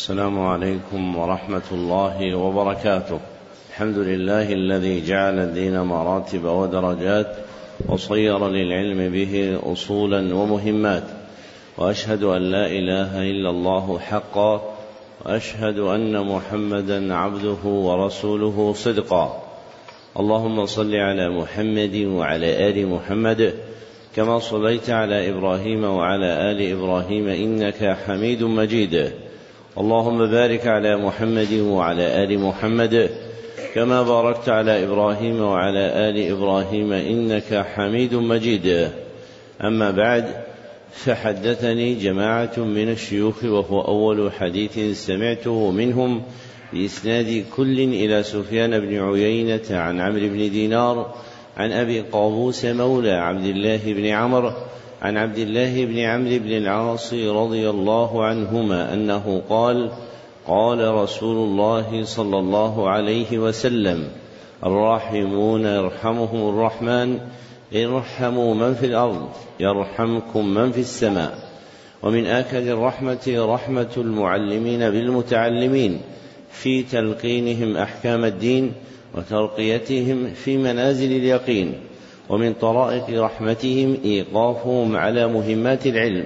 السلام عليكم ورحمة الله وبركاته. الحمد لله الذي جعل الدين مراتب ودرجات وصير للعلم به أصولا ومهمات، وأشهد أن لا إله إلا الله حقا، وأشهد أن محمدا عبده ورسوله صدقا. اللهم صل على محمد وعلى آل محمد كما صليت على إبراهيم وعلى آل إبراهيم إنك حميد مجيد. اللهم بارك على محمد وعلى آل محمد كما باركت على إبراهيم وعلى آل إبراهيم إنك حميد مجيد. أما بعد، فحدثني جماعة من الشيوخ وهو أول حديث سمعته منهم بإسناد كل إلى سفيان بن عيينة عن عمرو بن دينار عن أبي قابوس مولى عبد الله بن عمرو عن عبد الله بن عمرو بن العاص رضي الله عنهما أنه قال: قال رسول الله صلى الله عليه وسلم: الراحمون يرحمهم الرحمن، ارحموا من في الأرض يرحمكم من في السماء. ومن آكد الرحمة رحمة المعلمين بالمتعلمين في تلقينهم أحكام الدين وترقيتهم في منازل اليقين. ومن طرائق رحمتهم إيقافهم على مهمات العلم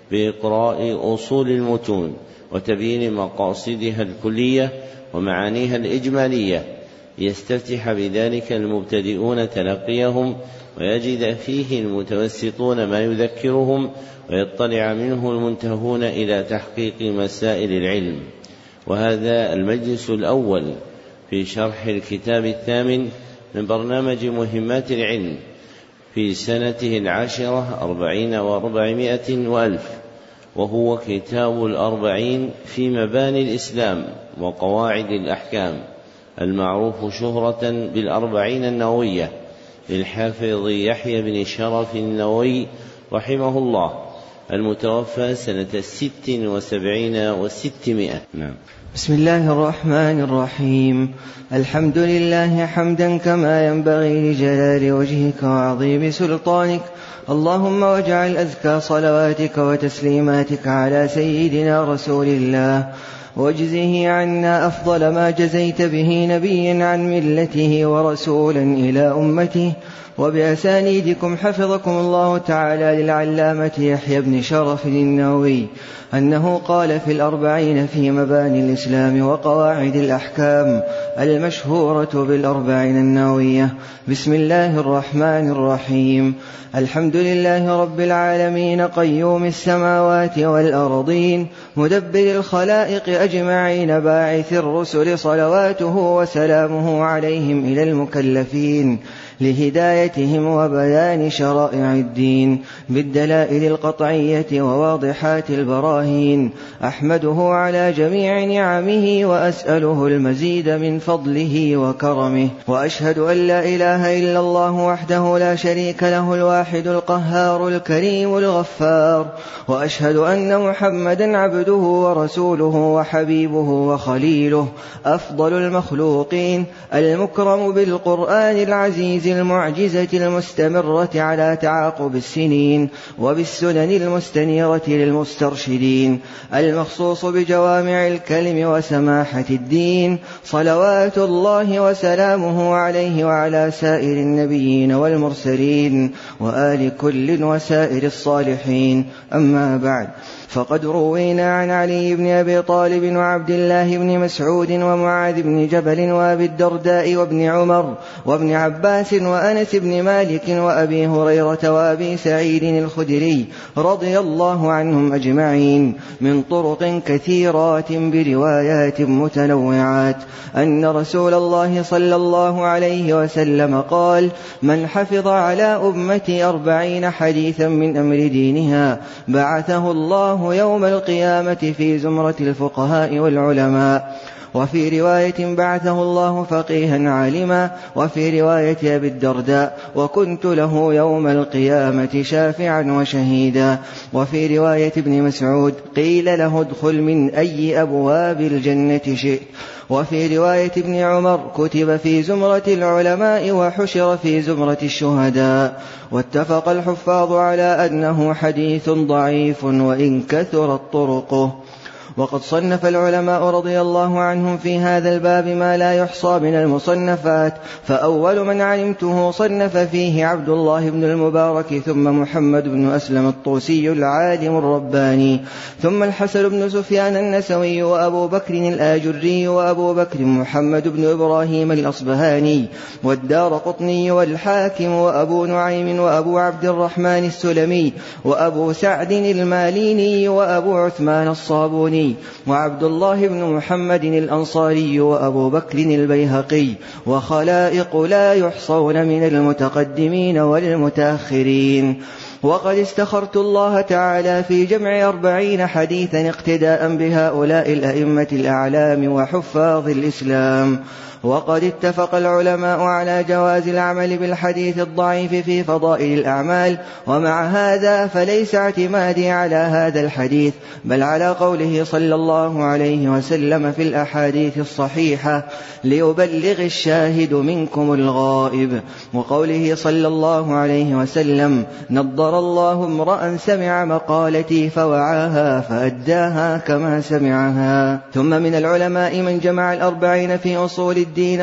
بإقراء أصول المتون وتبيين مقاصدها الكلية ومعانيها الإجمالية، يستفتح بذلك المبتدئون تلقيهم ويجد فيه المتوسطون ما يذكرهم ويطلع منه المنتهون إلى تحقيق مسائل العلم. وهذا المجلس الأول في شرح الكتاب الثامن من برنامج مهمات العلم في سنته 10 40 و400 وألف، وهو كتاب الأربعين في مباني الإسلام وقواعد الأحكام، المعروف شهرة بالأربعين النووية للحافظ يحيى بن شرف النووي رحمه الله، المتوفى سنة 76 و600. نعم. بسم الله الرحمن الرحيم. الحمد لله حمدا كما ينبغي لجلال وجهك وعظيم سلطانك. اللهم واجعل أزكى صلواتك وتسليماتك على سيدنا رسول الله، واجزه عنا أفضل ما جزيت به نبيا عن ملته ورسولا إلى أمته. وبأسانيدكم حفظكم الله تعالى للعلامة يحيى بن شرف النووي أنه قال في الأربعين في مباني الإسلام وقواعد الأحكام المشهورة بالأربعين النووية: بسم الله الرحمن الرحيم. الحمد لله رب العالمين قيوم السماوات والأرضين مدبر الخلائق أجمعين باعث الرسل صلواته وسلامه عليهم إلى المكلفين لهدايتهم وبيان شرائع الدين بالدلائل القطعية وواضحات البراهين. أحمده على جميع نعمه وأسأله المزيد من فضله وكرمه، وأشهد أن لا إله إلا الله وحده لا شريك له الواحد القهار الكريم الغفار، وأشهد أن محمدا عبده ورسوله وحبيبه وخليله أفضل المخلوقين المكرم بالقرآن العزيز المعجزة المستمرة على تعاقب السنين وبالسنن المستنيرة للمسترشدين، المخصوص بجوامع الكلم وسماحة الدين، صلوات الله وسلامه عليه وعلى سائر النبيين والمرسلين وآل كل وسائر الصالحين. أما بعد، فقد روينا عن علي بن أبي طالب وعبد الله بن مسعود ومعاذ بن جبل وأبي الدرداء وابن عمر وابن عباس وأنس بن مالك وأبي هريرة وأبي سعيد الخدري رضي الله عنهم أجمعين من طرق كثيرات بروايات متنوعات أن رسول الله صلى الله عليه وسلم قال: من حفظ على أمتي 40 حديثا من أمر دينها بعثه الله يوم القيامة في زمرة الفقهاء والعلماء. وفي رواية بعثه الله فقيها عالما. وفي رواية أبي الدرداء: وكنت له يوم القيامة شافعا وشهيدا. وفي رواية ابن مسعود: قيل له ادخل من أي أبواب الجنة شئت. وفي رواية ابن عمر: كتب في زمرة العلماء وحشر في زمرة الشهداء. واتفق الحفاظ على أنه حديث ضعيف وإن كثرت طرقه. وقد صنف العلماء رضي الله عنهم في هذا الباب ما لا يحصى من المصنفات، فأول من علمته صنف فيه عبد الله بن المبارك، ثم محمد بن أسلم الطوسي العالم الرباني، ثم الحسن بن سفيان النسوي، وأبو بكر الآجري، وأبو بكر محمد بن إبراهيم الأصبهاني، والدارقطني، والحاكم، وأبو نعيم، وأبو عبد الرحمن السلمي، وأبو سعد الماليني، وأبو عثمان الصابوني، وعبد الله بن محمد الأنصاري، وأبو بكر البيهقي، وخلائق لا يحصون من المتقدمين والمتأخرين. وقد استخرت الله تعالى في جمع 40 حديثا اقتداء بهؤلاء الأئمة الأعلام وحفاظ الإسلام. وقد اتفق العلماء على جواز العمل بالحديث الضعيف في فضائل الأعمال، ومع هذا فليس اعتمادي على هذا الحديث، بل على قوله صلى الله عليه وسلم في الأحاديث الصحيحة: ليبلغ الشاهد منكم الغائب، وقوله صلى الله عليه وسلم: نضر الله امرأ سمع مقالتي فوعاها فأداها كما سمعها. ثم من العلماء من جمع 40 في أصول الدين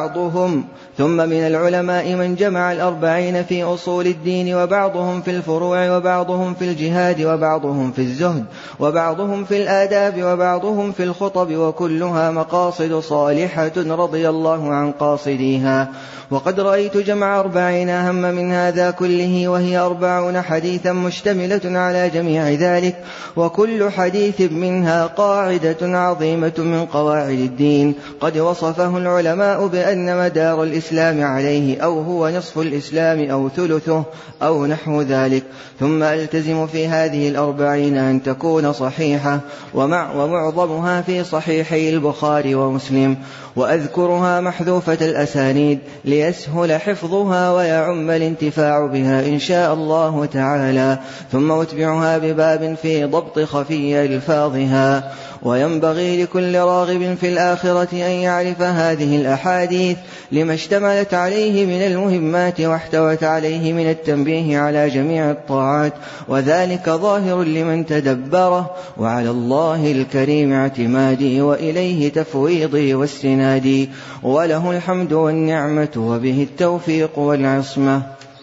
وبعضهم في الفروع، وبعضهم في الجهاد، وبعضهم في الزهد، وبعضهم في الآداب، وبعضهم في الخطب، وكلها مقاصد صالحة رضي الله عن قاصديها. وقد رأيت جمع 40 أهم من هذا كله، وهي 40 حديثا مشتملة على جميع ذلك، وكل حديث منها قاعدة عظيمة من قواعد الدين، قد وصفه العلماء بأن مدار الإسلام عليه، أو هو نصف الإسلام أو ثلثه أو نحو ذلك. ثم ألتزم في هذه 40 أن تكون صحيحة، ومعظمها في صحيحي البخاري ومسلم، وأذكرها محذوفة الأسانيد ليسهل حفظها ويعم الانتفاع بها إن شاء الله تعالى، ثم أتبعها بباب في ضبط خفي ألفاظها. وينبغي لكل راغب في الآخرة أن يعرف هذه الأحاديث لما اشتملت عليه من المهمات واحتوت عليه من التنبيه على جميع الطاعات، وذلك ظاهر لمن تدبره، وعلى الله الكريم اعتمادي، وإليه تفويضي واستنادي، وله الحمد والنعمة، وبه التوفيق والعصمة.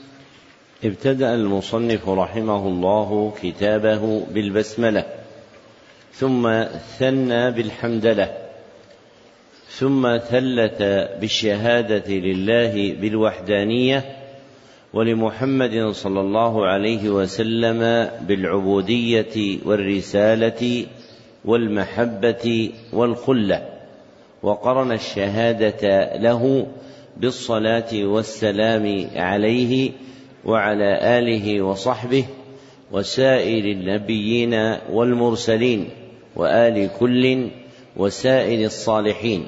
ابتدأ المصنف رحمه الله كتابه بالبسملة، ثم ثنى بالحمدلة، ثم ثلث بالشهادة لله بالوحدانية، ولمحمد صلى الله عليه وسلم بالعبودية والرسالة والمحبة والخلة، وقرن الشهادة له بالصلاة والسلام عليه وعلى آله وصحبه وسائر النبيين والمرسلين وآل كل وسائر الصالحين.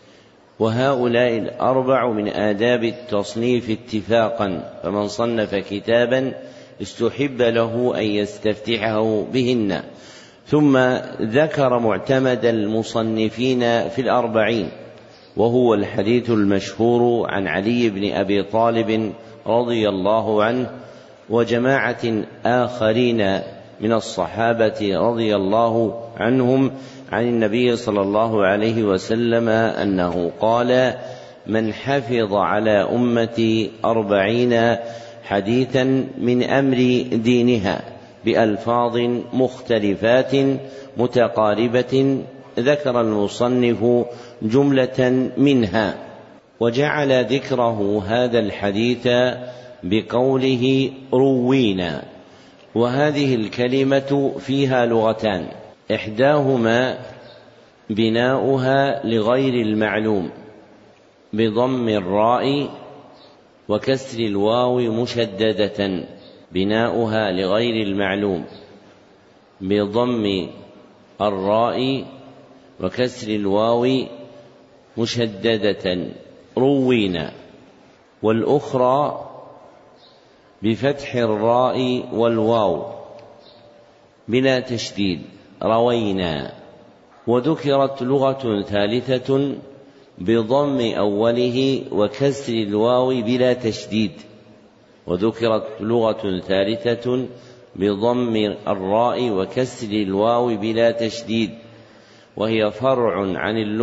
وهؤلاء 4 من آداب التصنيف اتفاقا، فمن صنف كتابا استحب له أن يستفتحه بهن. ثم ذكر معتمد المصنفين في 40، وهو الحديث المشهور عن علي بن أبي طالب رضي الله عنه وجماعة آخرين من الصحابة رضي الله عنهم عن النبي صلى الله عليه وسلم أنه قال: من حفظ على أمتي 40 حديثا من أمر دينها بألفاظ مختلفات متقاربة، ذكر المصنف جملة منها، وجعل ذكره هذا الحديث بقوله روينا. وهذه الكلمة فيها لغتان، إحداهما بناؤها لغير المعلوم بضم الراء وكسر الواو مشددة، بناؤها لغير المعلوم بضم الراء وكسر الواو مشددة روينا، والأخرى بفتح الراء والواو بلا تشديد روينا. وذكرت لغة ثالثة بضم أوله وكسر الواو بلا تشديد، وذكرت لغة ثالثة بضم الراء وكسر الواو بلا تشديد، وهي فرع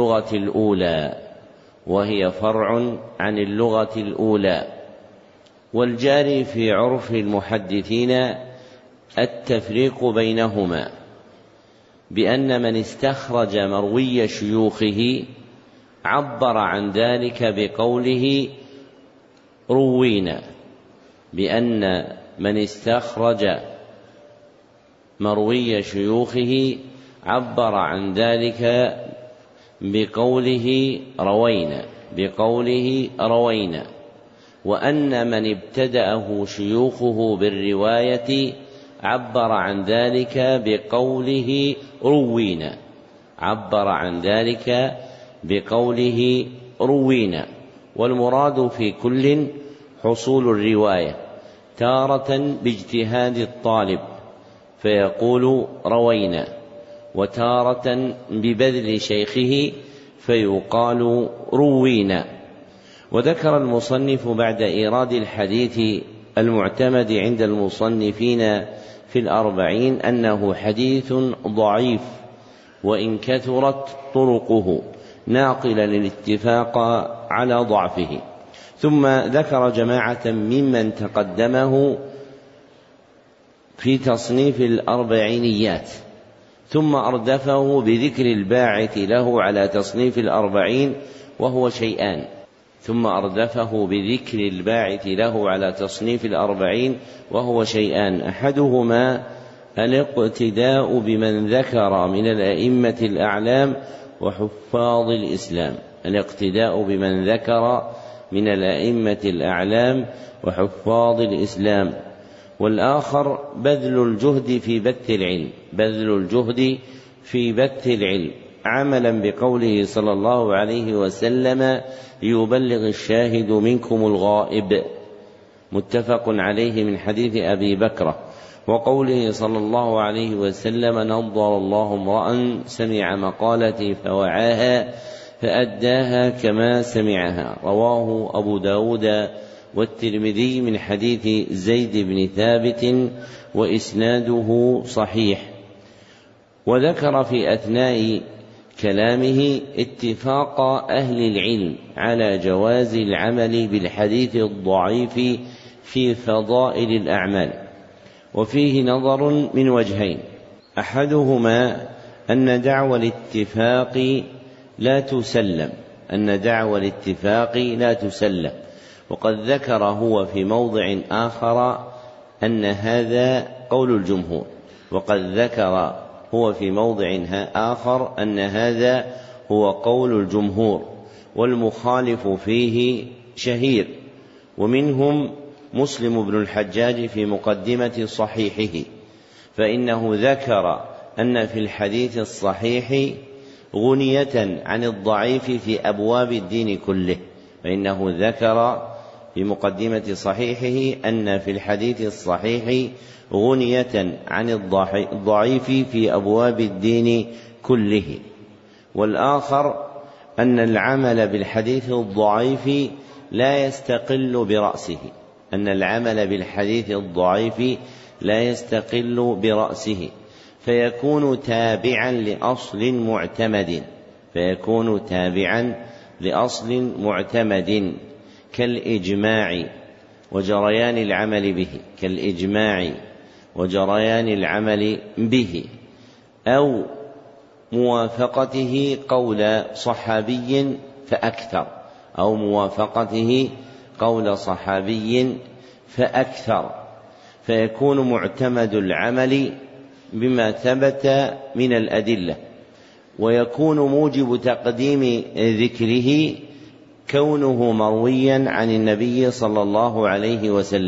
عن اللغة الأولى. والجاري في عرف المحدثين التفريق بينهما، بأن من استخرج مروي شيوخه عبر عن ذلك بقوله روينا، بأن من استخرج مروي شيوخه عبر عن ذلك بقوله روينا، وأن من ابتدأه شيوخه بالرواية عبر عن ذلك بقوله روينا، والمراد في كل حصول الرواية، تارة باجتهاد الطالب فيقول روينا، وتارة ببذل شيخه فيقال روينا. وذكر المصنف بعد إيراد الحديث المعتمد عند المصنفين في الأربعين أنه حديث ضعيف وإن كثرت طرقه، ناقلا للاتفاق على ضعفه. ثم ذكر جماعة ممن تقدمه في تصنيف الأربعينيات، ثم أردفه بذكر الباعث له على تصنيف الأربعين وهو شيئان، أحدهما الاقتداء بمن ذكر من الأئمة الأعلام وحفاظ الإسلام، والآخر بذل الجهد في بث العلم عملا بقوله صلى الله عليه وسلم يبلغ الشاهد منكم الغائب، متفق عليه من حديث أبي بكرة، وقوله صلى الله عليه وسلم نضر الله امرأ سمع مقالتي فوعاها فأداها كما سمعها، رواه أبو داود والترمذي من حديث زيد بن ثابت وإسناده صحيح. وذكر في أثناء كلامه اتفاق أهل العلم على جواز العمل بالحديث الضعيف في فضائل الأعمال، وفيه نظر من وجهين، أحدهما أن دعوى الاتفاق لا تسلم، وقد ذكر هو في موضع آخر أن هذا هو قول الجمهور، والمخالف فيه شهير، ومنهم مسلم بن الحجاج في مقدمة صحيحه، فإنه ذكر أن في الحديث الصحيح غنية عن الضعيف في أبواب الدين كله، فإنه ذكر في مقدمة صحيحه أن في الحديث الصحيح غنية عن الضعيف في أبواب الدين كله. والآخر أن العمل بالحديث الضعيف لا يستقل برأسه، فيكون تابعا لأصل معتمد كالإجماع وجريان العمل به، أو موافقته قول صحابي فأكثر، فيكون معتمد العمل بما ثبت من الأدلة، ويكون موجب تقديم ذكره كونه مرويا عن النبي صلى الله عليه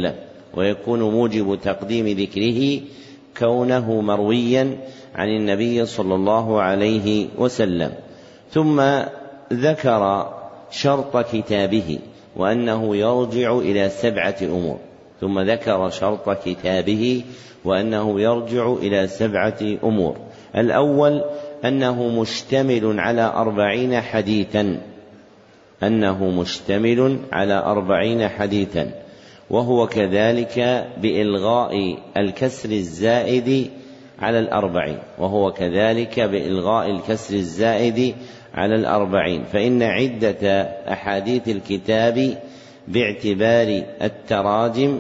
وسلم. ثم ذكر شرط كتابه وأنه يرجع إلى 7 أمور. الأول أنه مشتمل على 40 حديثا، وهو كذلك بإلغاء الكسر الزائد على 40، وهو كذلك بإلغاء الكسر الزائد على 40. فإن عدة أحاديث الكتاب باعتبار التراجم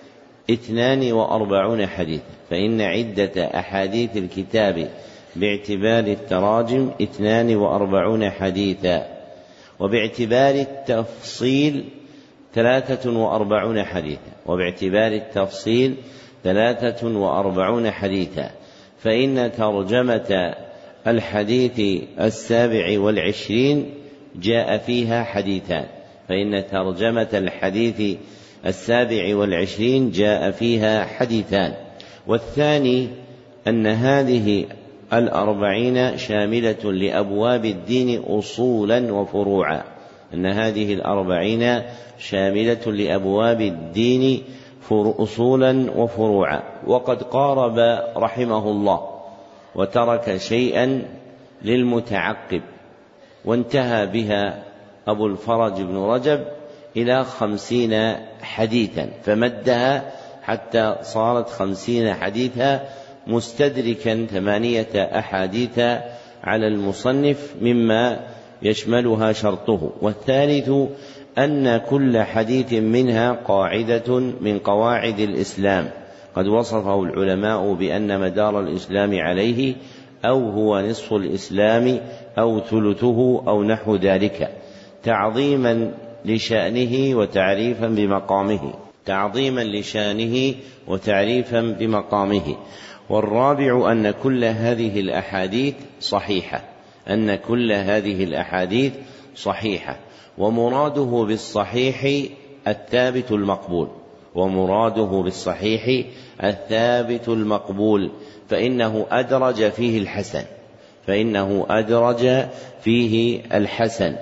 42 حديثا. فإن عدة أحاديث الكتاب باعتبار التراجم 42 حديثا، وباعتبار التفصيل 43 حديثا، وباعتبار التفصيل 43 حديثا. فإن ترجمة الحديث 27 جاء فيها حديثان، فإن ترجمة الحديث 27 جاء فيها حديثان. والثاني أن هذه 40 شاملة لأبواب الدين أصولا وفروعا، أن هذه 40 شاملة لأبواب الدين أصولا وفروعا. وقد قارب رحمه الله وترك شيئا للمتعقب، وانتهى بها أبو الفرج بن رجب إلى 50 حديثا، فمدها حتى صارت 50 حديثا، مستدركا 8 أحاديث على المصنف مما يشملها شرطه. والثالث أن كل حديث منها قاعدة من قواعد الإسلام قد وصفه العلماء بأن مدار الإسلام عليه، أو هو نصف الإسلام أو ثلثه أو نحو ذلك، تعظيما لشأنه وتعريفا بمقامه، تعظيما لشأنه وتعريفا بمقامه. والرابع أن كل هذه الأحاديث صحيحة، أن كل هذه الأحاديث صحيحة، ومراده بالصحيح الثابت المقبول، ومراده بالصحيح الثابت المقبول، فإنه أدرج فيه الحسن، فإنه أدرج فيه الحسن.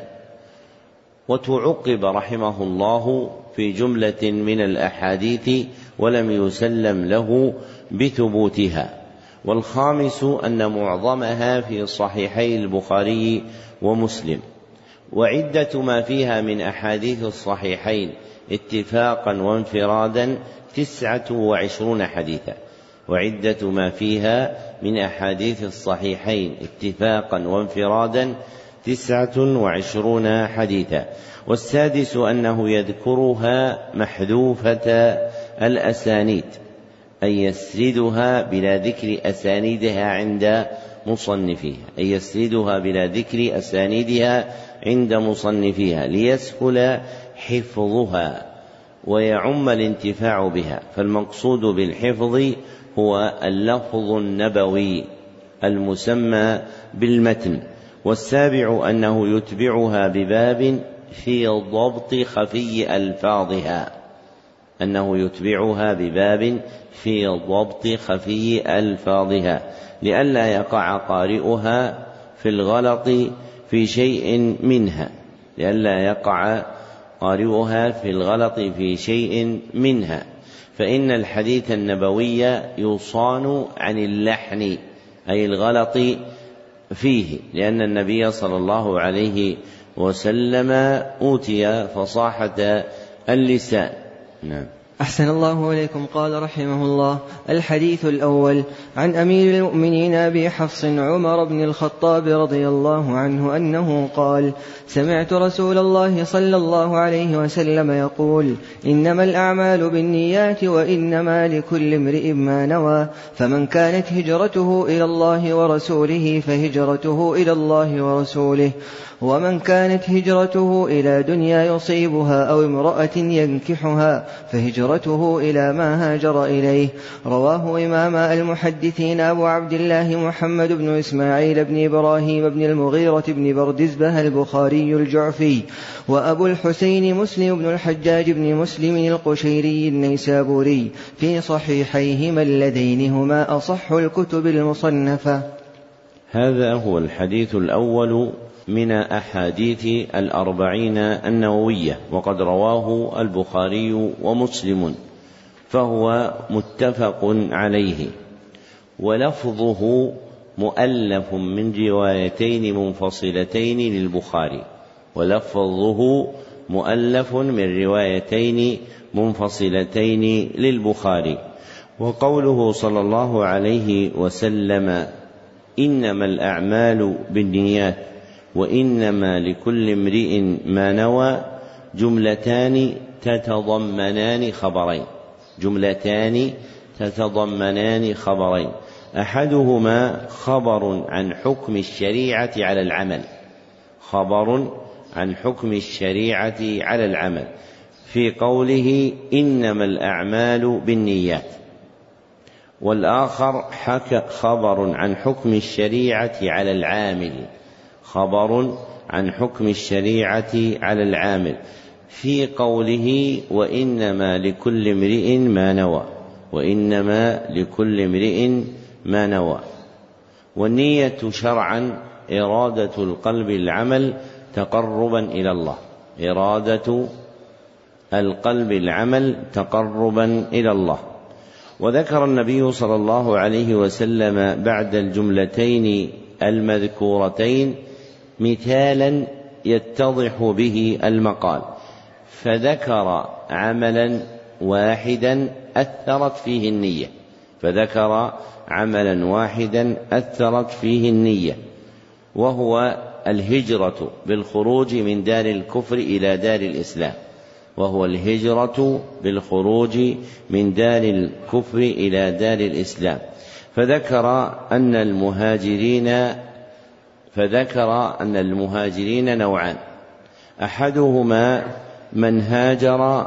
وتعقب رحمه الله في جملة من الأحاديث ولم يسلم له بثبوتها. والخامس أن معظمها في صحيحي البخاري ومسلم، وعدة ما فيها من أحاديث الصحيحين اتفاقا وانفرادا 29 حديثا، وعدة ما فيها من أحاديث الصحيحين اتفاقا وانفرادا 29 حديثا. والسادس أنه يذكرها محذوفة الأسانيد، أي يسردها بلا ذكر أسانيدها عند مصنفيها، أي يسردها بلا ذكر أسانيدها عند مصنفيها ليسهل حفظها ويعم الانتفاع بها. فالمقصود بالحفظ هو اللفظ النبوي المسمى بالمتن. والسابع أنه يتبعها بباب في ضبط خفي ألفاظها، أنه يتبعها بباب في ضبط خفي ألفاظها لئلا يقع قارئها في الغلط في شيء منها، لئلا يقع قارئها في الغلط في شيء منها. فإن الحديث النبوي يصان عن اللحن، أي الغلط فيه، لأن النبي صلى الله عليه وسلم أوتي فصاحة اللسان. نعم. أحسن الله إليكم. قال رحمه الله: الحديث الأول عن أمير المؤمنين أبي حفص عمر بن الخطاب رضي الله عنه أنه قال: سمعت رسول الله صلى الله عليه وسلم يقول: إنما الأعمال بالنيات وإنما لكل امرئ ما نوى، فمن كانت هجرته إلى الله ورسوله فهجرته إلى الله ورسوله، ومن كانت هجرته إلى دنيا يصيبها أو امرأة ينكحها فهجرته إلى ما هاجر إليه. رواه إمام المحدثين أبو عبد الله محمد بن إسماعيل بن إبراهيم بن المغيرة بن بردزبة البخاري الجعفي، وأبو الحسين مسلم بن الحجاج بن مسلم القشيري النيسابوري في صحيحيهما اللذين هما أصح الكتب المصنفة. هذا هو الحديث الأول من أحاديث 40 النووية، وقد رواه البخاري ومسلم، فهو متفق عليه، ولفظه مؤلف من روايتين منفصلتين للبخاري، ولفظه مؤلف من روايتين منفصلتين للبخاري. وقوله صلى الله عليه وسلم إنما الأعمال بالنيات وإنما لكل امرئ ما نوى جملتان تتضمنان خبرين أحدهما خبر عن حكم الشريعة على العمل في قوله إنما الأعمال بالنيات، والآخر خبر عن حكم الشريعة على العامل في قوله وإنما لكل امرئ ما نوى. والنية شرعا إرادة القلب العمل تقربا إلى الله. وذكر النبي صلى الله عليه وسلم بعد الجملتين المذكورتين مثالا يتضح به المقال، فذكر عملا واحدا أثرت فيه النية، وهو الهجرة بالخروج من دار الكفر إلى دار الإسلام، فذكر أن المهاجرين نوعان، أحدهما من هاجر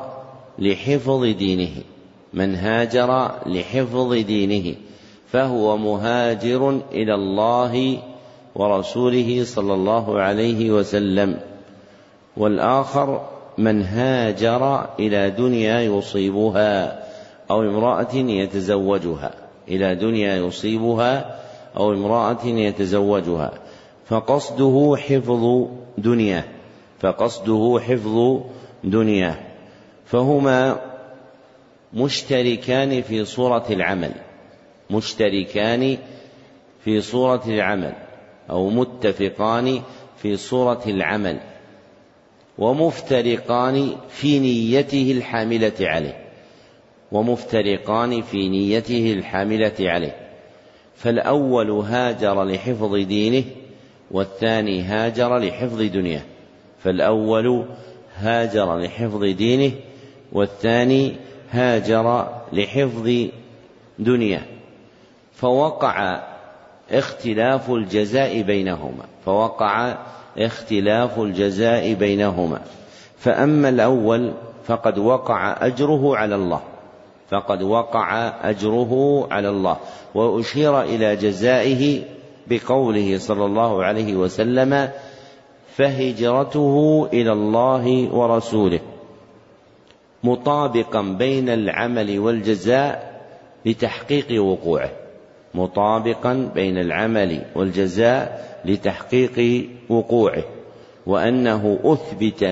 لحفظ دينه فهو مهاجر إلى الله ورسوله صلى الله عليه وسلم، والآخر من هاجر إلى دنيا يصيبها أو امرأة يتزوجها فقصده حفظ دنياه، فهما مشتركان في صورة العمل أو متفقان في صورة العمل، ومفترقان في نيته الحاملة عليه، فالأول هاجر لحفظ دينه والثاني هاجر لحفظ دنياه، فوقع اختلاف الجزاء بينهما. فأما الأول فقد وقع أجره على الله، وأشير إلى جزائه بقوله صلى الله عليه وسلم فهجرته إلى الله ورسوله، مطابقا بين العمل والجزاء لتحقيق وقوعه، وأنه أثبت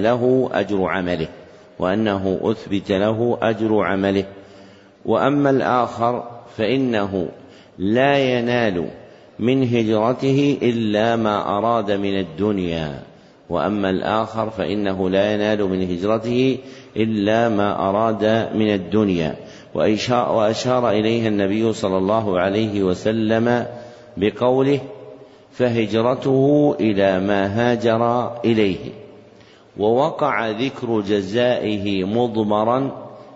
له أجر عمله. وأما الآخر فإنه لا ينال من هجرته إلا ما أراد من الدنيا، وأشار إليها النبي صلى الله عليه وسلم بقوله فهجرته إلى ما هاجر إليه، ووقع ذكر جزائه مضمرا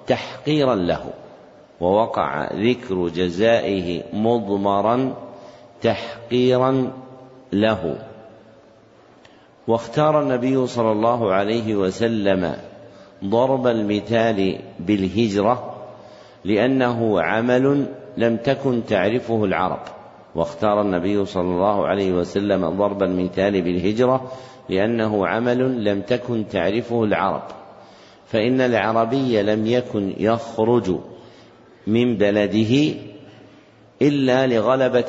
تحقيرا له. واختار النبي صلى الله عليه وسلم ضرب المثال بالهجرة لأنه عمل لم تكن تعرفه العرب، فإن العربي لم يكن يخرج من بلده إلا لغلبة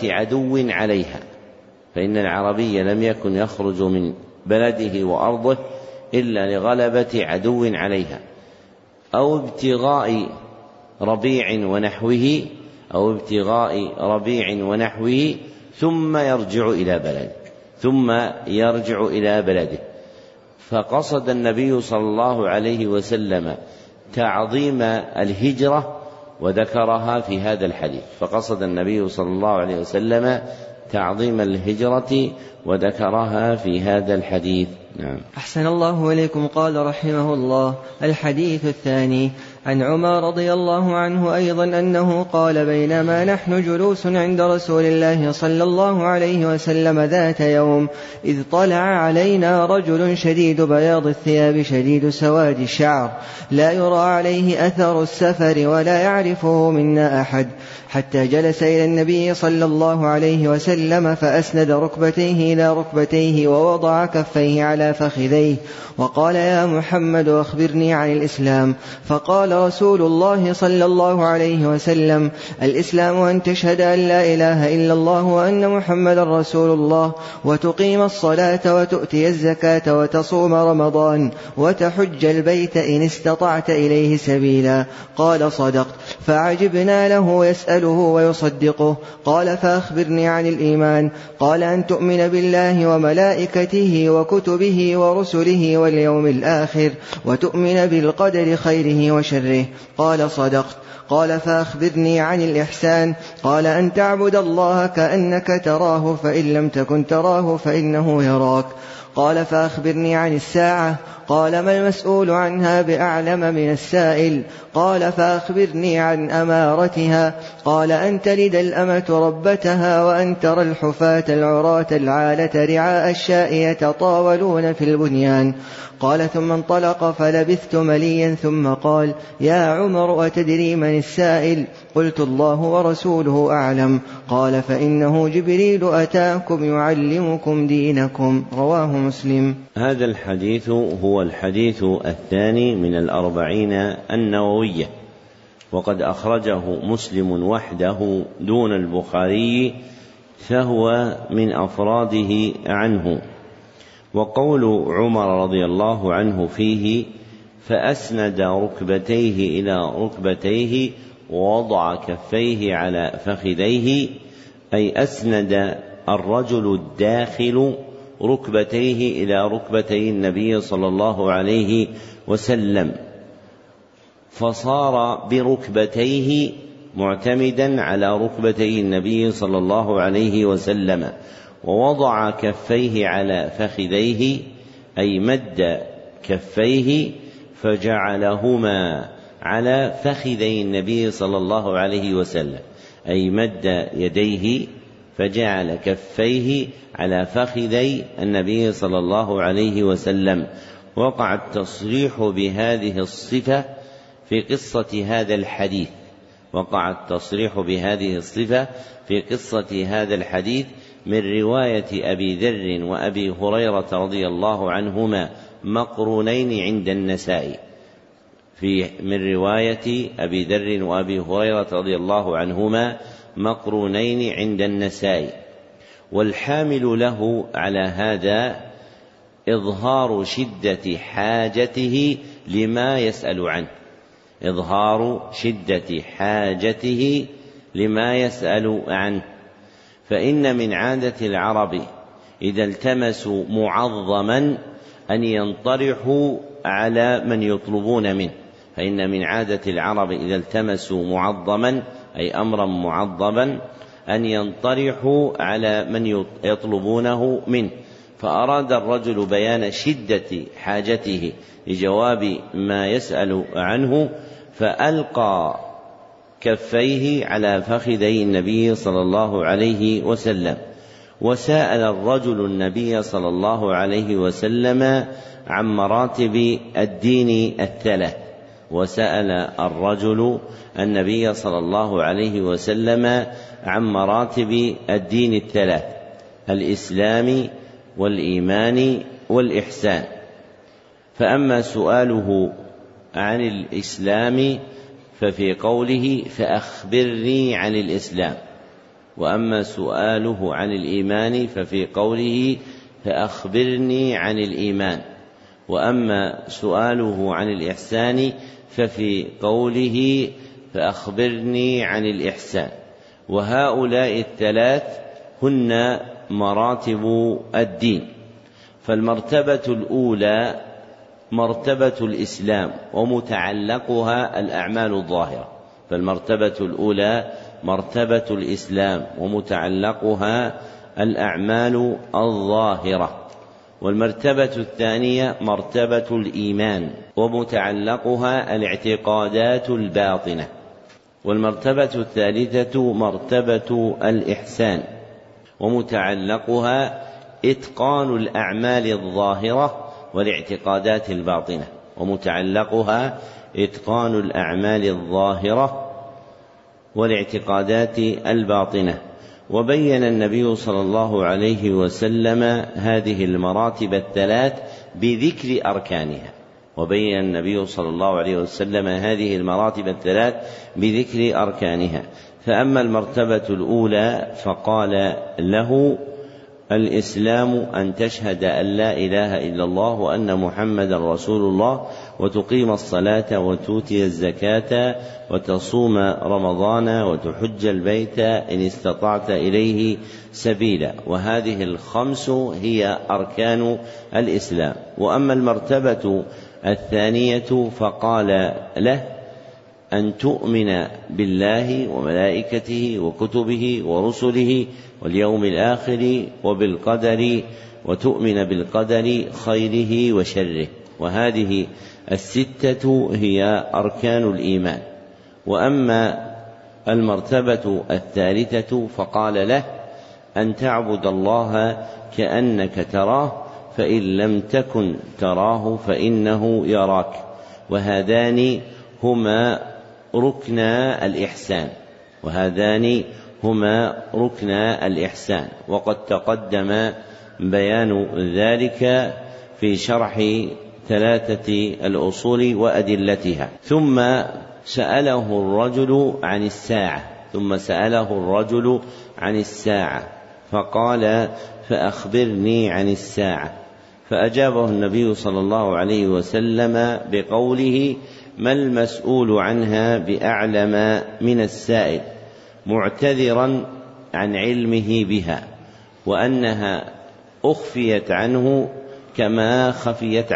عدو عليها أو ابتغاء ربيع ونحوه ثم يرجع إلى بلده. فقصد النبي صلى الله عليه وسلم تعظيم الهجرة وذكرها في هذا الحديث، فقصد النبي صلى الله عليه وسلم تعظيم الهجرة وذكرها في هذا الحديث. نعم. أحسن الله إليكم. قال رحمه الله: الحديث الثاني عن عمر رضي الله عنه أيضا أنه قال: بينما نحن جلوس عند رسول الله صلى الله عليه وسلم ذات يوم إذ طلع علينا رجل شديد بياض الثياب شديد سواد الشعر لا يرى عليه أثر السفر ولا يعرفه منا أحد، حتى جلس إلى النبي صلى الله عليه وسلم فأسند ركبتيه إلى ركبتيه ووضع كفيه على فخذيه وقال: يا محمد أخبرني عن الإسلام. فقال رسول الله صلى الله عليه وسلم: الإسلام أن تشهد أن لا إله إلا الله وأن محمد رسول الله، وتقيم الصلاة وتؤتي الزكاة وتصوم رمضان وتحج البيت إن استطعت إليه سبيلا. قال: صدقت. فعجبنا له يسأله ويصدقه. قال: فأخبرني عن الإيمان. قال: أن تؤمن بالله وملائكته وكتبه ورسله واليوم الآخر وتؤمن بالقدر خيره وشره. قال: صدقت. قال: فأخبرني عن الإحسان. قال: أن تعبد الله كأنك تراه فإن لم تكن تراه فإنه يراك. قال: فأخبرني عن الساعة. قال: ما المسؤول عنها بأعلم من السائل. قال: فأخبرني عن أمارتها. قال: أن تلد الأمة ربتها وأن ترى الحفاة العراة العالة رعاء الشاء يتطاولون في البنيان. قال: ثم انطلق فلبثت مليا ثم قال: يا عمر أتدري من السائل؟ قلت: الله ورسوله أعلم. قال: فإنه جبريل أتاكم يعلمكم دينكم. رواه مسلم. هذا الحديث هو الحديث الثاني من 40 النووية، وقد أخرجه مسلم وحده دون البخاري، فهو من أفراده عنه. وقول عمر رضي الله عنه فيه: فأسند ركبتيه إلى ركبتيه ووضع كفيه على فخذيه، أي أسند الرجل الداخل ركبتيه إلى ركبتي النبي صلى الله عليه وسلم، فصار بركبتيه معتمدا على ركبتي النبي صلى الله عليه وسلم، ووضع كفيه على فخذيه، أي مد كفيه فجعلهما على فخذي النبي صلى الله عليه وسلم، أي مد يديه فجعل كفيه على فخذي النبي صلى الله عليه وسلم. وقع التصريح بهذه الصفة في قصة هذا الحديث، وقع التصريح بهذه الصفة في قصة هذا الحديث من رواية أبي ذر وأبي هريرة رضي الله عنهما مقرونين عند النسائي، من رواية أبي ذر وأبي هريرة رضي الله عنهما مقرونين عند النسائي. والحامل له على هذا إظهار شدة حاجته لما يسأل عنه، إظهار شدة حاجته لما يسأل عنه. فإن من عادة العرب إذا التمسوا معظما أن ينطرحوا على من يطلبون منه، فإن من عادة العرب إذا التمسوا معظما أي أمرا معظما أن ينطرحوا على من يطلبونه منه. فأراد الرجل بيان شدة حاجته لجواب ما يسأل عنه، فألقى كفيه على فخذي النبي صلى الله عليه وسلم. وسأل الرجل النبي صلى الله عليه وسلم عن مراتب الدين الثلاث، وسأل الرجل النبي صلى الله عليه وسلم عن مراتب الدين الثلاث: الإسلام والإيمان والإحسان. فأما سؤاله عن الإسلام ففي قوله: فأخبرني عن الإسلام، وأما سؤاله عن الإيمان ففي قوله: فأخبرني عن الإيمان، وأما سؤاله عن الإحسان ففي قوله: فأخبرني عن الإحسان. وهؤلاء الثلاث هن مراتب الدين. فالمرتبة الأولى مرتبة الإسلام ومتعلقها الأعمال الظاهرة، فالمرتبة الأولى مرتبة الإسلام ومتعلقها الأعمال الظاهرة، والمرتبة الثانية مرتبة الإيمان ومتعلقها الاعتقادات الباطنة، والمرتبة الثالثة مرتبة الإحسان ومتعلقها إتقان الأعمال الظاهرة والاعتقادات الباطنة، ومتعلقها إتقان الأعمال الظاهرة والاعتقادات الباطنة. وبين النبي صلى الله عليه وسلم هذه المراتب الثلاث بذكر أركانها، وبين النبي صلى الله عليه وسلم هذه المراتب الثلاث بذكر أركانها. فأما المرتبة الأولى فقال له: الإسلام أن تشهد أن لا إله إلا الله وأن محمدا رسول الله، وتقيم الصلاة وتؤتي الزكاة وتصوم رمضان وتحج البيت إن استطعت إليه سبيلا. وهذه الخمس هي أركان الإسلام. وأما المرتبة الثانية فقال له: أن تؤمن بالله وملائكته وكتبه ورسله واليوم الآخر وبالقدر، وتؤمن بالقدر خيره وشره. وهذه الستة هي أركان الإيمان. وأما المرتبة الثالثة فقال له: أن تعبد الله كأنك تراه، فإن لم تكن تراه فإنه يراك. وهذان هما ركنا الإحسان، وهذان هما ركنا الإحسان، وقد تقدم بيان ذلك في شرح ثلاثة الأصول وأدلتها. ثم سأله الرجل عن الساعة فقال: فأخبرني عن الساعة. فأجابه النبي صلى الله عليه وسلم بقوله: ما المسؤول عنها بأعلم من السائل، معتذرا عن علمه بها، وأنها أخفيت عنه كما خفيت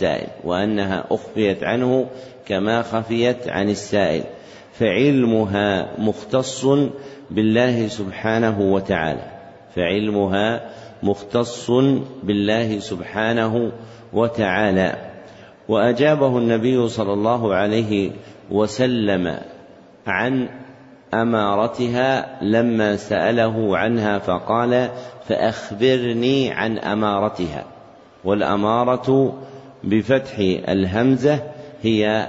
عن السائل، فعلمها مختص بالله سبحانه وتعالى. وأجابه النبي صلى الله عليه وسلم عن أمارتها لما سأله عنها فقال: فأخبرني عن أمارتها. والأمارة بفتح الهمزة هي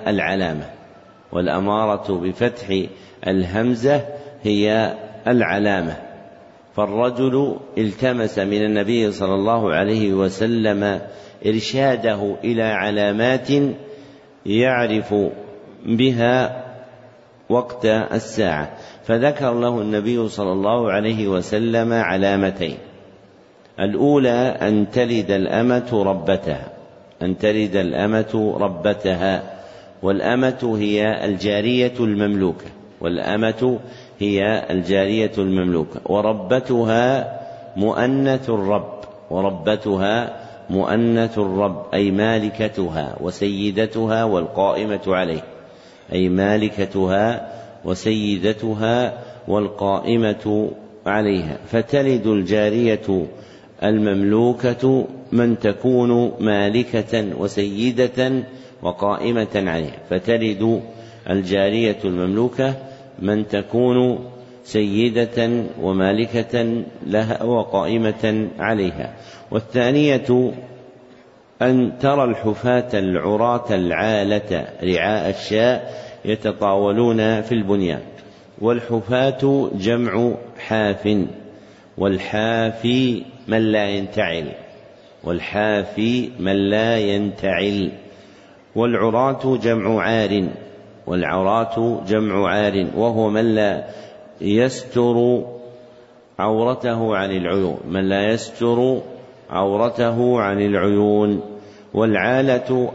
العلامة. فالرجل التمس من النبي صلى الله عليه وسلم إرشاده إلى علامات يعرف بها وقت الساعة، فذكر له النبي صلى الله عليه وسلم علامتين: الأولى أن تلد الأمة ربتها، والأمة هي الجارية المملوكة، وربتها مؤنث الرب أي مالكتها وسيدتها والقائمة عليها. فتلد الجارية المملوكة من تكون مالكة وسيدة وقائمة عليها، فتلد الجارية المملوكة من تكون سيدة ومالكة لها وقائمة عليها. والثانية أن ترى الحفاة العراة العالة رعاء الشاء يتطاولون في البنيان. والحفاة جمع حاف، والحافي من لا ينتعل، والعراة جمع عار، وهو من لا يستر عورته عن العيون. والعالة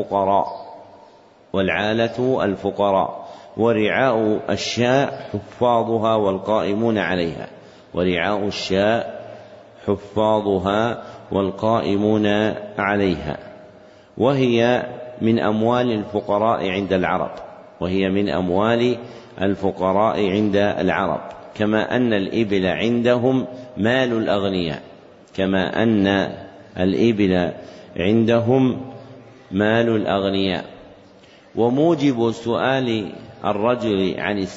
الفقراء، ورعاء الشاء حفاظها والقائمون عليها، وهي من أموال الفقراء عند العرب، وهي من أموال الفقراء عند العرب، كما أن الإبل عندهم مال الأغنياء، كما أن الإبل عندهم مال الأغنياء. وموجب سؤال الرجل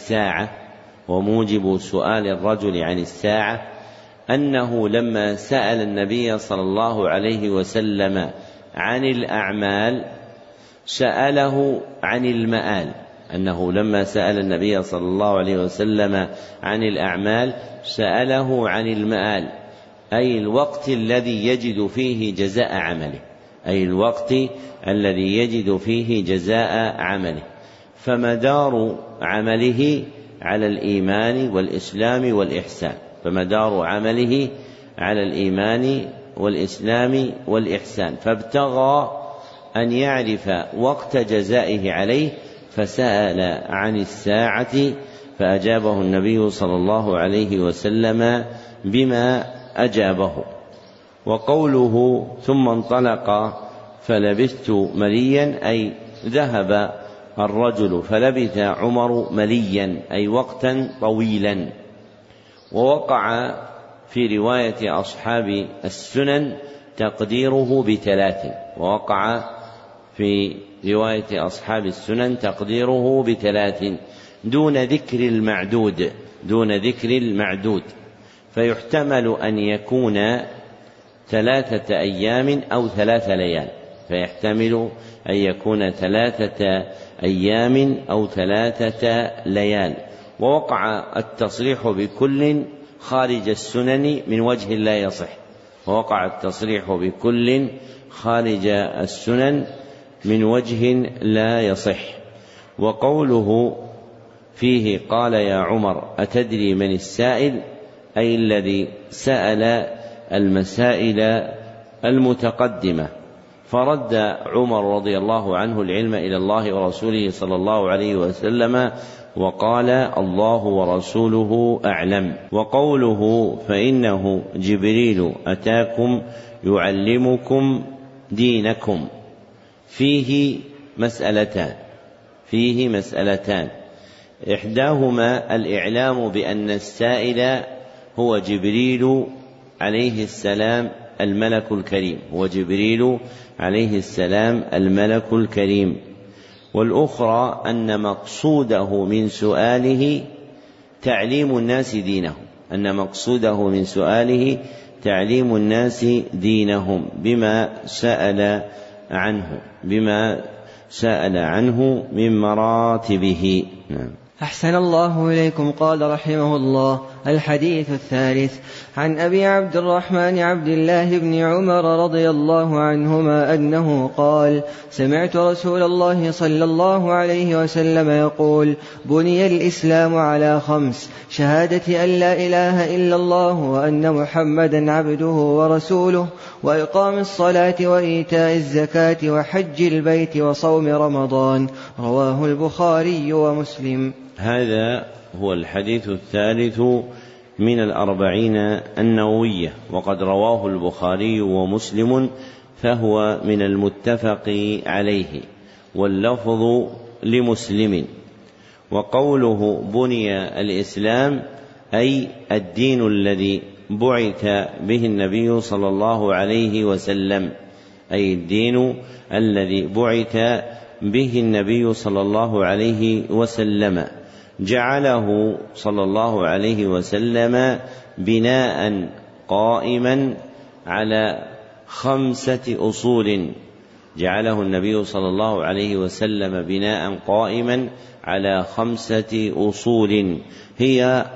عن الساعة أنه لما سأل النبي صلى الله عليه وسلم عن الأعمال سأله عن المآل، أنه لما سأل النبي صلى الله عليه وسلم عن الأعمال سأله عن المآل، أي الوقت الذي يجد فيه جزاء عمله، فمدار عمله على الإيمان والإحسان، فابتغى أن يعرف وقت جزائه عليه فسأل عن الساعة، فأجابه النبي صلى الله عليه وسلم بما أجابه. وقوله ثم انطلق فلبثت مليا، أي ذهب الرجل فلبث عمر مليا، أي وقتا طويلا. ووقع في رواية أصحاب السنن تقديره ب3 دون ذكر المعدود، فيحتمل أن يكون 3 أيام أو 3 ليال. ووقع التصريح بكل خارج السنن من وجه لا يصح. وقوله فيه قال يا عمر أتدري من السائل، أي الذي سأل المسائل المتقدمة، فرد عمر رضي الله عنه العلم إلى الله ورسوله صلى الله عليه وسلم وقال الله ورسوله أعلم. وقوله فإنه جبريل أتاكم يعلمكم دينكم، فيه مسألتان، إحداهما الإعلام بأن السائل هو جبريل عليه السلام الملك الكريم، والأخرى أن مقصوده من سؤاله تعليم الناس دينهم بما سأل عنه من مراتبه. أحسن الله إليكم. قال رحمه الله: الحديث الثالث عن أبي عبد الرحمن عبد الله بن عمر رضي الله عنهما أنه قال: سمعت رسول الله صلى الله عليه وسلم يقول: بني الإسلام على 5: شهادة أن لا إله إلا الله وأن محمدا عبده ورسوله، وإقام الصلاة وإيتاء الزكاة وحج البيت وصوم رمضان. رواه البخاري ومسلم. هذا هو الحديث الثالث من 40 النووية، وقد رواه البخاري ومسلم، فهو من المتفق عليه، واللفظ لمسلم. وقوله بني الإسلام أي الدين الذي بعث به النبي صلى الله عليه وسلم، جعله صلى الله عليه وسلم بناء قائما على 5 أصول، جعله النبي صلى الله عليه وسلم بناء قائما على 5 أصول هي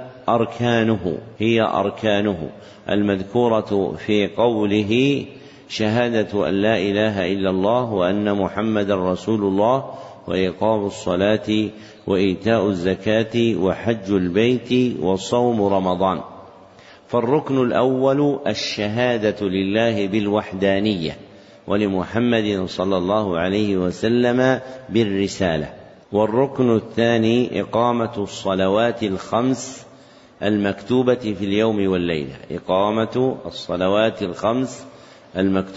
أركانه المذكورة في قوله: شهادة أن لا إله إلا الله وأن محمد رسول الله، وإقام الصلاة وإيتاء الزكاة وحج البيت وصوم رمضان. فالركن الأول الشهادة لله بالوحدانية ولمحمد صلى الله عليه وسلم بالرسالة. والركن الثاني إقامة الصلوات ال5 المكتوبة في اليوم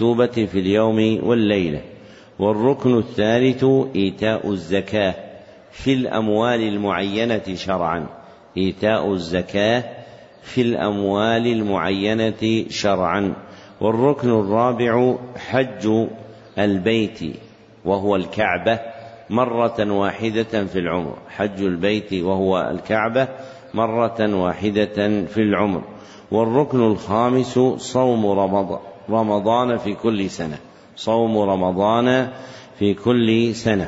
والليلة. والركن الثالث إيتاء الزكاة، في الأموال المعينة شرعا، إيتاء الزكاة في الأموال المعينة شرعا. والركن الرابع حج البيت وهو الكعبة مرة واحدة في العمر، حج البيت وهو الكعبة مرة واحدة في العمر. والركن الخامس صوم رمضان في كل سنة، صوم رمضان في كل سنة.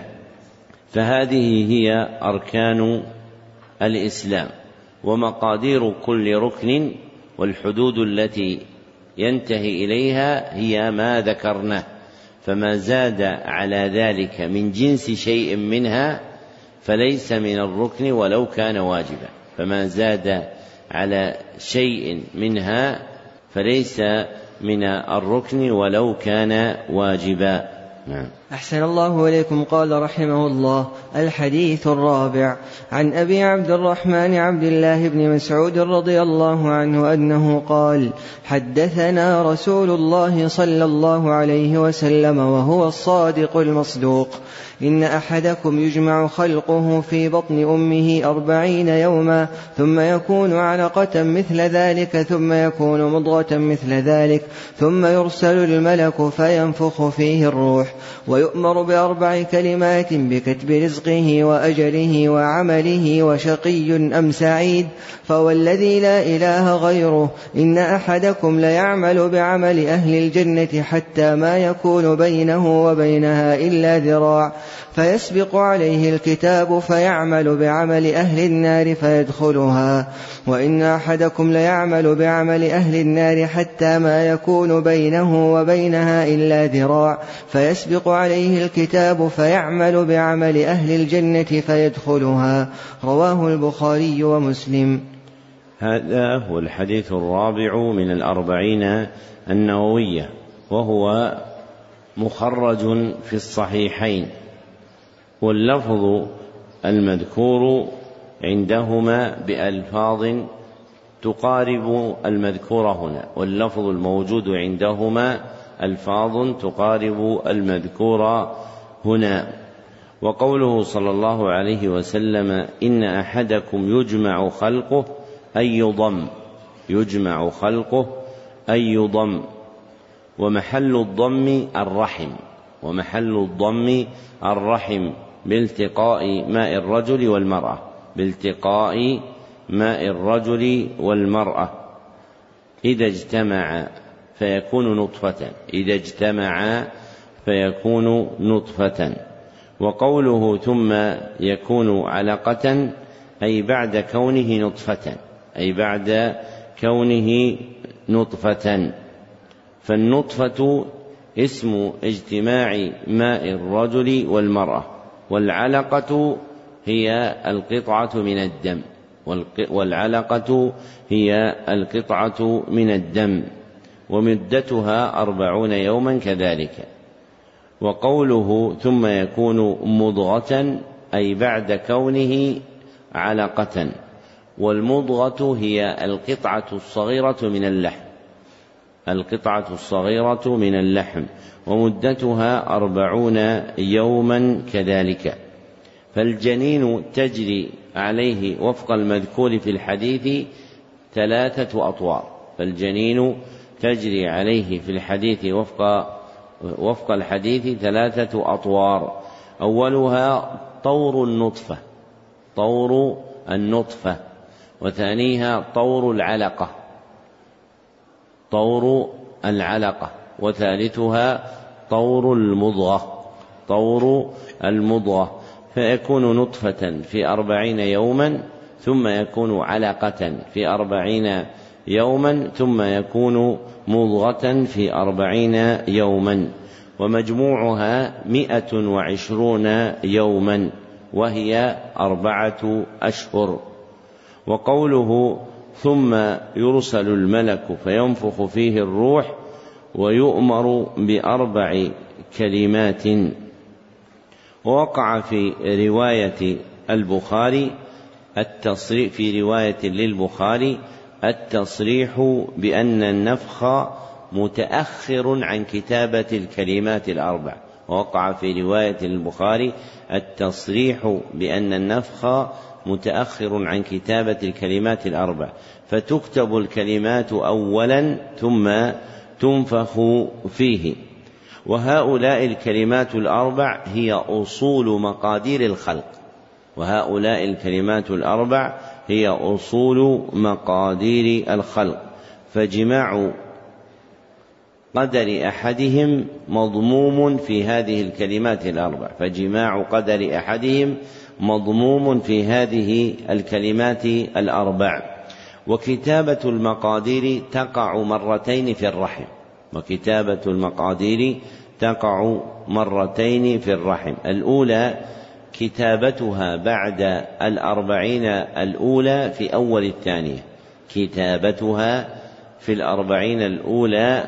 فهذه هي أركان الإسلام ومقادير كل ركن، والحدود التي ينتهي إليها هي ما ذكرناه، فما زاد على ذلك من جنس شيء منها فليس من الركن ولو كان واجبا، فما زاد على شيء منها فليس من الركن ولو كان واجبا. نعم. أحسن الله إليكم. قال رحمه الله: الحديث الرابع عن أبي عبد الرحمن عبد الله بن مسعود رضي الله عنه أنه قال: حدثنا رسول الله صلى الله عليه وسلم وهو الصادق المصدوق: إن أحدكم يجمع خلقه في بطن أمه 40 يوما ثم يكون علقة مثل ذلك ثم يكون مضغة مثل ذلك ثم يرسل الملك فينفخ فيه الروح ويؤمر ب4 كلمات بكتب رزقه وأجله وعمله وشقي أم سعيد، فوالذي لا إله غيره إن أحدكم ليعمل بعمل أهل الجنة حتى ما يكون بينه وبينها إلا ذراع فيسبق عليه الكتاب فيعمل بعمل أهل النار فيدخلها، وإن أحدكم ليعمل بعمل أهل النار حتى ما يكون بينه وبينها إلا ذراع فيسبق عليه الكتاب فيعمل بعمل أهل الجنة فيدخلها. رواه البخاري ومسلم. هذا هو الحديث الرابع من 40 النووية، وهو مخرج في الصحيحين، واللفظ المذكور عندهما بألفاظ تقارب المذكور هنا، واللفظ الموجود عندهما ألفاظ تقارب المذكور هنا. وقوله صلى الله عليه وسلم: إن أحدكم يجمع خلقه أي يضم، يجمع خلقه أي يضم، ومحل الضم الرحم، ومحل الضم الرحم بالتقاء ماء الرجل والمرأة، بالتقاء ماء الرجل والمرأة إذا اجتمع فيكون نطفة، إذا اجتمع فيكون نطفة. وقوله ثم يكون علقة أي بعد كونه نطفة، أي بعد كونه نطفة. فالنطفة اسم اجتماع ماء الرجل والمرأة، والعلقة هي القطعة من الدم، والعلقة هي القطعة من الدم، ومدتها 40 يوما كذلك. وقوله ثم يكون مضغة أي بعد كونه علقة، والمضغة هي القطعة الصغيرة من اللحم، القطعة الصغيرة من اللحم، ومدتها 40 يوما كذلك. فالجنين تجري عليه وفق المذكور في الحديث 3 أطوار، فالجنين تجري عليه في الحديث وفق الحديث 3 أطوار. أولها طور النطفة، طور النطفة، وثانيها طور العلقة، طور العلقة، وثالثها طور المضغة، طور المضغة، فيكون نطفة في 40 يوما ثم يكون علقة في 40 يوما ثم يكون مضغة في 40 يوما، ومجموعها 120 يوما، وهي 4 أشهر. وقوله ثم يرسل الملك فينفخ فيه الروح ويؤمر ب4 كلمات. ووقع في رواية البخاري في رواية للبخاري التصريح بأن النفخ متأخر عن كتابة الكلمات 4، ووقع في رواية البخاري التصريح بأن النفخ متأخر عن كتابة الكلمات الأربع، فتكتب الكلمات أولا ثم تنفخ فيه. وهؤلاء الكلمات الأربع هي أصول مقادير الخلق، وهؤلاء الكلمات الأربع هي أصول مقادير الخلق، فجماع قدر أحدهم مضموم في هذه الكلمات الأربع، فجماع قدر أحدهم مضموم في هذه الكلمات الأربع. وكتابة المقادير تقع مرتين في الرحم، وكتابة المقادير تقع مرتين في الرحم، الأولى كتابتها بعد 40 الأولى في أول الثانية، كتابتها في 40 الأولى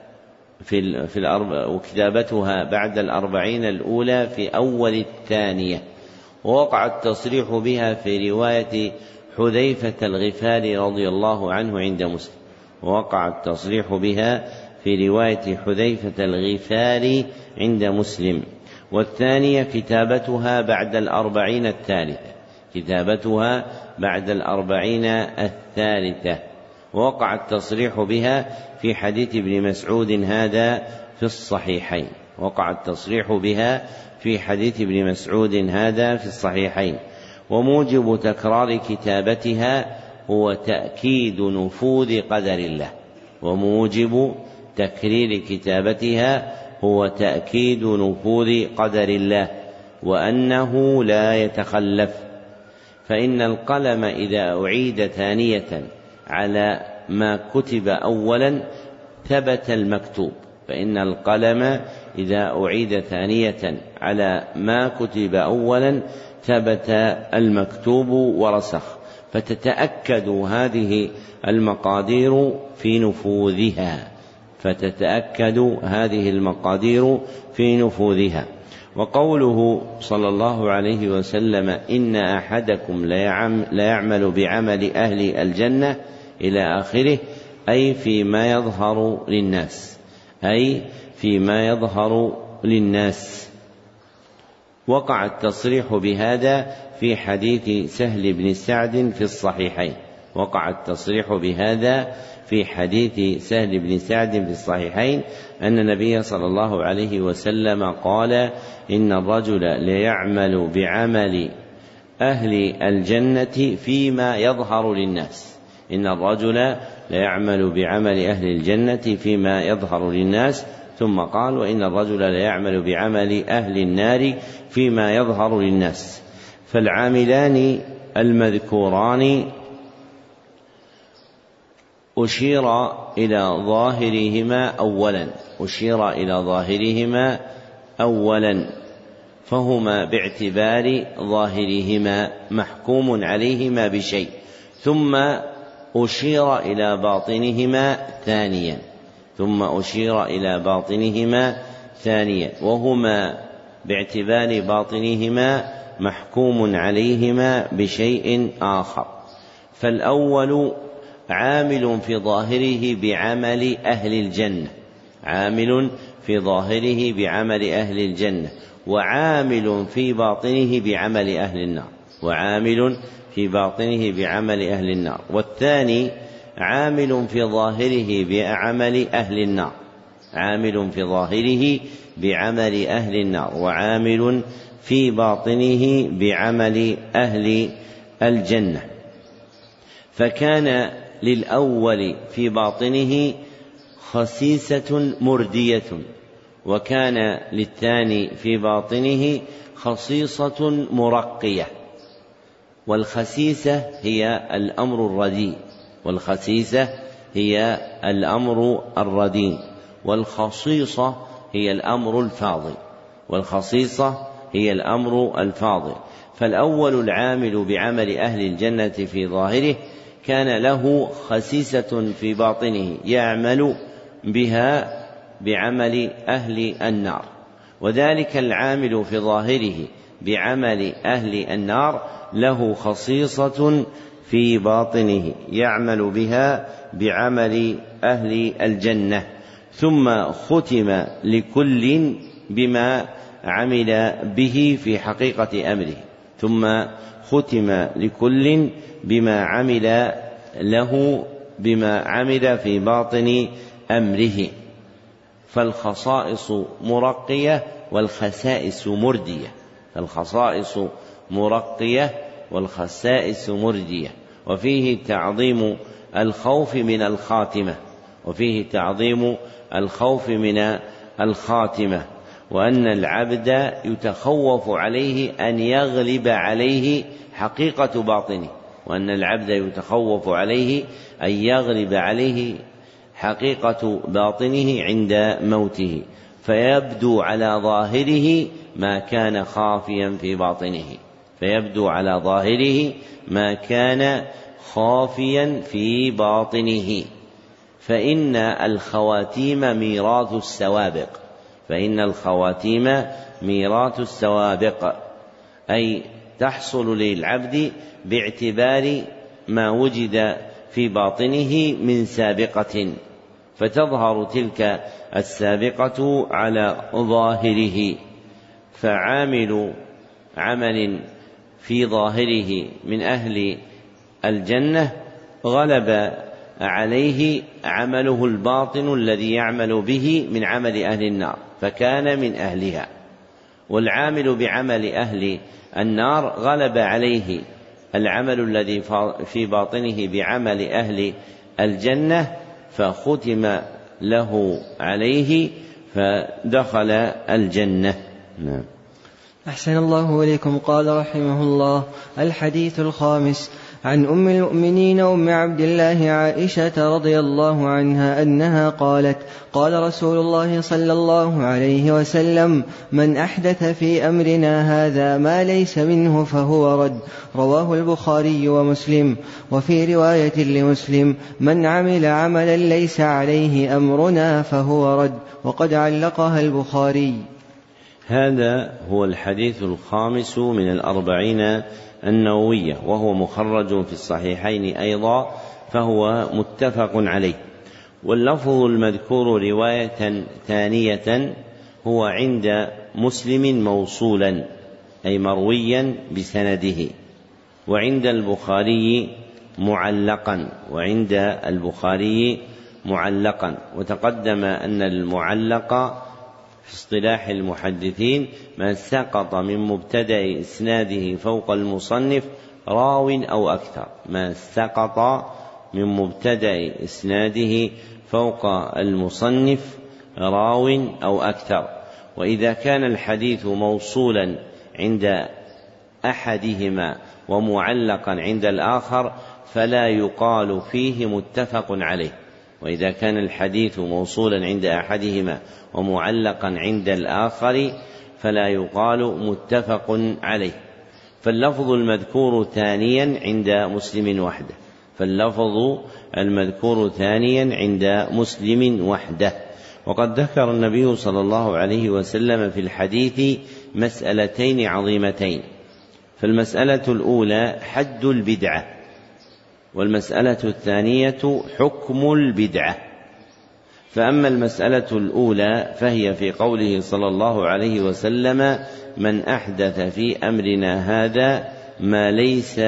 وكتابتها بعد 40 الأولى في أول الثانية. ووقع التصريح بها في رواية حذيفة الغفاري رضي الله عنه عند مسلم، ووقع التصريح بها في رواية حذيفة الغفاري عند مسلم. والثانية كتابتها بعد 40 الثالثة، كتابتها بعد 40 الثالثة. ووقع التصريح بها في حديث ابن مسعود هذا في الصحيحين، وقع التصريح بها في حديث ابن مسعود هذا في الصحيحين. وموجب تكرار كتابتها هو تأكيد نفوذ قدر الله، وموجب تكرير كتابتها هو تأكيد نفوذ قدر الله، وأنه لا يتخلف. فإن القلم إذا أعيد ثانية على ما كتب أولا ثبت المكتوب، فإن القلم إذا أعيد ثانية على ما كتب أولا ثبت المكتوب ورسخ، فتتأكد هذه المقادير في نفوذها، فتتأكد هذه المقادير في نفوذها. وقوله صلى الله عليه وسلم إن أحدكم ليعمل بعمل أهل الجنة إلى آخره، أي فيما يظهر للناس، أي فيما يظهر للناس. وقع التصريح بهذا في حديث سهل بن سعد في الصحيحين، وقع التصريح بهذا في حديث سهل بن سعد في الصحيحين أن النبي صلى الله عليه وسلم قال إن الرجل ليعمل بعمل أهل الجنة فيما يظهر للناس، إن الرجل ليعمل بعمل أهل الجنة فيما يظهر للناس، ثم قال وإن الرجل ليعمل بعمل أهل النار فيما يظهر للناس. فالعاملان المذكوران أشير إلى ظاهرهما أولا، فهما باعتبار ظاهرهما محكوم عليهما بشيء، ثم أشير إلى باطنهما ثانيا، وهما باعتبار باطنهما محكوم عليهما بشيء آخر. فالأول عامل في ظاهره بعمل أهل الجنة، عامل في ظاهره بعمل أهل الجنة، وعامل في باطنه بعمل أهل النار، وعامل في باطنه بعمل أهل النار. والثاني عامل في ظاهره بعمل أهل النار، عامل في ظاهره بعمل أهل النار، وعامل في باطنه بعمل أهل الجنة. فكان للأول في باطنه خسيسة مردية، وكان للثاني في باطنه خصيصة مرقية. والخسيسة هي الأمر الرديء، والخسيسة هي الأمر الرديء، والخصيصة هي الأمر الفاضل، والخصيصة هي الأمر الفاضل. فالأول العامل بعمل أهل الجنة في ظاهره كان له خسيسة في باطنه يعمل بها بعمل أهل النار، وذلك العامل في ظاهره بعمل أهل النار له خصيصة في باطنه يعمل بها بعمل أهل الجنة. ثم ختم لكل بما عمل به في حقيقة أمره، ثم ختم لكل بما عمل له بما عمل في باطن أمره. فالخصائص مرقية والخسائس مردية، فالخصائص مرقية والخسائس مردية. وفيه تعظيم الخوف من الخاتمة، وفيه تعظيم الخوف من الخاتمة، وأن العبد يتخوف عليه أن يغلب عليه حقيقة باطنه، وأن العبد يتخوف عليه أن يغلب عليه حقيقة باطنه عند موته، فيبدو على ظاهره ما كان خافيا في باطنه، فيبدو على ظاهره ما كان خافيا في باطنه. فإن الخواتيم ميراث السوابق، فإن الخواتيم ميراث السوابق، أي تحصل للعبد باعتبار ما وجد في باطنه من سابقة، فتظهر تلك السابقة على ظاهره. فعامل عمل في ظاهره من أهل الجنة غلب عليه عمله الباطن الذي يعمل به من عمل أهل النار فكان من أهلها، والعامل بعمل أهل النار غلب عليه العمل الذي في باطنه بعمل أهل الجنة فختم له عليه فدخل الجنة. نعم. أحسن الله إليكم. قال رحمه الله: الحديث الخامس: عن أم المؤمنين أم عبد الله عائشة رضي الله عنها أنها قالت: قال رسول الله صلى الله عليه وسلم: من أحدث في أمرنا هذا ما ليس منه فهو رد. رواه البخاري ومسلم. وفي رواية لمسلم: من عمل عملا ليس عليه أمرنا فهو رد. وقد علقها البخاري. هذا هو الحديث الخامس من الأربعين النووية، وهو مخرج في الصحيحين أيضا، فهو متفق عليه. واللفظ المذكور رواية ثانية هو عند مسلم موصولا أي مرويا بسنده، وعند البخاري معلقا، وعند البخاري معلقا. وتقدم أن المعلق في اصطلاح المحدثين ما سقط من مبتدأ إسناده فوق المصنف راو أو أكثر، ما سقط من مبتدأ إسناده فوق المصنف راو أو أكثر. وإذا كان الحديث موصولا عند أحدهما ومعلقا عند الآخر فلا يقال فيه متفق عليه، وإذا كان الحديث موصولا عند أحدهما ومعلقا عند الآخر فلا يقال متفق عليه. فاللفظ المذكور ثانيا عند مسلم وحده، فاللفظ المذكور ثانيا عند مسلم وحده. وقد ذكر النبي صلى الله عليه وسلم في الحديث مسألتين عظيمتين، فالمسألة الأولى حد البدعة، والمسألة الثانية حكم البدعة. فأما المسألة الأولى فهي في قوله صلى الله عليه وسلم: من أحدث في أمرنا هذا ما ليس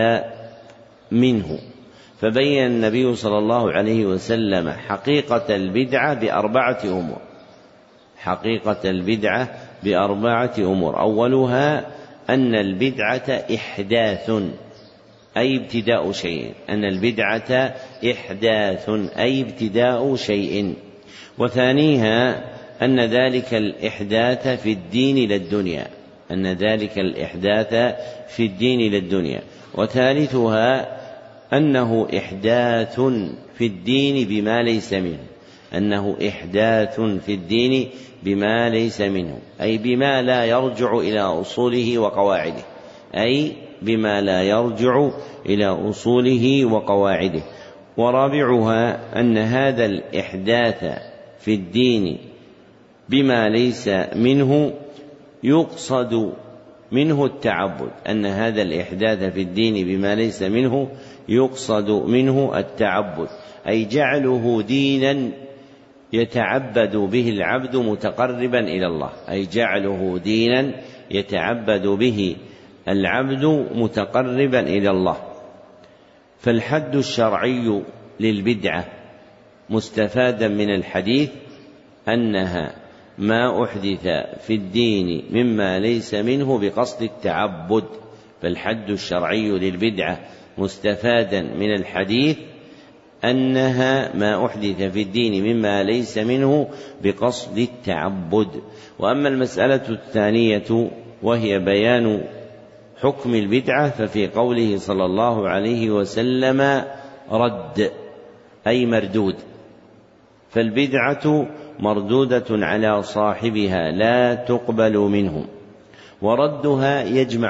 منه. فبين النبي صلى الله عليه وسلم حقيقة البدعة بأربعة أمور، حقيقة البدعة بأربعة أمور. أولها أن البدعة إحداث أي ابتداء شيء، أن البدعة إحداث أي ابتداء شيء. وثانيها أن ذلك الإحداث في الدين للدنيا، أن ذلك الإحداث في الدين للدنيا. وثالثها أنه إحداث في الدين بما ليس منه، أنه إحداث في الدين بما ليس منه، أي بما لا يرجع إلى أصوله وقواعده، أي بما لا يرجع إلى أصوله وقواعده. ورابعها أن هذا الإحداث في الدين بما ليس منه يقصد منه التعبد، أن هذا الإحداث في الدين بما ليس منه يقصد منه التعبد، أي جعله دينا يتعبد به العبد متقربا إلى الله، أي جعله دينا يتعبد به العبد متقربا إلى الله. فالحد الشرعي للبدعة مستفادا من الحديث أنها ما أحدث في الدين مما ليس منه بقصد التعبد. فالحد الشرعي للبدعة مستفادا من الحديث أنها ما أحدث في الدين مما ليس منه بقصد التعبد. وأما المسألة الثانية وهي بيان حكم البدعة ففي قوله صلى الله عليه وسلم رد أي مردود، فالبدعة مردودة على صاحبها لا تقبل منه، وردها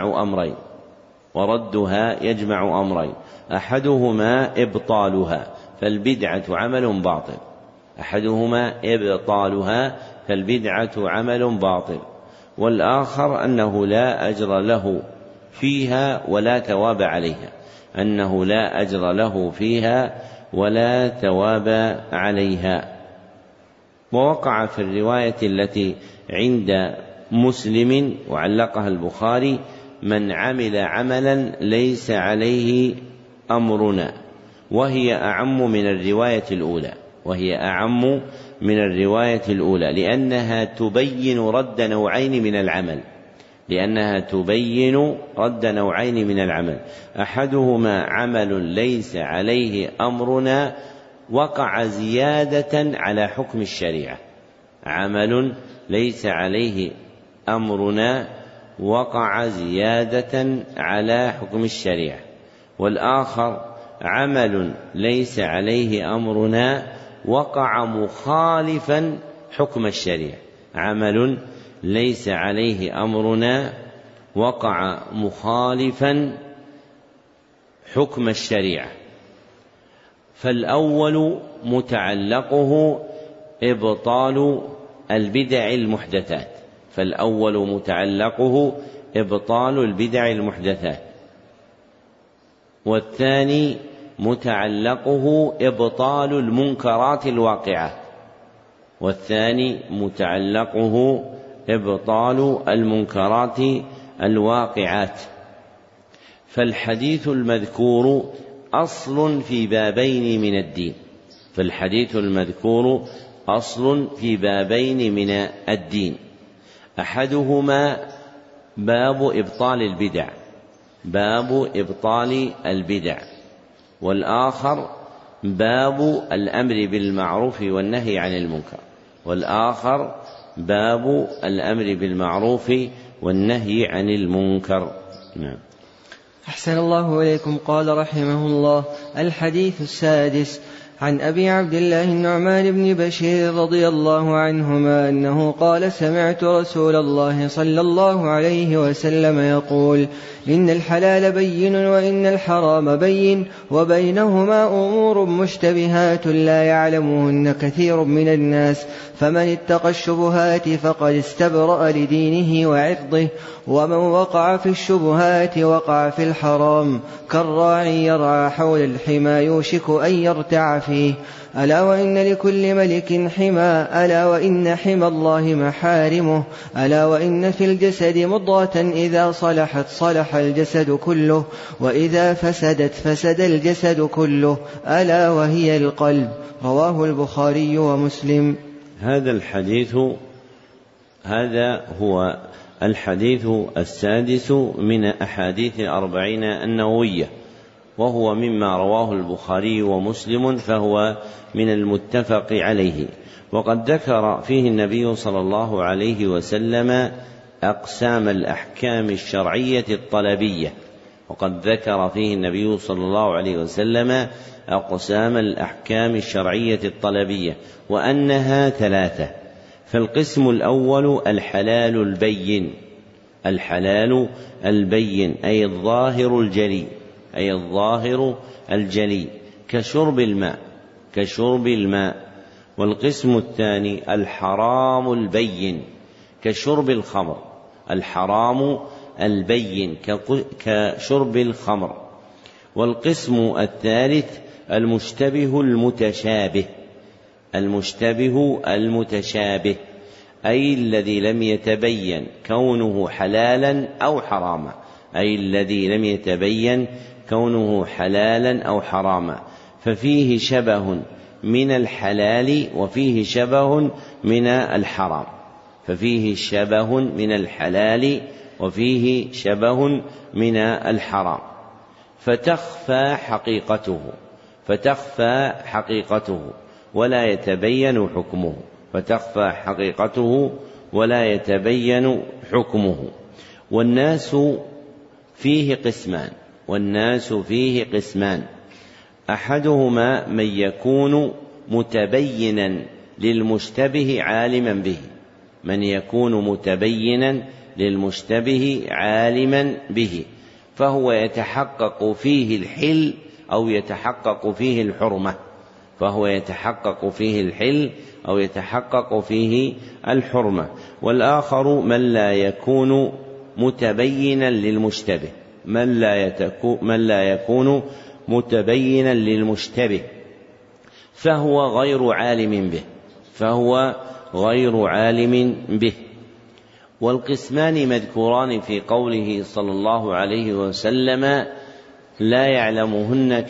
يجمع أمرين أحدهما إبطالها فالبدعة عمل باطل، والآخر أنه لا أجر له فيها ولا ثواب عليها. ووقع في الرواية التي عند مسلم وعلقها البخاري: من عمل عملا ليس عليه أمرنا، وهي أعم من الرواية الأولى لأنها تبين رد نوعين من العمل، أحدهما عمل ليس عليه أمرنا وقع زيادة على حكم الشريعة، والآخر عمل ليس عليه أمرنا وقع مخالفا حكم الشريعة. فالأول متعلقه إبطال البدع المحدثات، والثاني متعلقه إبطال المنكرات الواقعات. فالحديث المذكور أصل في بابين من الدين، أحدهما باب إبطال البدع، والآخر باب الأمر بالمعروف والنهي عن المنكر. نعم. أحسن الله إليكم. قال رحمه الله: الحديث السادس عن أبي عبد الله النعمان بن بشير رضي الله عنهما أنه قال: سمعت رسول الله صلى الله عليه وسلم يقول: إن الحلال بين وإن الحرام بين وبينهما أمور مشتبهات لا يعلمهن كثير من الناس، فمن اتقى الشبهات فقد استبرأ لدينه وعرضه، ومن وقع في الشبهات وقع في الحرام كالراعي يرعى حول الحمى يوشك أن يرتع فيه. ألا وإن لكل ملك حمى، ألا وإن حمى الله محارمه، ألا وإن في الجسد مضغة إذا صلحت صلح الجسد كله، وإذا فسدت فسد الجسد كله، ألا وهي القلب. رواه البخاري ومسلم. هذا هو الحديث السادس من أحاديث 40 النووية، وهو مما رواه البخاري ومسلم، فهو من المتفق عليه. وقد ذكر فيه النبي صلى الله عليه وسلم أقسام الأحكام الشرعية الطلبية، وأنها 3. فالقسم الأول الحلال البين أي الظاهر الجلي كشرب الماء. والقسم الثاني الحرام البين كشرب الخمر. والقسم الثالث المشتبه المتشابه المشتبه المتشابه، أي الذي لم يتبين كونه حلالا أو حراما، أي الذي لم يتبين كونه حلالا أو حراما، ففيه شبه من الحلال وفيه شبه من الحرام، ففيه شبه من الحلال وفيه شبه من الحرام، فتخفى حقيقته ولا يتبين حكمه، فتخفى حقيقته ولا يتبين حكمه. والناس فيه قسمان، أحدهما من يكون متبينا للمشتبه عالما به، فهو يتحقق فيه الحل أو يتحقق فيه الحرمة. والآخر من لا يكون متبينا للمشتبه، فهو غير عالم به. والقسمان مذكوران في قوله صلى الله عليه وسلم: لا يعلمهن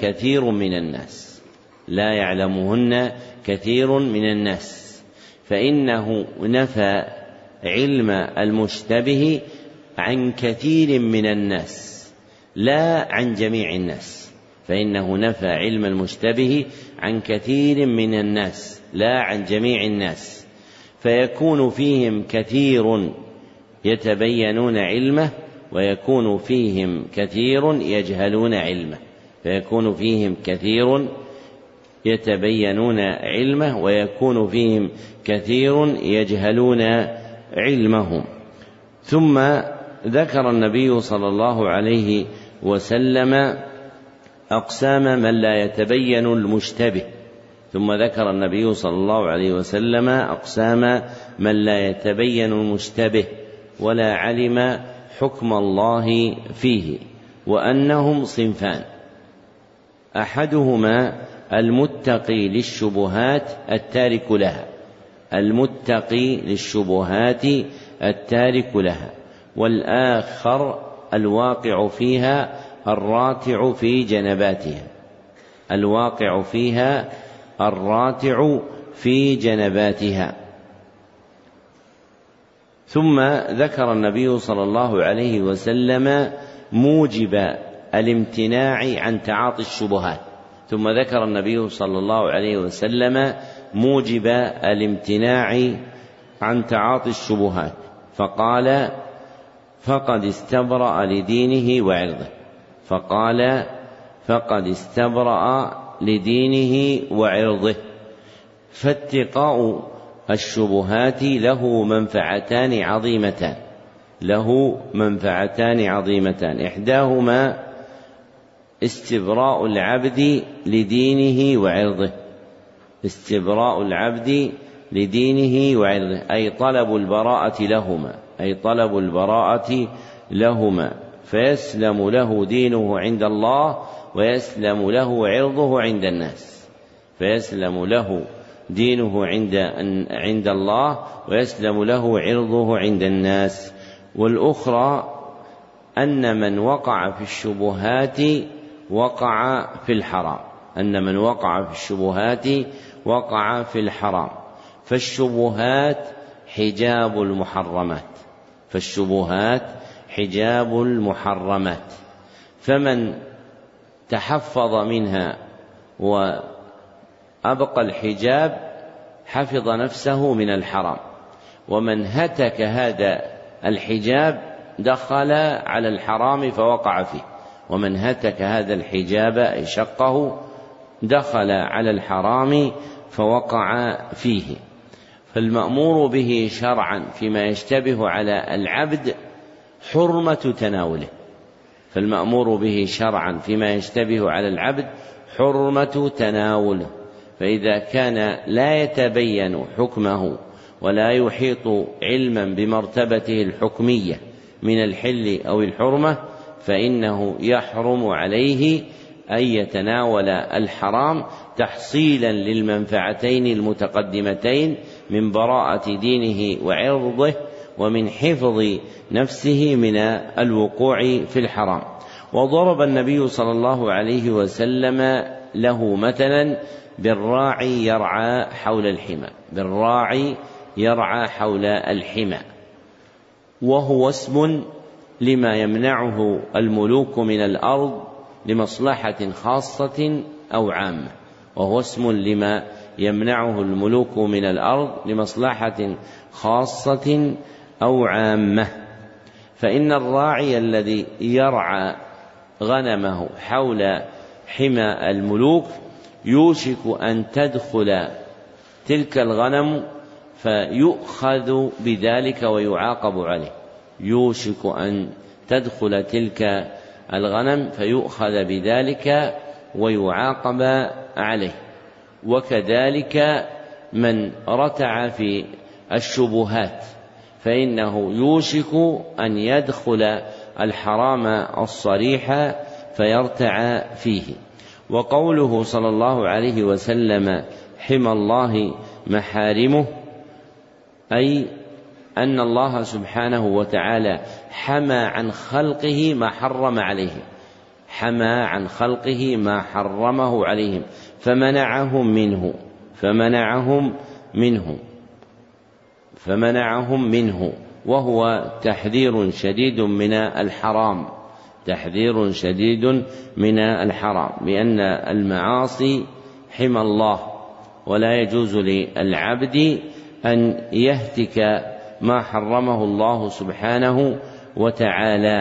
كثير من الناس، فإنه نفى علم المشتبه عن كثير من الناس لا عن جميع الناس، فإنه نفى علم المشتبه عن كثير من الناس لا عن جميع الناس، فيكون فيهم كثير يتبينون علمه ويكون فيهم كثير يجهلون علمه، فيكون فيهم كثير يتبينون علمه ويكون فيهم كثير يجهلون علمهم. ثم ذكر النبي صلى الله عليه وسلم أقسام من لا يتبين المشتبه، ثم ذكر النبي صلى الله عليه وسلم أقسام من لا يتبين المشتبه ولا علم حكم الله فيه، وأنهم صنفان: أحدهما المتقي للشبهات التارك لها، والآخر الواقع فيها الراتع في جنباتها. ثم ذكر النبي صلى الله عليه وسلم موجب الامتناع عن تعاطي الشبهات، فقال: فقد استبرأ لدينه وعرضه. فاتقاء الشبهات له منفعتان عظيمتان، إحداهما استبراء العبد لدينه وعرضه، أي طلب البراءة لهما، فيسلم له دينه عند الله ويسلم له عرضه عند الناس. والأخرى أن من وقع في الشبهات وقع في الحرام، فالشبهات حجاب المحرمات، فمن تحفظ منها وأبقى الحجاب حفظ نفسه من الحرام، ومن هتك هذا الحجاب دخل على الحرام فوقع فيه، ومن هتك هذا الحجاب شقه دخل على الحرام فوقع فيه. فالمأمور به شرعا فيما يشتبه على العبد حرمة تناوله، فإذا كان لا يتبين حكمه ولا يحيط علما بمرتبته الحكمية من الحل أو الحرمة، فإنه يحرم عليه أن يتناول الحرام تحصيلا للمنفعتين المتقدمتين من براءة دينه وعرضه ومن حفظ نفسه من الوقوع في الحرام. وضرب النبي صلى الله عليه وسلم له مثلا بالراعي يرعى حول الحمى، بالراعي يرعى حول الحمى، وهو اسم لما يمنعه الملوك من الأرض لمصلحة خاصة أو عامة، وهو اسم لما يمنعه الملوك من الأرض لمصلحة خاصة أو عامة. فإن الراعي الذي يرعى غنمه حول حمى الملوك يوشك أن تدخل تلك الغنم فيؤخذ بذلك ويعاقب عليه، يوشك أن تدخل تلك الغنم فيؤخذ بذلك ويعاقب عليه. وكذلك من رتع في الشبهات فإنه يوشك أن يدخل الحرام الصريح فيرتع فيه. وقوله صلى الله عليه وسلم حمى الله محارمه، أي أن الله سبحانه وتعالى حمى عن خلقه ما حرم عليهم، حمى عن خلقه ما حرمه عليهم فمنعهم منه، وهو تحذير شديد من الحرام، تحذير شديد من الحرام، لأن المعاصي حمى الله، ولا يجوز للعبد أن يهتك ما حرمه الله سبحانه وتعالى.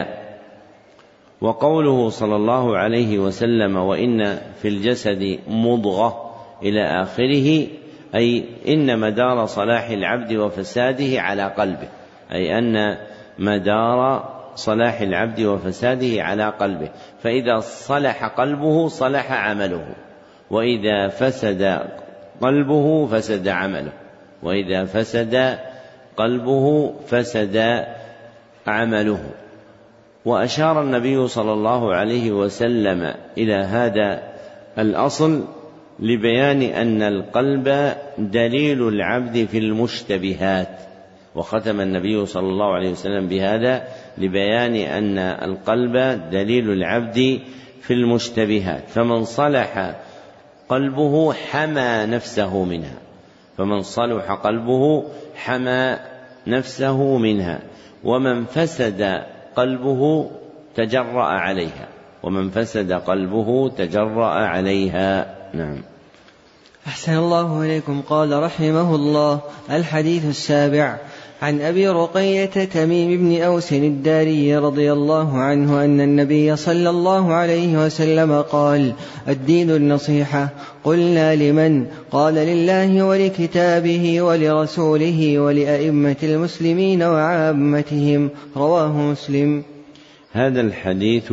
وقوله صلى الله عليه وسلم وإن في الجسد مضغة إلى آخره، أي إن مدار صلاح العبد وفساده على قلبه، أي أن مدار صلاح العبد وفساده على قلبه، فإذا صلح قلبه صلح عمله، وإذا فسد قلبه فسد عمله، وإذا فسد قلبه فسد عمله. وأشار النبي صلى الله عليه وسلم إلى هذا الأصل لبيان أن القلب دليل العبد في المشتبهات، وختم النبي صلى الله عليه وسلم بهذا لبيان أن القلب دليل العبد في المشتبهات، فمن صلح قلبه حمى نفسه منها، فمن صلح قلبه حمى نفسه منها، ومن فسد قلبه تجرأ عليها، ومن فسد قلبه تجرأ عليها. نعم. أحسن الله إليكم. قال رحمه الله: الحديث السابع. عن أبي رقية تميم بن أوس الداري رضي الله عنه أن النبي صلى الله عليه وسلم قال: الدين النصيحة. قلنا: لمن؟ قال: لله ولكتابه ولرسوله ولأئمة المسلمين وعامتهم. رواه مسلم. هذا الحديث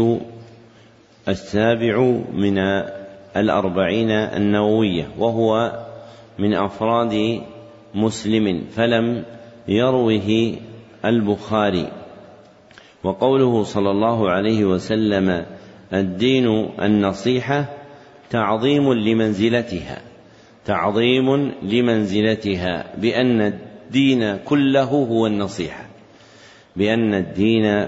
السابع من 40 النووية، وهو من أفراد مسلم فلم يروه البخاري. وقوله صلى الله عليه وسلم الدين النصيحة تعظيم لمنزلتها، تعظيم لمنزلتها، بأن الدين كله هو النصيحة، بأن الدين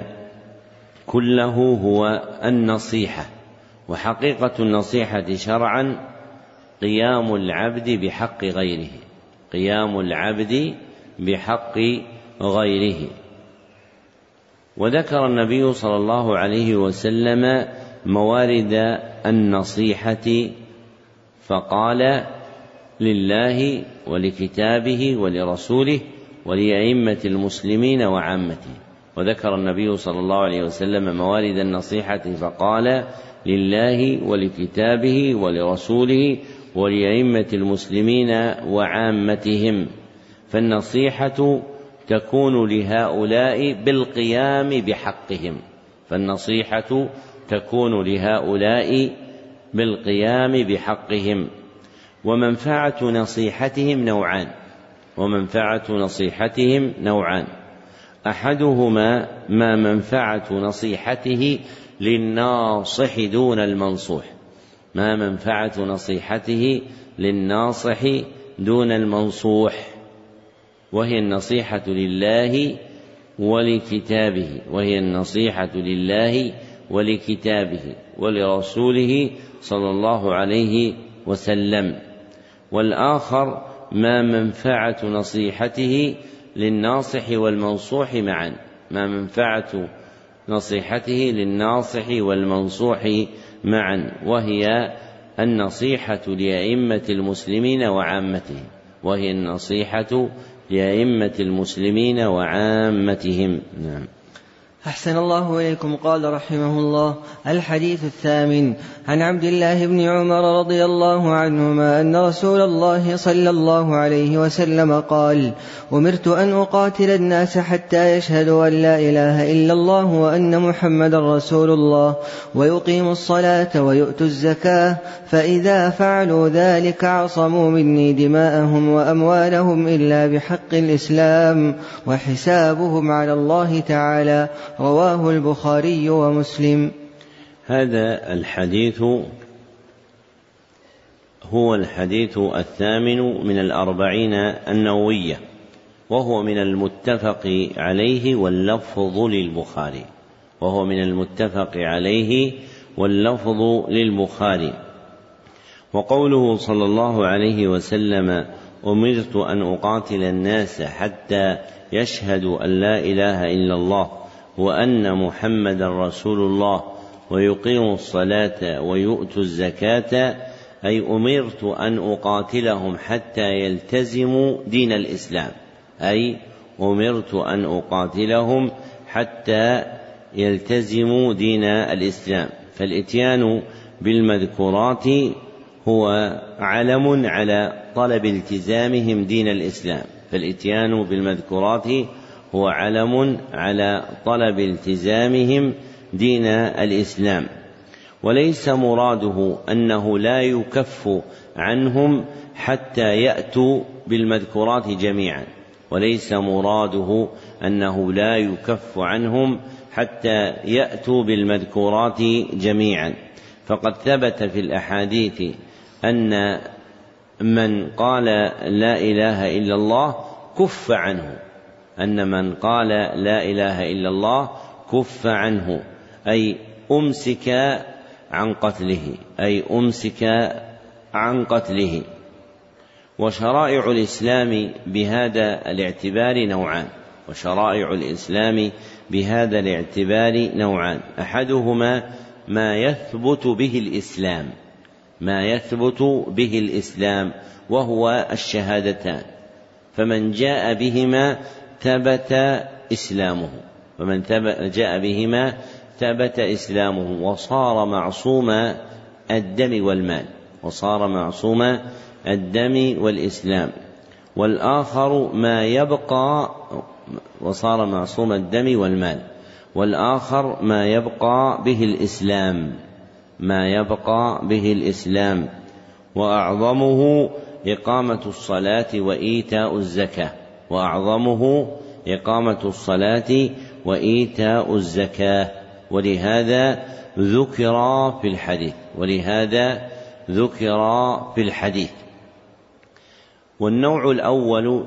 كله هو النصيحة. وحقيقة النصيحة شرعا قيام العبد بحق غيره، قيام العبد بحق غيره. وذكر النبي صلى الله عليه وسلم موارد النصيحة فقال: لله ولكتابه ولرسوله ولأئمة المسلمين وعامته. وذكر النبي صلى الله عليه وسلم موارد النصيحة فقال: لله ولكتابه ولرسوله ولأئمة المسلمين وعامتهم. فالنصيحة تكون لهؤلاء بالقيام بحقهم، فالنصيحة تكون لهؤلاء بالقيام بحقهم. ومنفعة نصيحتهم نوعان، ومنفعة نصيحتهم نوعان: أحدهما ما منفعة نصيحته للناصح دون المنصوح، ما منفعة نصيحته للناصح دون المنصوح، وهي النصيحة لله ولكتابه، وهي النصيحة لله ولكتابه ولرسوله صلى الله عليه وسلم. والآخر ما منفعة نصيحته للناصح والمنصوح معا، ما منفعة نصيحته للناصح والمنصوح معا، وهي النصيحة لأئمة المسلمين وعامتهم، وهي النصيحة لأئمة المسلمين وعامتهم. نعم. أحسن الله إليكم. قال رحمه الله: الحديث الثامن عن عبد الله بن عمر رضي الله عنهما أن رسول الله صلى الله عليه وسلم قال: أمرت أن أقاتل الناس حتى يشهدوا أن لا إله إلا الله وأن محمدا رسول الله ويقيموا الصلاة ويؤتوا الزكاة، فإذا فعلوا ذلك عصموا مني دماءهم وأموالهم إلا بحق الإسلام وحسابهم على الله تعالى. رواه البخاري ومسلم. هذا الحديث هو الحديث الثامن من 40 النووية، وهو من المتفق عليه واللفظ للبخاري، وهو من المتفق عليه واللفظ للبخاري. وقوله صلى الله عليه وسلم: أمرت أن أقاتل الناس حتى يشهدوا أن لا إله إلا الله وأن محمدا رسول الله ويقيموا الصلاة ويؤتوا الزكاة، أي أمرت أن أقاتلهم حتى يلتزموا دين الإسلام، أي أمرت أن أقاتلهم حتى يلتزموا دين الإسلام. فالإتيان بالمذكورات هو علم على طلب التزامهم دين الإسلام، فالإتيان بالمذكورات هو علم على طلب التزامهم دين الإسلام. وليس مراده أنه لا يكف عنهم حتى يأتوا بالمذكورات جميعا، وليس مراده أنه لا يكف عنهم حتى يأتوا بالمذكورات جميعا، فقد ثبت في الأحاديث أن من قال لا إله إلا الله كف عنه، أن من قال لا إله إلا الله كف عنه، أي أمسك عن قتله، أي أمسك عن قتله. وشرائع الإسلام بهذا الاعتبار نوعان، وشرائع الإسلام بهذا الاعتبار نوعان: أحدهما ما يثبت به الإسلام، ما يثبت به الإسلام وهو الشهادتان، فمن جاء بهما ثبت إسلامه، ومن جاء بهما ثبت إسلامه وصار معصوم الدم والمال، وصار معصوم الدم والإسلام. والآخر ما يبقى، وصار معصوم الدم والمال، والآخر ما يبقى به الإسلام، ما يبقى به الإسلام، وأعظمه إقامة الصلاة وإيتاء الزكاة، وأعظمه إقامة الصلاة وإيتاء الزكاة، ولهذا ذكر في الحديث، ولهذا ذكر في الحديث. والنوع الأول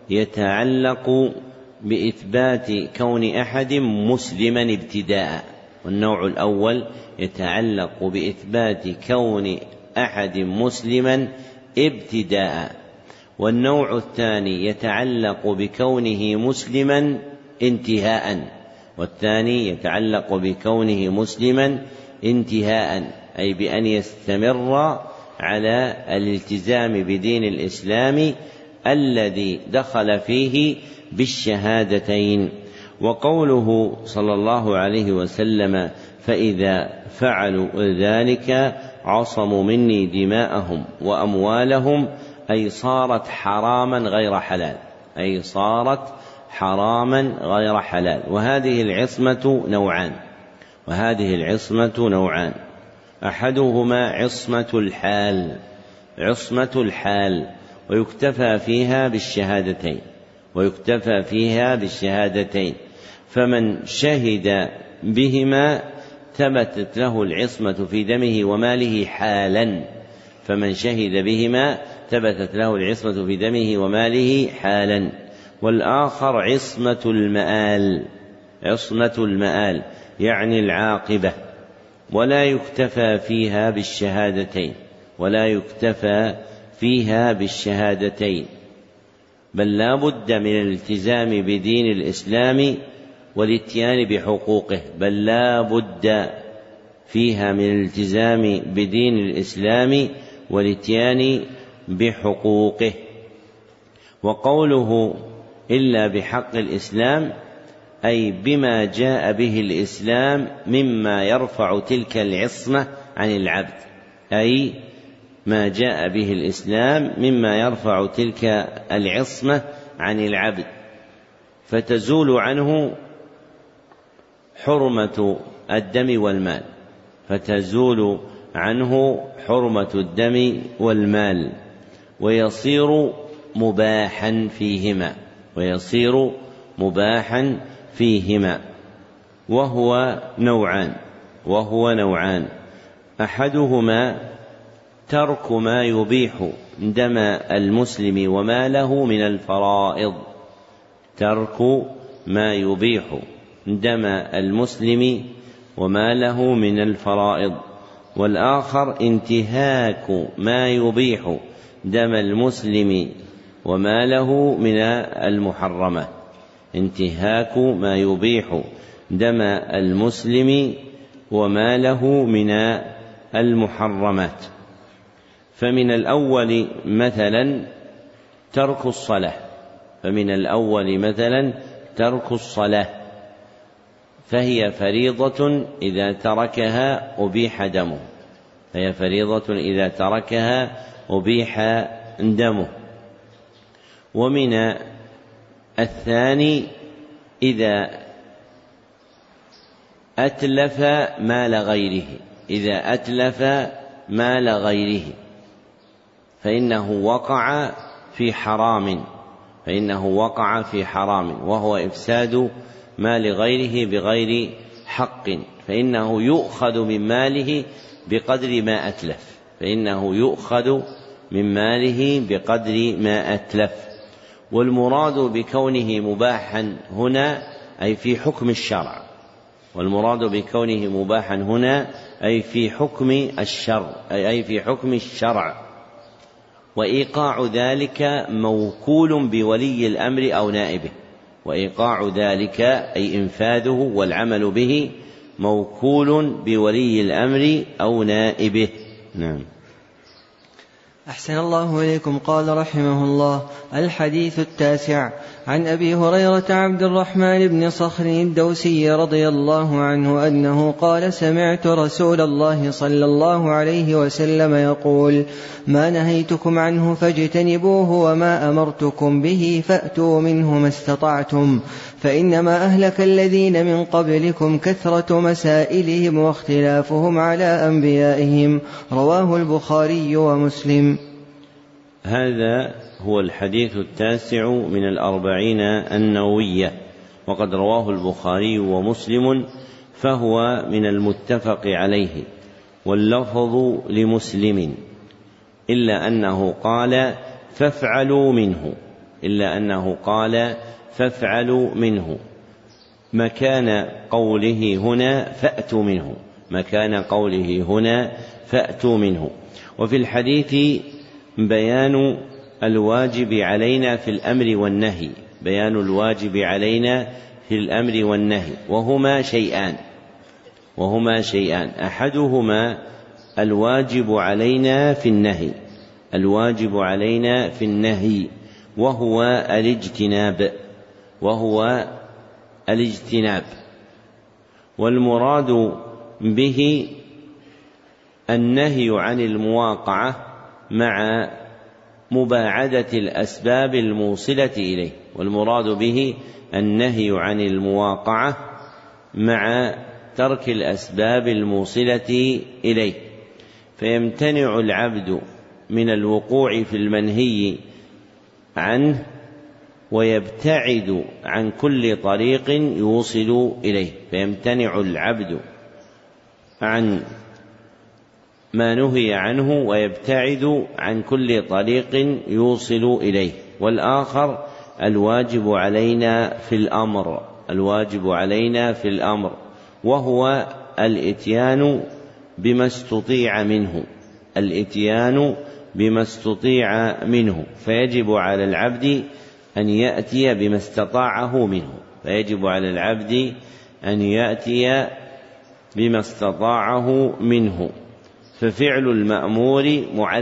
يتعلق بإثبات كون أحد مسلما ابتداء، والنوع الأول يتعلق بإثبات كون أحد مسلما ابتداء، والنوع الثاني يتعلق بكونه مسلما انتهاء، والثاني يتعلق بكونه مسلما انتهاء، أي بأن يستمر على الالتزام بدين الإسلام الذي دخل فيه بالشهادتين. وقوله صلى الله عليه وسلم: فإذا فعلوا ذلك عصموا مني دماءهم وأموالهم، أي صارت حراما غير حلال، أي صارت حراما غير حلال. وهذه العصمة نوعان، وهذه العصمة نوعان: أحدهما عصمة الحال، عصمة الحال، ويكتفى فيها بالشهادتين، ويكتفى فيها بالشهادتين، فمن شهد بهما ثبتت له العصمة في دمه وماله حالا، فمن شهد بهما ثبتت له العصمة في دمه وماله حالا. والآخر عصمة المآل، عصمة المآل يعني العاقبة، ولا يكتفى فيها بالشهادتين، ولا يكتفى فيها بالشهادتين، بل لا بد من الالتزام بدين الإسلام والاتيان بحقوقه، بل لا بد فيها من الالتزام بدين الإسلام والاتيان بحقوقه. وقوله إلا بحق الإسلام أي بما جاء به الإسلام مما يرفع تلك العصمة عن العبد، أي ما جاء به الإسلام مما يرفع تلك العصمة عن العبد، فتزول عنه حرمة الدم والمال، فتزول عنه حرمة الدم والمال، ويصير مباحا فيهما، ويصير مباحا فيهما، وهو نوعان، أحدهما ترك ما يبيح دم المسلم وماله من الفرائض، ترك ما يبيح دم المسلم وماله من الفرائض. والآخر انتهاك ما يبيح دم المسلم وماله من المحرمات، انتهاك ما يبيح دم المسلم وماله من المحرمات. فمن الأول مثلا ترك الصلاة، فمن الأول مثلا ترك الصلاة، فهي فريضة إذا تركها أبيح دمه، فهي فريضة إذا تركها أبيح دمه. ومن الثاني إذا أتلف مال غيره، إذا أتلف مال غيره فإنه وقع في حرام، فإنه وقع في حرام، وهو إفساد مال غيره بغير حق، فإنه يؤخذ من ماله بقدر ما أتلف، فإنه يؤخذ من ماله بقدر ما أتلف. والمراد بكونه مباحا هنا أي في حكم الشرع، والمراد بكونه مباحا هنا أي في حكم الشرع، أي في حكم الشرع، وإيقاع ذلك موكول بولي الأمر أو نائبه، وإيقاع ذلك أي إنفاذه والعمل به موكول بولي الأمر أو نائبه. نعم. أحسن الله إليكم. قال رحمه الله: الحديث 9 عن أبي هريرة عبد الرحمن بن صخر الدوسي رضي الله عنه أنه قال: سمعت رسول الله صلى الله عليه وسلم يقول: ما نهيتكم عنه فاجتنبوه، وما أمرتكم به فأتوا منه ما استطعتم، فإنما أهلك الذين من قبلكم كثرة مسائلهم واختلافهم على أنبيائهم. رواه البخاري ومسلم. هذا هو الحديث 9 من 40 النووية، وقد رواه البخاري ومسلم، فهو من المتفق عليه، واللفظ لمسلم، إلا أنه قال فافعلوا منه، إلا أنه قال فافعلوا منه مكان قوله هنا فأتوا منه، مكان قوله هنا فأتوا منه. وفي الحديث بيان الواجب علينا في الأمر والنهي، بيان الواجب علينا في الأمر والنهي، وهما شيئان، أحدهما الواجب علينا في النهي، الواجب علينا في النهي وهو الاجتناب، والمراد به النهي عن المواقعة مع مباعدة الأسباب الموصلة إليه، والمراد به النهي عن المواقعة مع ترك الأسباب الموصلة إليه، فيمتنع العبد من الوقوع في المنهي عنه ويبتعد عن كل طريق يوصل إليه، فيمتنع العبد عن ما نهي عنه ويبتعد عن كل طريق يوصل إليه. والآخر الواجب علينا في الأمر وهو الإتيان بما استطيع منه فيجب على العبد أن يأتي بما استطاعه منه ففعل المأمور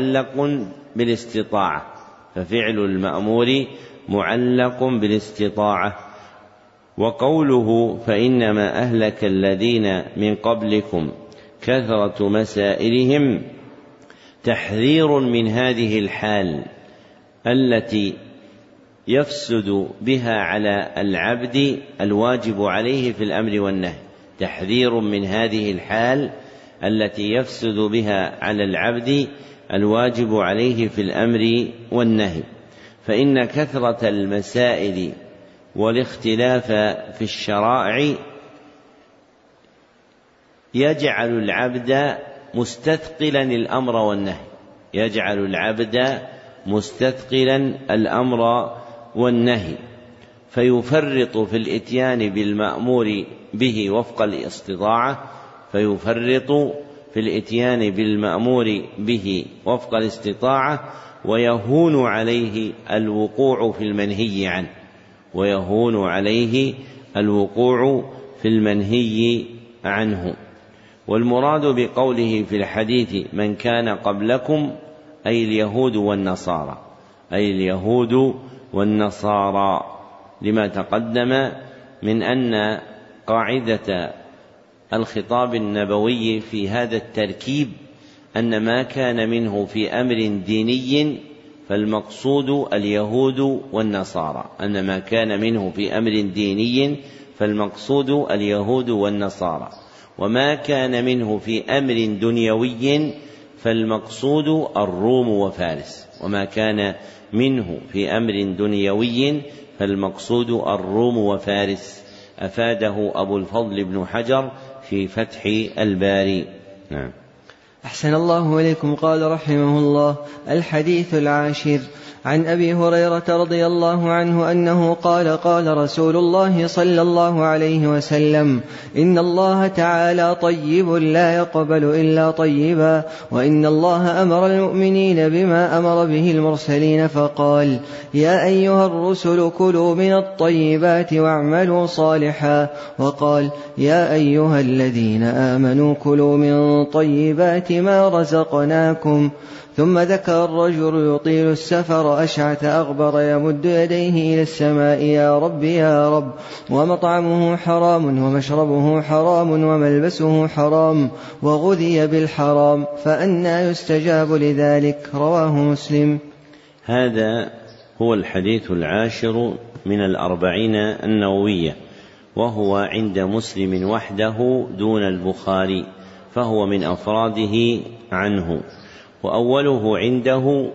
معلق بالاستطاعة. وقوله فإنما أهلك الذين من قبلكم كثرة مسائلهم تحذير من هذه الحال التي يفسد بها على العبد الواجب عليه في الأمر والنهي. فإن كثرة المسائل والاختلاف في الشرائع يجعل العبد مستثقلا الأمر والنهي فيفرط في الإتيان بالمأمور به وفق الاستطاعة ويهون عليه الوقوع في المنهي عنه. والمراد بقوله في الحديث من كان قبلكم أي اليهود والنصارى لما تقدم من أن قاعدة الخطاب النبوي في هذا التركيب أن ما كان منه في أمر ديني فالمقصود اليهود والنصارى وما كان منه في أمر دنيوي فالمقصود الروم وفارس أفاده أبو الفضل بن حجر في فتح الباري. نعم. أحسن الله إليكم. قال رحمه الله: الحديث العاشر عن أبي هريرة رضي الله عنه أنه قال: قال رسول الله صلى الله عليه وسلم: إن الله تعالى طيب لا يقبل إلا طيبا، وإن الله أمر المؤمنين بما أمر به المرسلين فقال: يا أيها الرسل كلوا من الطيبات واعملوا صالحا، وقال: يا أيها الذين آمنوا كلوا من طيبات ما رزقناكم. ثم ذكر الرجل يطيل السفر أشعث أغبر يمد يديه إلى السماء: يا رب يا رب، ومطعمه حرام ومشربه حرام وملبسه حرام وغذي بالحرام، فأنى يستجاب لذلك؟ رواه مسلم. هذا هو الحديث العاشر من 40 النووية، وهو عند مسلم وحده دون البخاري، فهو من أفراده عنه. وأوله عنده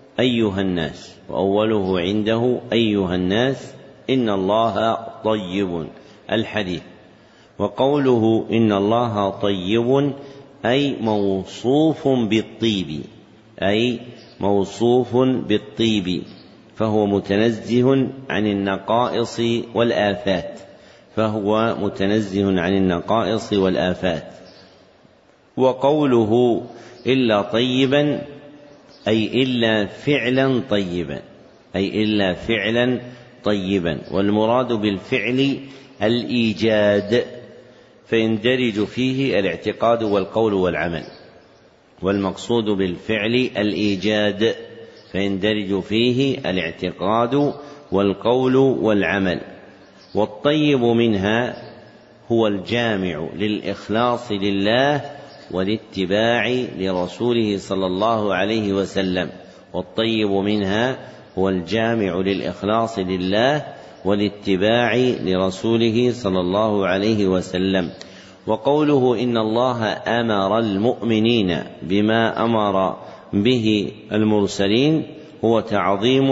أيها الناس إن الله طيب الحديث. وقوله إن الله طيب أي موصوف بالطيب فهو متنزه عن النقائص والآفات. وقوله إلا طيبا أي إلا فعلا طيبا، والمراد بالفعل الإيجاد، فيندرج فيه الاعتقاد والقول والعمل. والمقصود بالفعل الإيجاد فيندرج فيه الاعتقاد والقول والعمل. والطيب منها هو الجامع للإخلاص لله والاتباع لرسوله صلى الله عليه وسلم. والطيب منها هو الجامع للإخلاص لله والاتباع لرسوله صلى الله عليه وسلم. وقوله إن الله أمر المؤمنين بما أمر به المرسلين هو تعظيم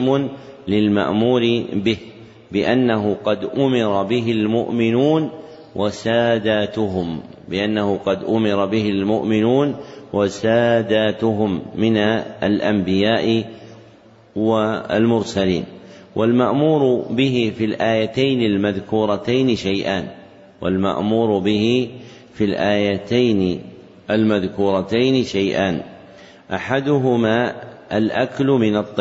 للمأمور به بأنه قد أمر به المؤمنون وساداتهم، بأنه قد أمر به المؤمنون وساداتهم من الأنبياء والمرسلين. والمأمور به في الآيتين المذكورتين شيئان، والمأمور به في الآيتين المذكورتين شيئان: أحدهما الأكل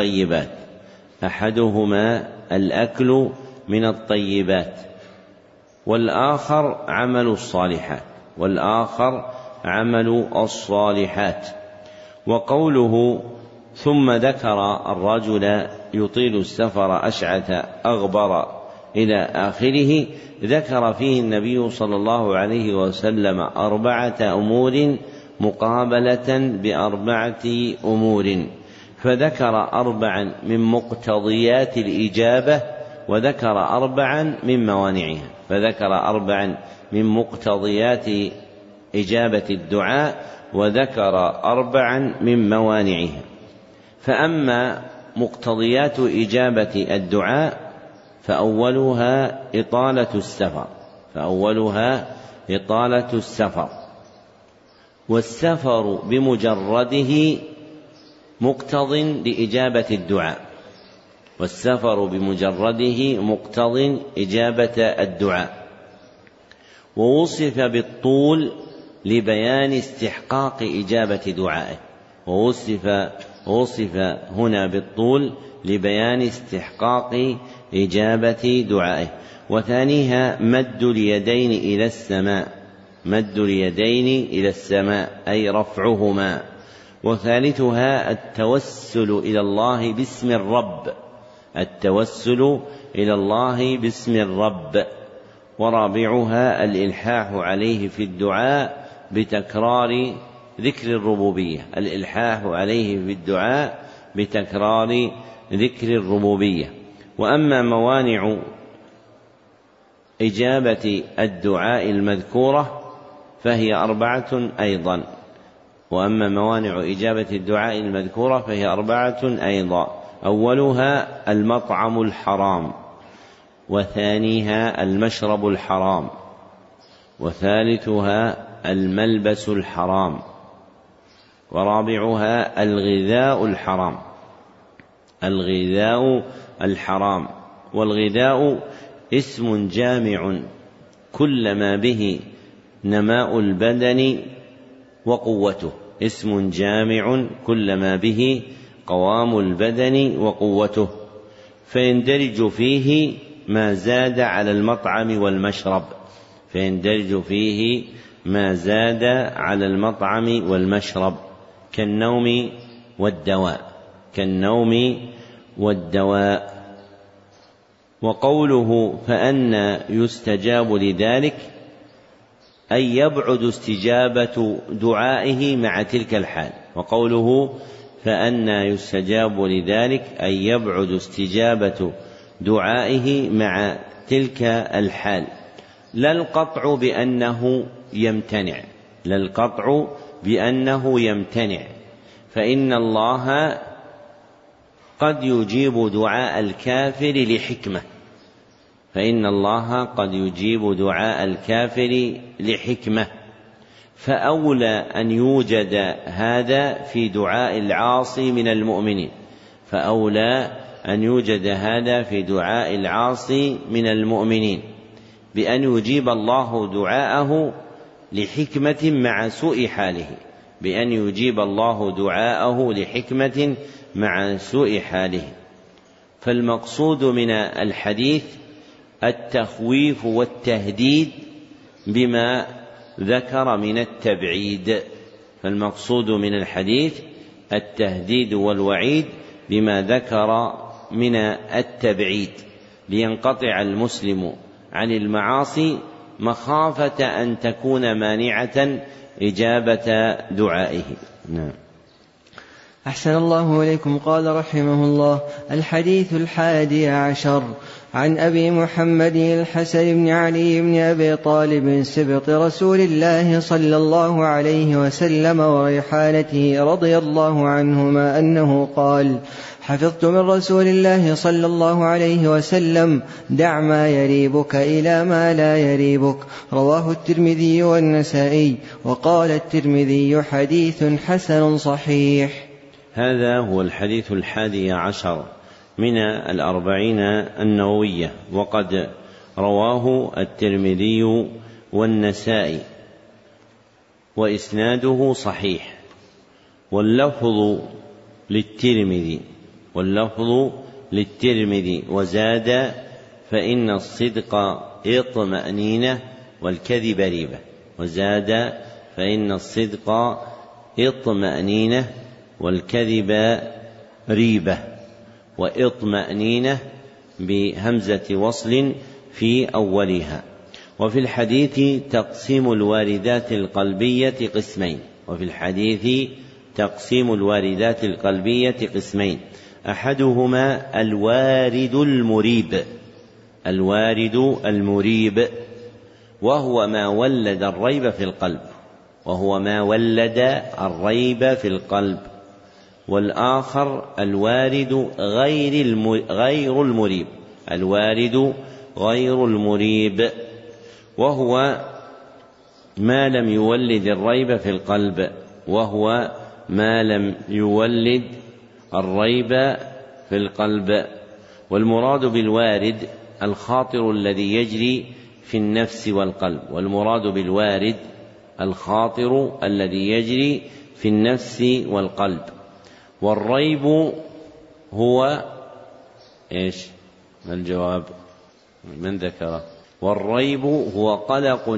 من الطيبات، والآخر عمل الصالحات. وقوله ثم ذكر الرجل يطيل السفر أشعث أغبر إلى آخره، ذكر فيه النبي صلى الله عليه وسلم 4 أمور مقابلة ب4 أمور، فذكر 4 من مقتضيات الإجابة، وذكر 4 من موانعها، فذكر 4 من مقتضيات إجابة الدعاء، وذكر 4 من موانعها. فأما مقتضيات إجابة الدعاء فأولها إطالة السفر، والسفر بمجرده مقتض لإجابة الدعاء، ووصف بالطول لبيان استحقاق إجابة دعائه، ووصف هنا بالطول لبيان استحقاق إجابة دعائه. وثانيها مد اليدين إلى السماء أي رفعهما. وثالثها التوسل إلى الله باسم الرب. ورابعها الإلحاح عليه في الدعاء بتكرار ذكر الربوبية. وأما موانع إجابة الدعاء المذكورة فهي 4 أيضا: أولها المطعم الحرام، وثانيها المشرب الحرام، وثالثها الملبس الحرام، ورابعها الغذاء الحرام. والغذاء اسم جامع كل ما به نماء البدن وقوته، قوام البدن وقوته، فيندرج فيه ما زاد على المطعم والمشرب، كالنوم والدواء. وقوله فأنى يستجاب لذلك أي يبعد استجابة دعائه مع تلك الحال. وقوله فأنى يستجاب لذلك أي يبعد استجابة دعائه مع تلك الحال، لا القطع بأنه يمتنع، فإن الله قد يجيب دعاء الكافر لحكمة، فأولى أن يوجد هذا في دعاء العاصي من المؤمنين، بأن يجيب الله دعاءه لحكمة مع سوء حاله. فالمقصود من الحديث التخويف والتهديد بما ذكر من التبعيد، التهديد والوعيد بما ذكر من التبعيد، لينقطع المسلم عن المعاصي مخافة أن تكون مانعة إجابة دعائه. نعم. أحسن الله إليكم. قال رحمه الله: الحديث 11 عن أبي محمد الحسن بن علي بن أبي طالب سبط رسول الله صلى الله عليه وسلم وريحانته رضي الله عنهما أنه قال: حفظت من رسول الله صلى الله عليه وسلم: دع ما يريبك إلى ما لا يريبك. رواه الترمذي والنسائي. وقال الترمذي: حديث حسن صحيح. هذا هو الحديث 11 من 40 النووية، وقد رواه الترمذي والنسائي وإسناده صحيح، واللفظ للترمذي وزاد: فإن الصدق اطمأنينة والكذب ريبة. وزاد: فإن الصدق اطمأنينة والكذب ريبة، وإطمأنينة بهمزة وصل في أولها. وفي الحديث تقسيم الواردات القلبية قسمين: أحدهما الوارد المريب، وهو ما ولد الريب في القلب، والآخر الوارد غير المريب، وهو ما لم يولد الريب في القلب. والمراد بالوارد الخاطر الذي يجري في النفس والقلب. والريب هو إيش؟ ما الجواب؟ من ذكره؟ والريب هو قلق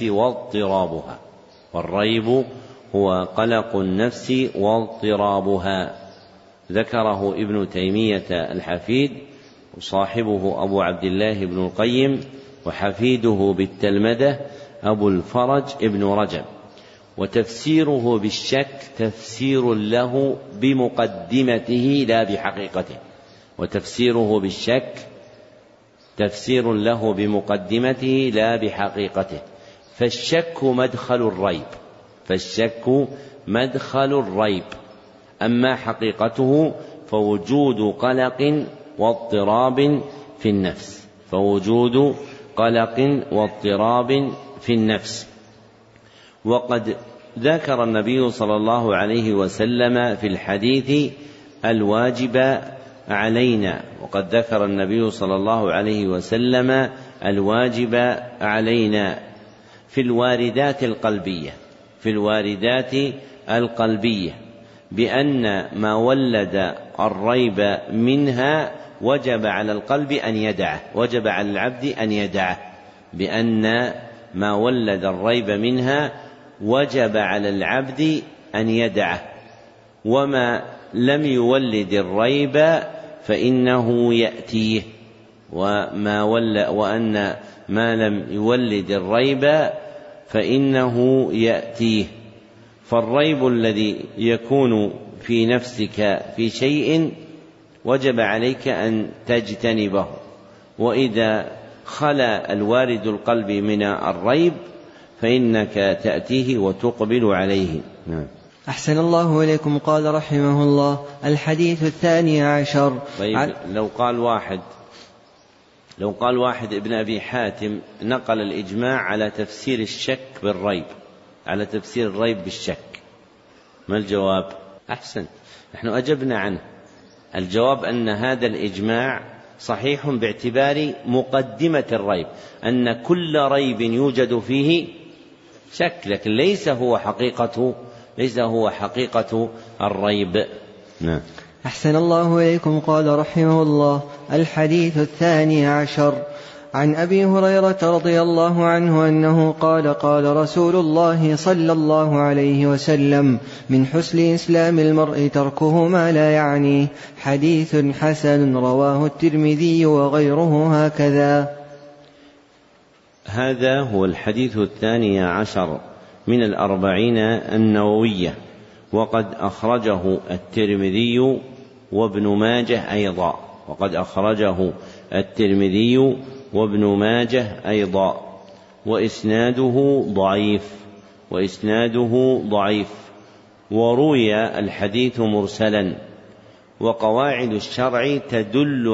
النفس واضطرابها. ذكره ابن تيمية الحفيد، وصاحبه أبو عبد الله بن القيم، وحفيده بالتلمذة أبو الفرج ابن رجب. وتفسيره بالشك تفسير له بمقدمته لا بحقيقته. فالشك مدخل الريب، أما حقيقته فوجود قلق واضطراب في النفس. وقد ذكر النبي صلى الله عليه وسلم في الحديث الواجب علينا في الواردات القلبية بأن ما ولد الريب منها وجب على العبد أن يدعه، وما لم يولد الريب فإنه يأتيه، وأن ما لم يولد الريب فإنه يأتيه. فالريب الذي يكون في نفسك في شيء وجب عليك أن تجتنبه، وإذا خلا الوارد القلب من الريب فإنك تأتيه وتقبل عليه. أحسن الله إليكم. قال رحمه الله: الحديث 12. طيب، لو قال واحد ابن أبي حاتم نقل الإجماع على تفسير الشك بالريب، على تفسير الريب بالشك، ما الجواب؟ أحسن، نحن أجبنا عنه. الجواب أن هذا الإجماع صحيح باعتبار مقدمة الريب، أن كل ريب يوجد فيه شك، لكن ليس هو حقيقة الريب. نعم. أحسن الله إليكم. قال رحمه الله: الحديث 12. عن أبي هريرة رضي الله عنه أنه قال: قال رسول الله صلى الله عليه وسلم: من حسن إسلام المرء تركه ما لا يعنيه. حديث حسن. رواه الترمذي وغيره هكذا. هذا هو الحديث 12 من 40 النووية، وقد أخرجه الترمذي وابن ماجه أيضا، الترمذي وابن ماجه أيضا، وإسناده ضعيف، وروي الحديث مرسلا. وقواعد الشرع تدل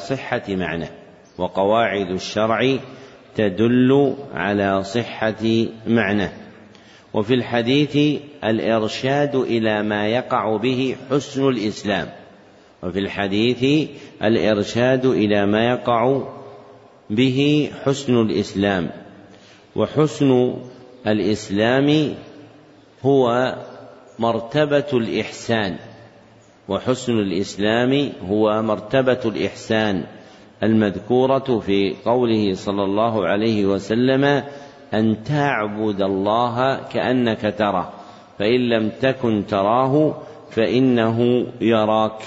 على صحة معناه. وفي الحديث الإرشاد إلى ما يقع به حسن الإسلام. وحسن الإسلام هو مرتبة الإحسان المذكورة في قوله صلى الله عليه وسلم: أن تعبد الله كأنك تراه، فإن لم تكن تراه فإنه يراك.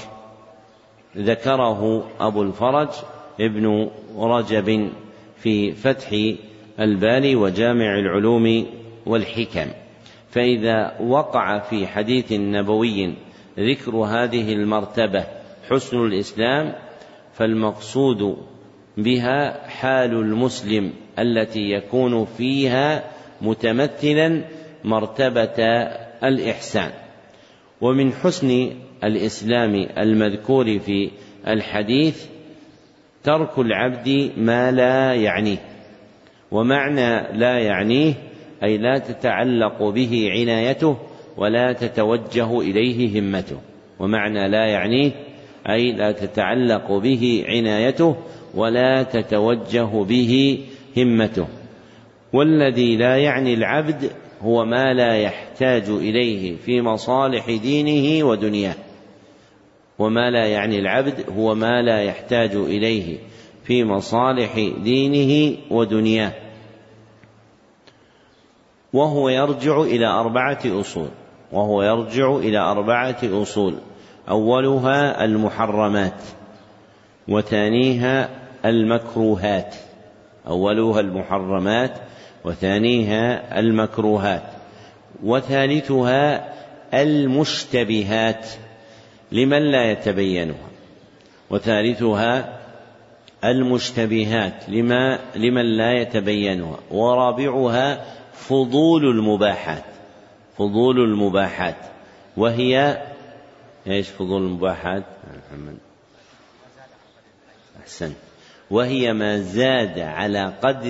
ذكره أبو الفرج ابن رجب في فتح الباري وجامع العلوم والحكم. فإذا وقع في حديث نبوي ذكر هذه المرتبة حسن الإسلام، فالمقصود بها حال المسلم التي يكون فيها متمثلا مرتبة الإحسان. ومن حسن الإسلام المذكور في الحديث ترك العبد ما لا يعنيه. ومعنى لا يعنيه أي لا تتعلق به عنايته ولا تتوجه إليه همته. ومعنى لا يعنيه أي لا تتعلق به عنايته ولا تتوجه به همته. والذي لا يعني العبد هو ما لا يحتاج إليه في مصالح دينه ودنياه. وما لا يعني العبد هو ما لا يحتاج إليه في مصالح دينه ودنياه. وهو يرجع إلى أربعة أصول: أولها المحرمات، وثانيها المكروهات، وثالثها المشتبهات لمن لا يتبينها، ورابعها فضول المباحات، وهي ايش فضول المباحات؟ محمد أحسن. وهي ما زاد على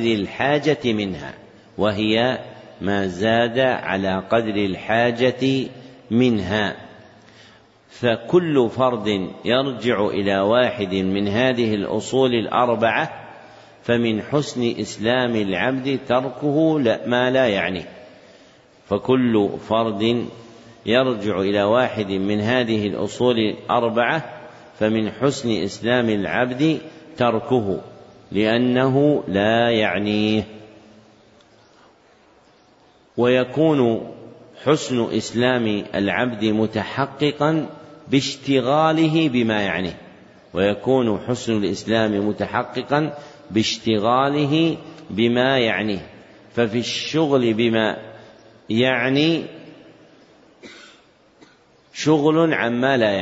قدر الحاجة منها. فكل فرد يرجع إلى واحد من هذه الأصول الأربعة، فمن حسن إسلام العبد تركه ما لا يعنيه. فكل فرد يرجع إلى واحد من هذه الأصول الأربعة، فمن حسن إسلام العبد تركه لأنه لا يعنيه. ويكون حسن إسلام العبد متحققا باشتغاله بما يعنيه. ففي الشغل بما يعني شغل عما لا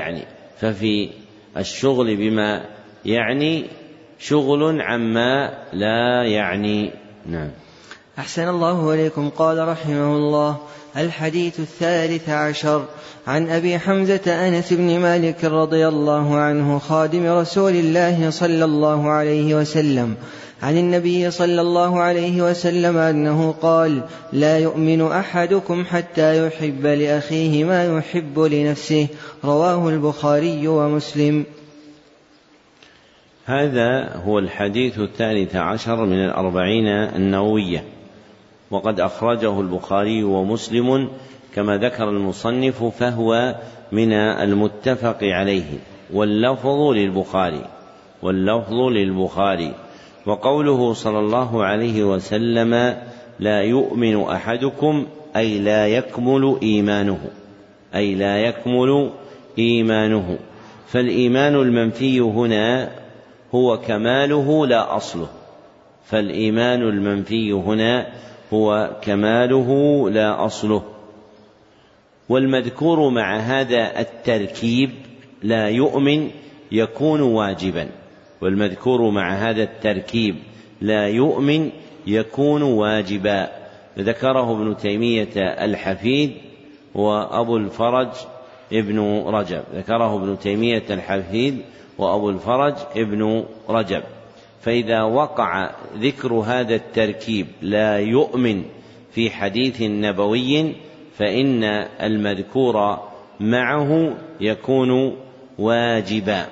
يعني. نعم. أحسن الله إليكم. قال رحمه الله: الحديث 13 عن أبي حمزة أنس بن مالك رضي الله عنه خادم رسول الله صلى الله عليه وسلم عن النبي صلى الله عليه وسلم أنه قال: لا يؤمن أحدكم حتى يحب لأخيه ما يحب لنفسه. رواه البخاري ومسلم. هذا هو الحديث 13 من 40 النووية، وقد أخرجه البخاري ومسلم كما ذكر المصنف، فهو من المتفق عليه، واللفظ للبخاري. وقوله صلى الله عليه وسلم: لا يؤمن أحدكم أي لا يكمل إيمانه. فالإيمان المنفي هنا هو كماله لا أصله. والمذكور مع هذا التركيب لا يؤمن يكون واجبا، والمذكور مع هذا التركيب لا يؤمن يكون واجبا. ذكره ابن تيمية الحفيد وأبو الفرج ابن رجب، ذكره ابن تيمية الحفيد وأبو الفرج ابن رجب. فإذا وقع ذكر هذا التركيب لا يؤمن في حديث نبوي فإن المذكور معه يكون واجبا.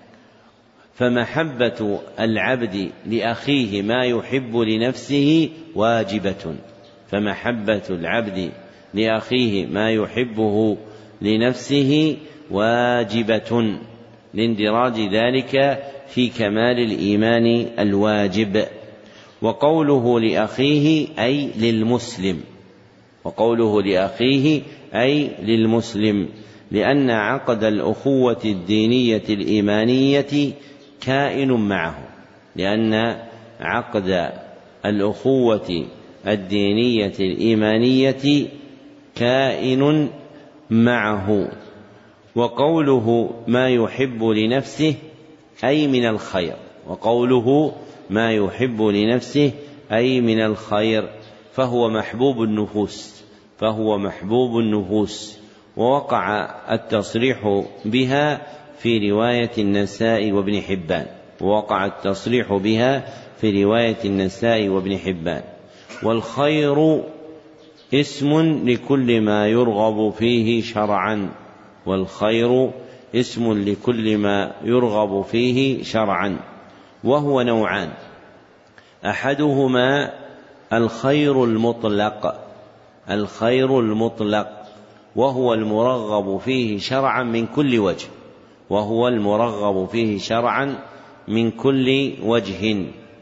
فمحبة العبد لأخيه ما يحب لنفسه واجبة، فمحبة العبد لأخيه ما يحبه لنفسه واجبة، لاندراج ذلك في كمال الإيمان الواجب. وقوله لأخيه أي للمسلم، وقوله لأخيه أي للمسلم، لأن عقد الأخوة الدينية الإيمانية كائن معه، لأن عقد الأخوة الدينية الإيمانية كائن معه. وقوله ما يحب لنفسه أي من الخير، وقوله ما يحب لنفسه أي من الخير، فهو محبوب النفوس، فهو محبوب النفوس. ووقع التصريح بها في رواية النسائي وابن حبان، ووقع التصريح بها في رواية النسائي وابن حبان. والخير اسم لكل ما يرغب فيه شرعا، والخير اسم لكل ما يرغب فيه شرعا، وهو نوعان: أحدهما الخير المطلق، الخير المطلق وهو المرغب فيه شرعا من كل وجه، وهو المرغب فيه شرعا من كل وجه،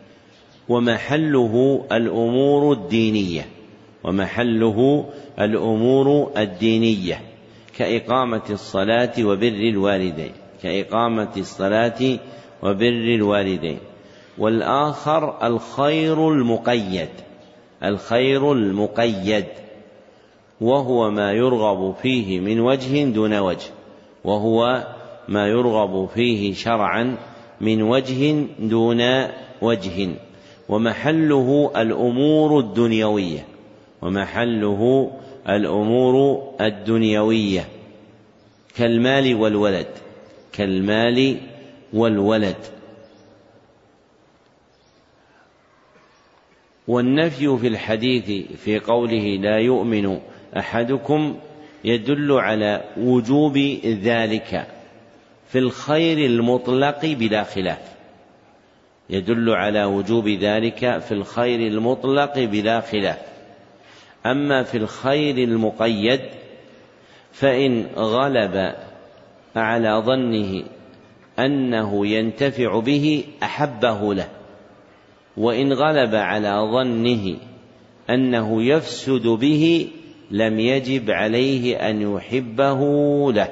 ومحله الأمور الدينية، ومحله الأمور الدينية كإقامة الصلاة وبر الوالدين، كإقامة الصلاة وبر الوالدين. والآخر الخير المقيد، الخير المقيد وهو ما يرغب فيه من وجه دون وجه، وهو ما يرغب فيه شرعا من وجه دون وجه، ومحله الأمور الدنيوية، ومحله الأمور الدنيوية كالمال والولد، كالمال والولد. والنفي في الحديث في قوله لا يؤمن أحدكم يدل على وجوب ذلك في الخير المطلق بلا خلاف، يدل على وجوب ذلك في الخير المطلق بلا خلاف. أما في الخير المقيد فإن غلب على ظنه أنه ينتفع به أحبه له، وإن غلب على ظنه أنه يفسد به لم يجب عليه أن يحبه له.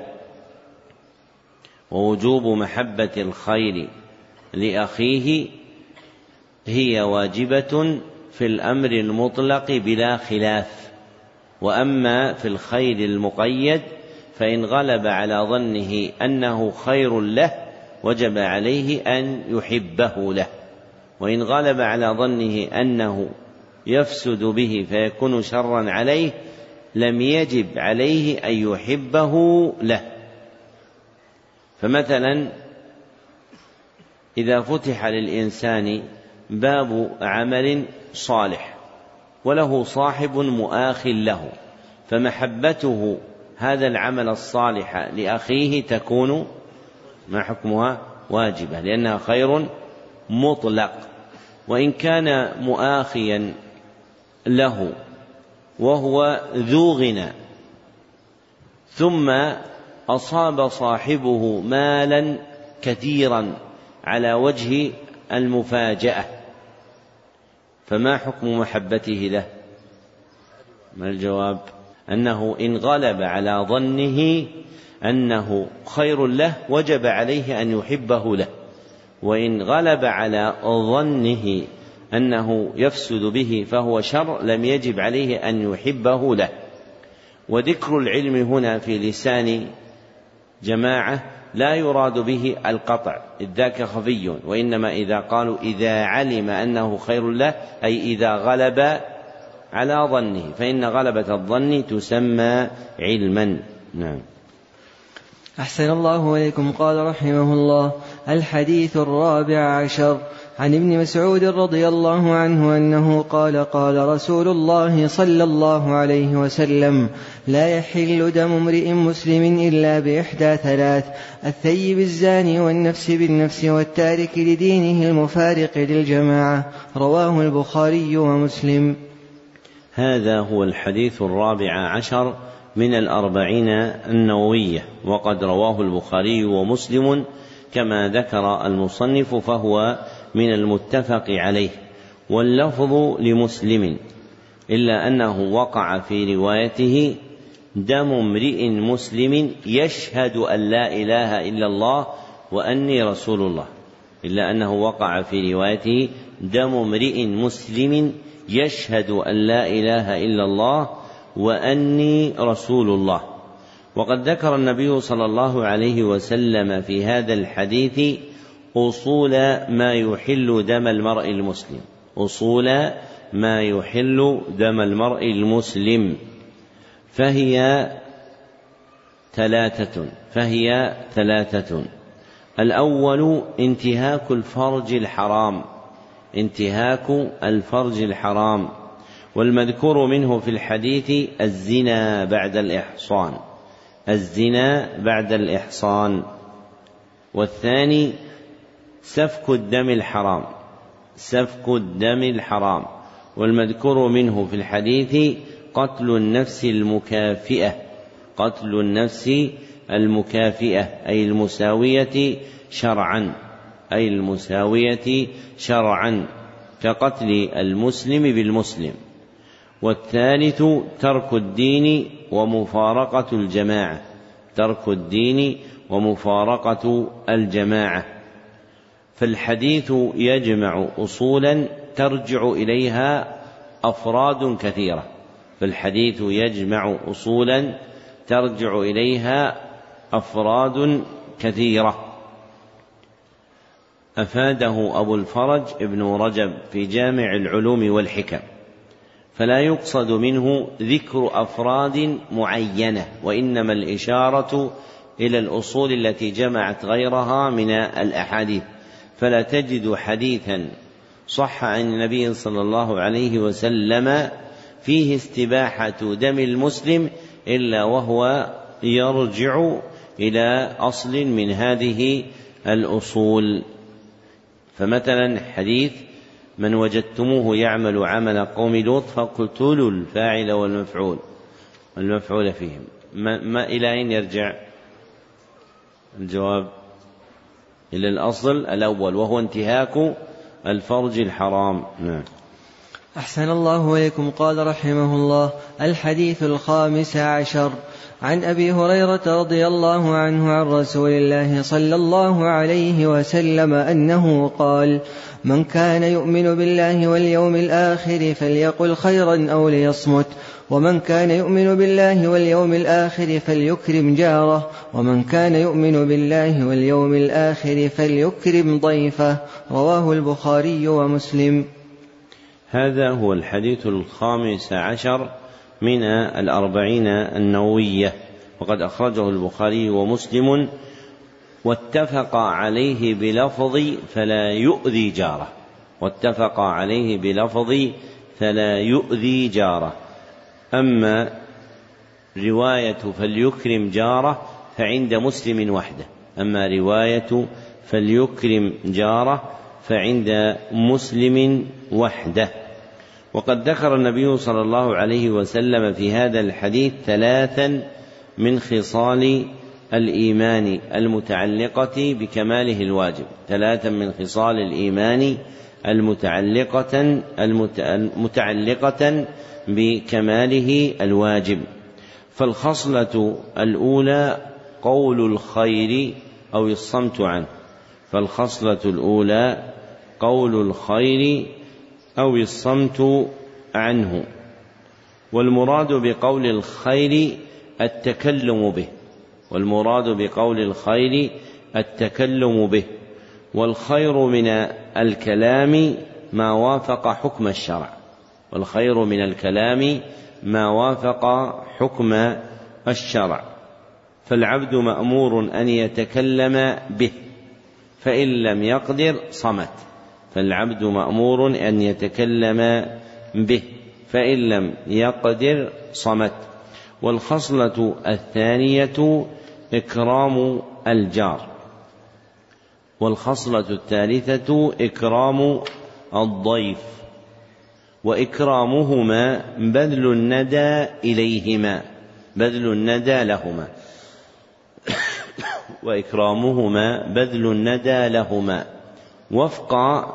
ووجوب محبة الخير لأخيه هي واجبة في الأمر المطلق بلا خلاف. وأما في الخير المقيد فإن غلب على ظنه أنه خير له وجب عليه أن يحبه له، وإن غلب على ظنه أنه يفسد به فيكون شرا عليه لم يجب عليه أن يحبه له. فمثلا إذا فتح للإنسان باب عمل صالح وله صاحب مؤاخ له، فمحبته هذا العمل الصالح لأخيه تكون ما حكمها واجبة، لأنها خير مطلق. وإن كان مؤاخيا له وهو ذو غنى ثم أصاب صاحبه مالا كثيرا على وجه المفاجأة، فما حكم محبته له؟ ما الجواب؟ أنه إن غلب على ظنه أنه خير له وجب عليه أن يحبه له، وإن غلب على ظنه أنه يفسد به فهو شر لم يجب عليه أن يحبه له. وذكر العلم هنا في لسان جماعة لا يراد به القطع إذ ذاك خفي، وإنما إذا قالوا إذا علم أنه خير له أي إذا غلب على ظنه، فإن غلبة الظن تسمى علما. نعم. أحسن الله إليكم. قال رحمه الله: الحديث 14 عن ابن مسعود رضي الله عنه أنه قال: قال رسول الله صلى الله عليه وسلم: لا يحل دم امرئ مسلم إلا بإحدى ثلاث: الثيب الزاني والنفس بالنفس والتارك لدينه المفارق للجماعة. رواه البخاري ومسلم. هذا هو الحديث 14 من 40 النووية، وقد رواه البخاري ومسلم كما ذكر المصنف، فهو من المتفق عليه، واللفظ لمسلم، إلا أنه وقع في روايته دم امرئ مسلم يشهد أن لا إله إلا الله وأني رسول الله، إلا أنه وقع في روايته دم امرئ مسلم يشهد أن لا إله إلا الله وأني رسول الله. وقد ذكر النبي صلى الله عليه وسلم في هذا الحديث أصول ما يحل دم المرء المسلم، أصول ما يحل دم المرء المسلم، فهي ثلاثة. الأول انتهاك الفرج الحرام، والمذكور منه في الحديث الزنا بعد الإحصان. والثاني سفك الدم الحرام، والمذكور منه في الحديث قتل النفس المكافئة أي المساوية شرعا كقتل المسلم بالمسلم. والثالث ترك الدين ومفارقة الجماعة. فالحديث يجمع أصولا ترجع إليها أفراد كثيرة. أفاده أبو الفرج ابن رجب في جامع العلوم والحكم، فلا يقصد منه ذكر أفراد معينة، وإنما الإشارة إلى الأصول التي جمعت غيرها من الأحاديث. فلا تجد حديثا صح عن النبي صلى الله عليه وسلم فيه استباحة دم المسلم إلا وهو يرجع إلى أصل من هذه الأصول. فمثلا حديث من وجدتموه يعمل عمل قوم لوط فاقتلوا الفاعل والمفعول فيهم، ما إلى أين يرجع؟ الجواب إلى الأصل الأول، وهو انتهاك الفرج الحرام. نعم. أحسن الله إليكم. قال رحمه الله: الحديث 15 عن أبي هريرة رضي الله عنه عن رسول الله صلى الله عليه وسلم أنه قال: من كان يؤمن بالله واليوم الآخر فليقل خيرا أو ليصمت، ومن كان يؤمن بالله واليوم الآخر فليكرم جاره، ومن كان يؤمن بالله واليوم الآخر فليكرم ضيفه. رواه البخاري ومسلم. هذا هو الحديث 15 من 40 النووية، وقد أخرجه البخاري ومسلم، واتفق عليه بلفظ فلا يؤذي جاره. أما رواية فليكرم جاره فعند مسلم وحده. وقد ذكر النبي صلى الله عليه وسلم في هذا الحديث 3 من خصال الإيمان المتعلقة بكماله الواجب، 3 من خصال الإيمان المتعلقة بكماله الواجب. فالخصلة الأولى قول الخير أو الصمت عنه، والمراد بقول الخير التكلم به، والمراد بقول الخير التكلم به. والخير من الكلام ما وافق حكم الشرع، والخير من الكلام ما وافق حكم الشرع. فالعبد مأمور أن يتكلم به، فإن لم يقدر صمت. فالعبد مأمور أن يتكلم به، فإن لم يقدر صمت. والخصلة الثانية إكرام الجار. والخصلة الثالثة إكرام الضيف، وإكرامهما بذل الندى إليهما، بذل الندى لهما، وإكرامهما بذل الندى لهما وفق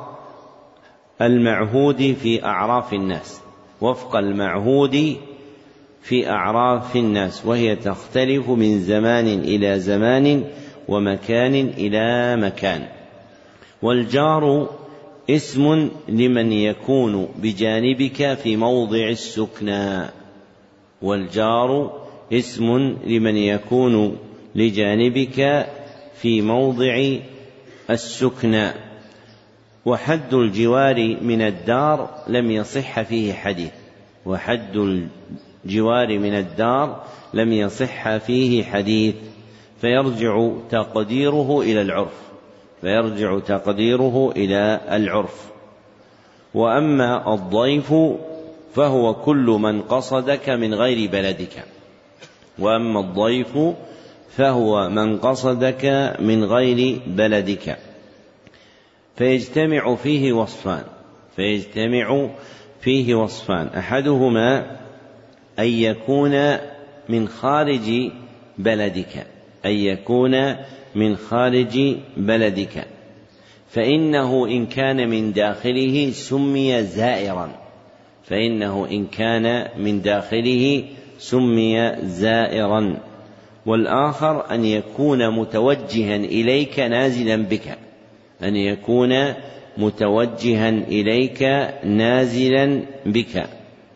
المعهود في أعراف الناس، وفق المعهود في أعراف الناس، وهي تختلف من زمان إلى زمان ومكان إلى مكان. والجار اسم لمن يكون بجانبك في موضع السكنى، والجار اسم لمن يكون لجانبك في موضع السكنى. وحد الجوار من الدار لم يصح فيه حديث، وحد الجوار من الدار لم يصح فيه حديث، فيرجع تقديره إلى العرف، فيرجع تقديره إلى العرف. وأما الضيف فهو كل من قصدك من غير بلدك، وأما الضيف فهو من قصدك من غير بلدك. فيجتمع فيه وصفان، فيجتمع فيه وصفان: أحدهما أن يكون من خارج بلدك، أن يكون من خارج بلدك، فإنه إن كان من داخله سمي زائرا، فإنه إن كان من داخله سمي زائرا. والآخر أن يكون متوجها إليك نازلا بك، أن يكون متوجها إليك نازلا بك،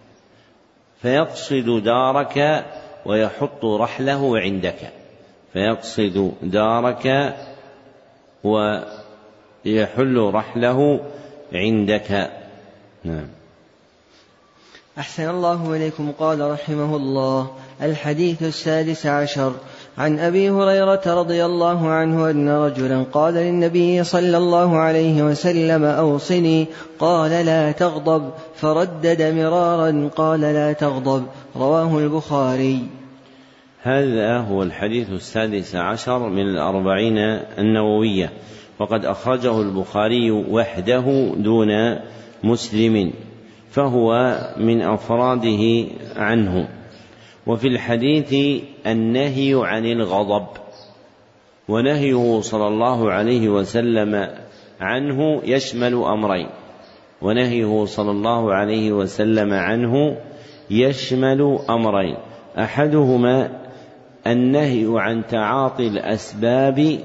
فيقصد دارك ويحط رحله عندك، فيقصد دارك ويحل رحله عندك. نعم. أحسن الله إليكم. قال رحمه الله: الحديث 16 عن أبي هريرة رضي الله عنه أن رجلا قال للنبي صلى الله عليه وسلم: أوصني. قال: لا تغضب. فردد مرارا: قال: لا تغضب. رواه البخاري. هذا هو الحديث 16 من 40 النووية، وقد أخرجه البخاري وحده دون مسلم، فهو من أفراده عنه. وفي الحديث النهي عن الغضب، ونهيه صلى الله عليه وسلم عنه يشمل أمرين، ونهيه صلى الله عليه وسلم عنه يشمل أمرين: أحدهما النهي عن تعاطي الأسباب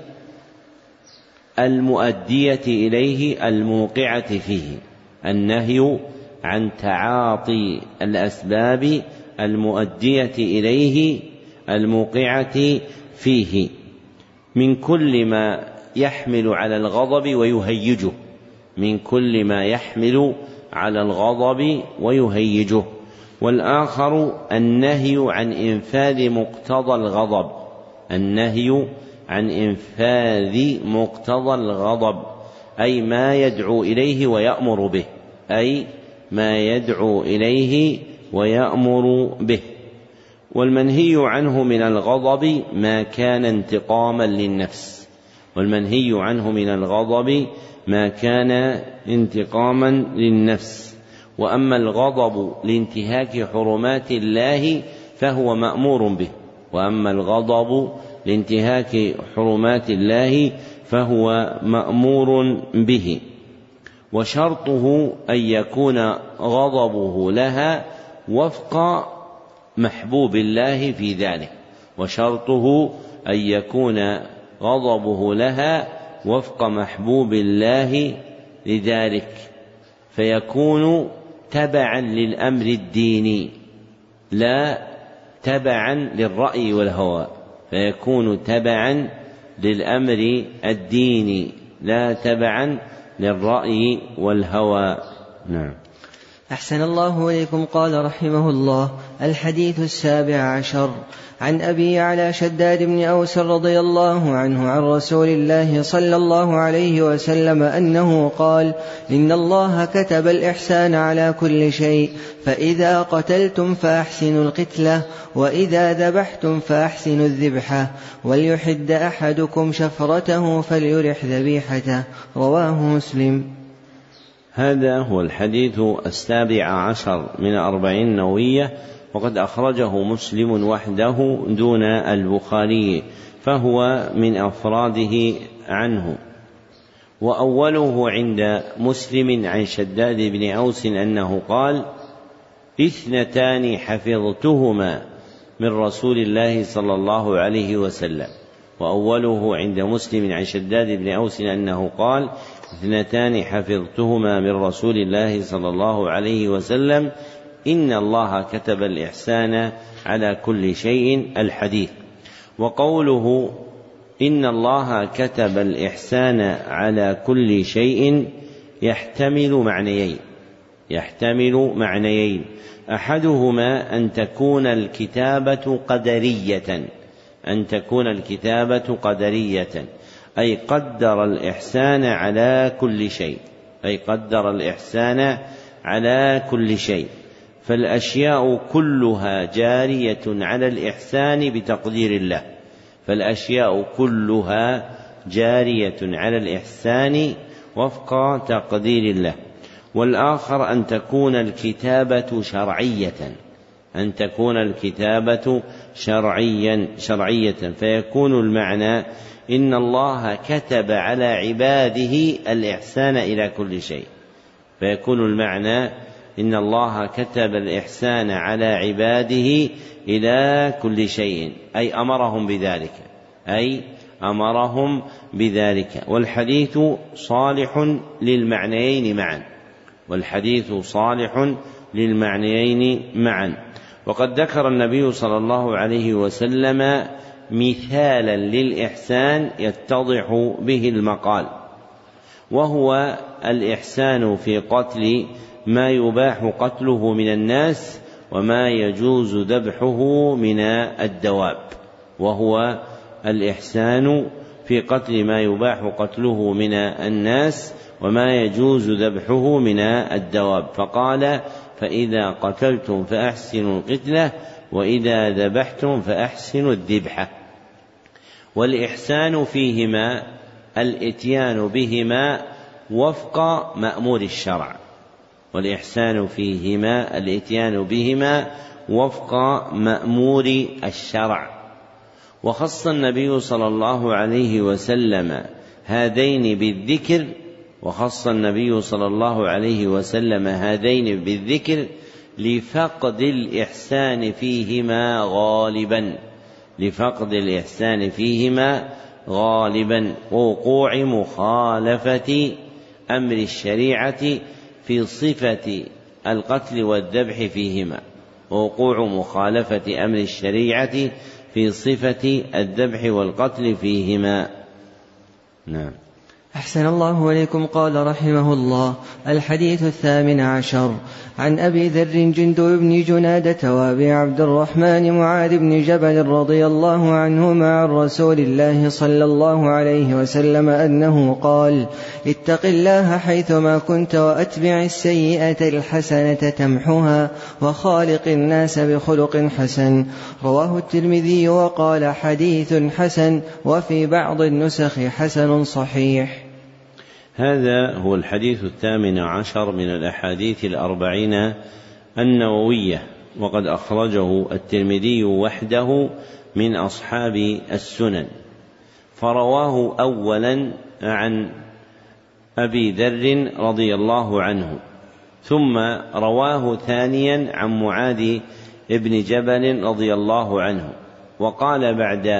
المؤدية إليه الموقعة فيه، النهي عن تعاطي الأسباب المؤدية إليه الموقعة فيه من كل ما يحمل على الغضب ويهيجه، من كل ما يحمل على الغضب ويهيجه. والآخر النهي عن إنفاذ مقتضى الغضب، النهي عن إنفاذ مقتضى الغضب، أي ما يدعو إليه ويأمر به، أي ما يدعو إليه ويأمر به. والمنهي عنه من الغضب ما كان انتقاما للنفس، والمنهي عنه من الغضب ما كان انتقاما للنفس. وأما الغضب لانتهاك حرمات الله فهو مأمور به، وأما الغضب لانتهاك حرمات الله فهو مأمور به. وشرطه أن يكون غضبه لها وفق محبوب الله في ذلك، وشرطه أن يكون غضبه لها وفق محبوب الله لذلك، فيكون تبعا للأمر الديني لا تبعا للرأي والهوى، فيكون تبعا للأمر الديني لا تبعا للرأي والهوى. نعم. أحسن الله إليكم. قال رحمه الله: الحديث 17 عن أبي على شداد بن أوس رضي الله عنه عن رسول الله صلى الله عليه وسلم أنه قال: إن الله كتب الإحسان على كل شيء، فإذا قتلتم فأحسنوا القتلة، وإذا ذبحتم فأحسنوا الذبحة، وليحد أحدكم شفرته فليرح ذبيحته. رواه مسلم. هذا هو الحديث 17 من 40 نووية، وقد أخرجه مسلم وحده دون البخاري، فهو من أفراده عنه. وأوله عند مسلم عن شداد بن أوس أنه قال: 2 حفظتهما من رسول الله صلى الله عليه وسلم. وأوله عند مسلم عن شداد بن أوس أنه قال: 2 حفظتهما من رسول الله صلى الله عليه وسلم: إن الله كتب الإحسان على كل شيء. الحديث. وقوله إن الله كتب الإحسان على كل شيء يحتمل معنيين، أحدهما أن تكون الكتابة قدرية، أي قدر الإحسان على كل شيء، فالأشياء كلها جارية على الإحسان وفق تقدير الله. والآخر أن تكون الكتابة شرعية، فيكون المعنى إن الله كتب على عباده الإحسان إلى كل شيء، أي أمرهم بذلك. والحديث صالح للمعنيين معا. وقد ذكر النبي صلى الله عليه وسلم مثالا للإحسان يتضح به المقال، وهو الإحسان في قتل ما يباح قتله من الناس وما يجوز ذبحه من الدواب، فقال: فإذا قتلتم فأحسنوا القتلة، وإذا ذبحتم فأحسنوا الذبحة. والإحسان فيهما الإتيان بهما وفق مأمور الشرع. وخص النبي صلى الله عليه وسلم هذين بالذكر لفقد الإحسان فيهما غالبا، ووقوع مخالفة أمر الشريعة في صفة القتل والقتل فيهما. نعم. أحسن الله إليكم. قال رحمه الله: الحديث 18 عن أبي ذر جندب بن جنادة وأبي عبد الرحمن معاذ بن جبل رضي الله عنهما عن رسول الله صلى الله عليه وسلم أنه قال: اتق الله حيثما كنت، وأتبع السيئة الحسنة تمحها، وخالق الناس بخلق حسن. رواه الترمذي وقال: حديث حسن، وفي بعض النسخ حسن صحيح. هذا هو الحديث 18 من الأحاديث 40 النووية، وقد أخرجه الترمذي وحده من أصحاب السنن. فرواه أولا عن أبي ذر رضي الله عنه، ثم رواه ثانيا عن معاذ بن جبل رضي الله عنه، وقال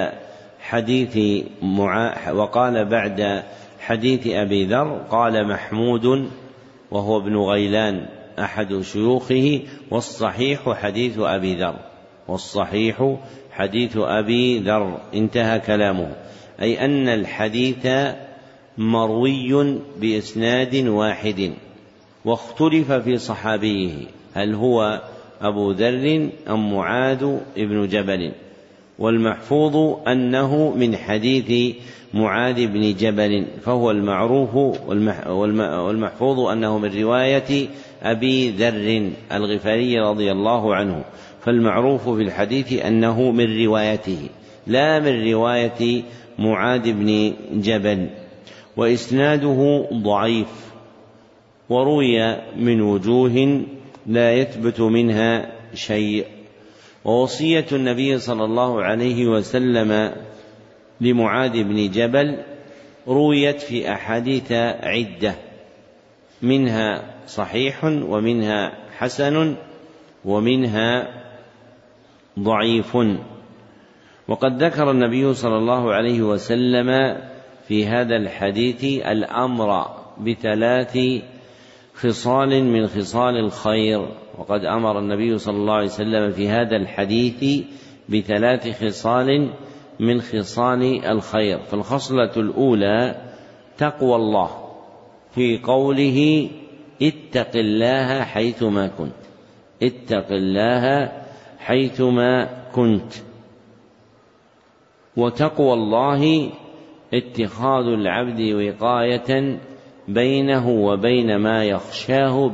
بعد حديث أبي ذر: قال محمود وهو ابن غيلان أحد شيوخه، والصحيح حديث أبي ذر. والصحيح حديث أبي ذر. انتهى كلامه، أي أن الحديث مروي بإسناد واحد، واختلف في صحابيه هل هو أبو ذر أم معاذ بن جبل، والمحفوظ أنه من حديث معاذ بن جبل، فهو المعروف والمحفوظ أنه من رواية أبي ذر الغفاري رضي الله عنه، فالمعروف في الحديث أنه من روايته لا من رواية معاذ بن جبل. وإسناده ضعيف، وروي من وجوه لا يثبت منها شيء. ووصية النبي صلى الله عليه وسلم لمعاذ بن جبل رويت في أحاديث عدة، منها صحيح ومنها حسن ومنها ضعيف. وقد ذكر النبي صلى الله عليه وسلم في هذا الحديث الأمر بثلاث خصال من خصال الخير، وقد أمر النبي صلى الله عليه وسلم في هذا الحديث بثلاث خصال من خصال الخير. فالخصلة الأولى تقوى الله في قوله اتق الله حيثما كنت، اتق الله حيثما كنت. وتقوى الله اتخاذ العبد وقاية بينه وبين ما يخشاه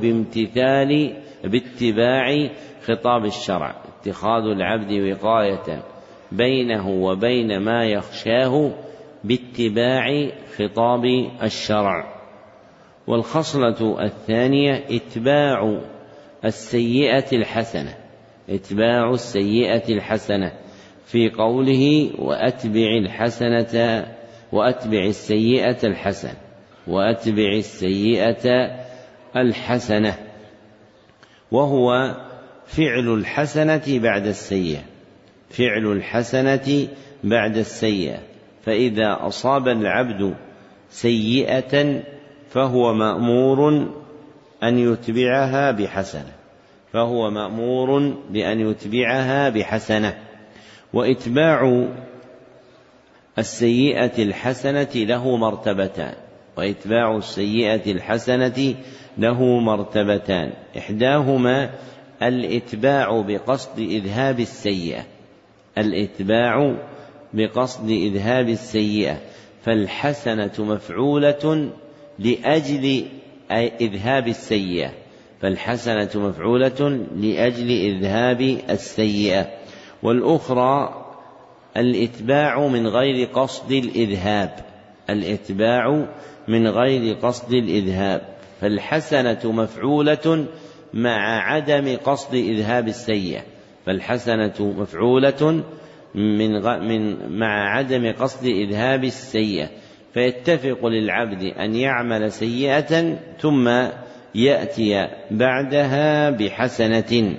باتباع خطاب الشرع، اتخاذ العبد وقاية بينه وبين ما يخشاه باتباع خطاب الشرع. والخصلة الثانية اتباع السيئة الحسنة، اتباع السيئة الحسنة في قوله وأتبع السيئة الحسنة، وأتبع السيئة الحسنة، وهو فعل الحسنة بعد السيئة، فعل الحسنة بعد السيئة. فإذا أصاب العبد سيئة فهو مأمور أن يتبعها بحسنة، فهو مأمور بأن يتبعها بحسنة. وإتباع السيئة الحسنة له مرتبتان، وإتباع السيئة الحسنة له مرتبتان، إحداهما الإتباع بقصد إذهاب السيئة، الإتباع بقصد إذهاب السيئة، فالحسنة مفعولة لأجل إذهاب السيئة، فالحسنة مفعولة لأجل إذهاب السيئة. والأخرى الإتباع من غير قصد الإذهاب، الإتباع من غير قصد الإذهاب، فالحسنة مفعولة مع عدم قصد إذهاب السيئة، فالحسنة مفعولة مع عدم قصد إذهاب السيئة، فيتفق للعبد أن يعمل سيئة ثم يأتي بعدها بحسنة.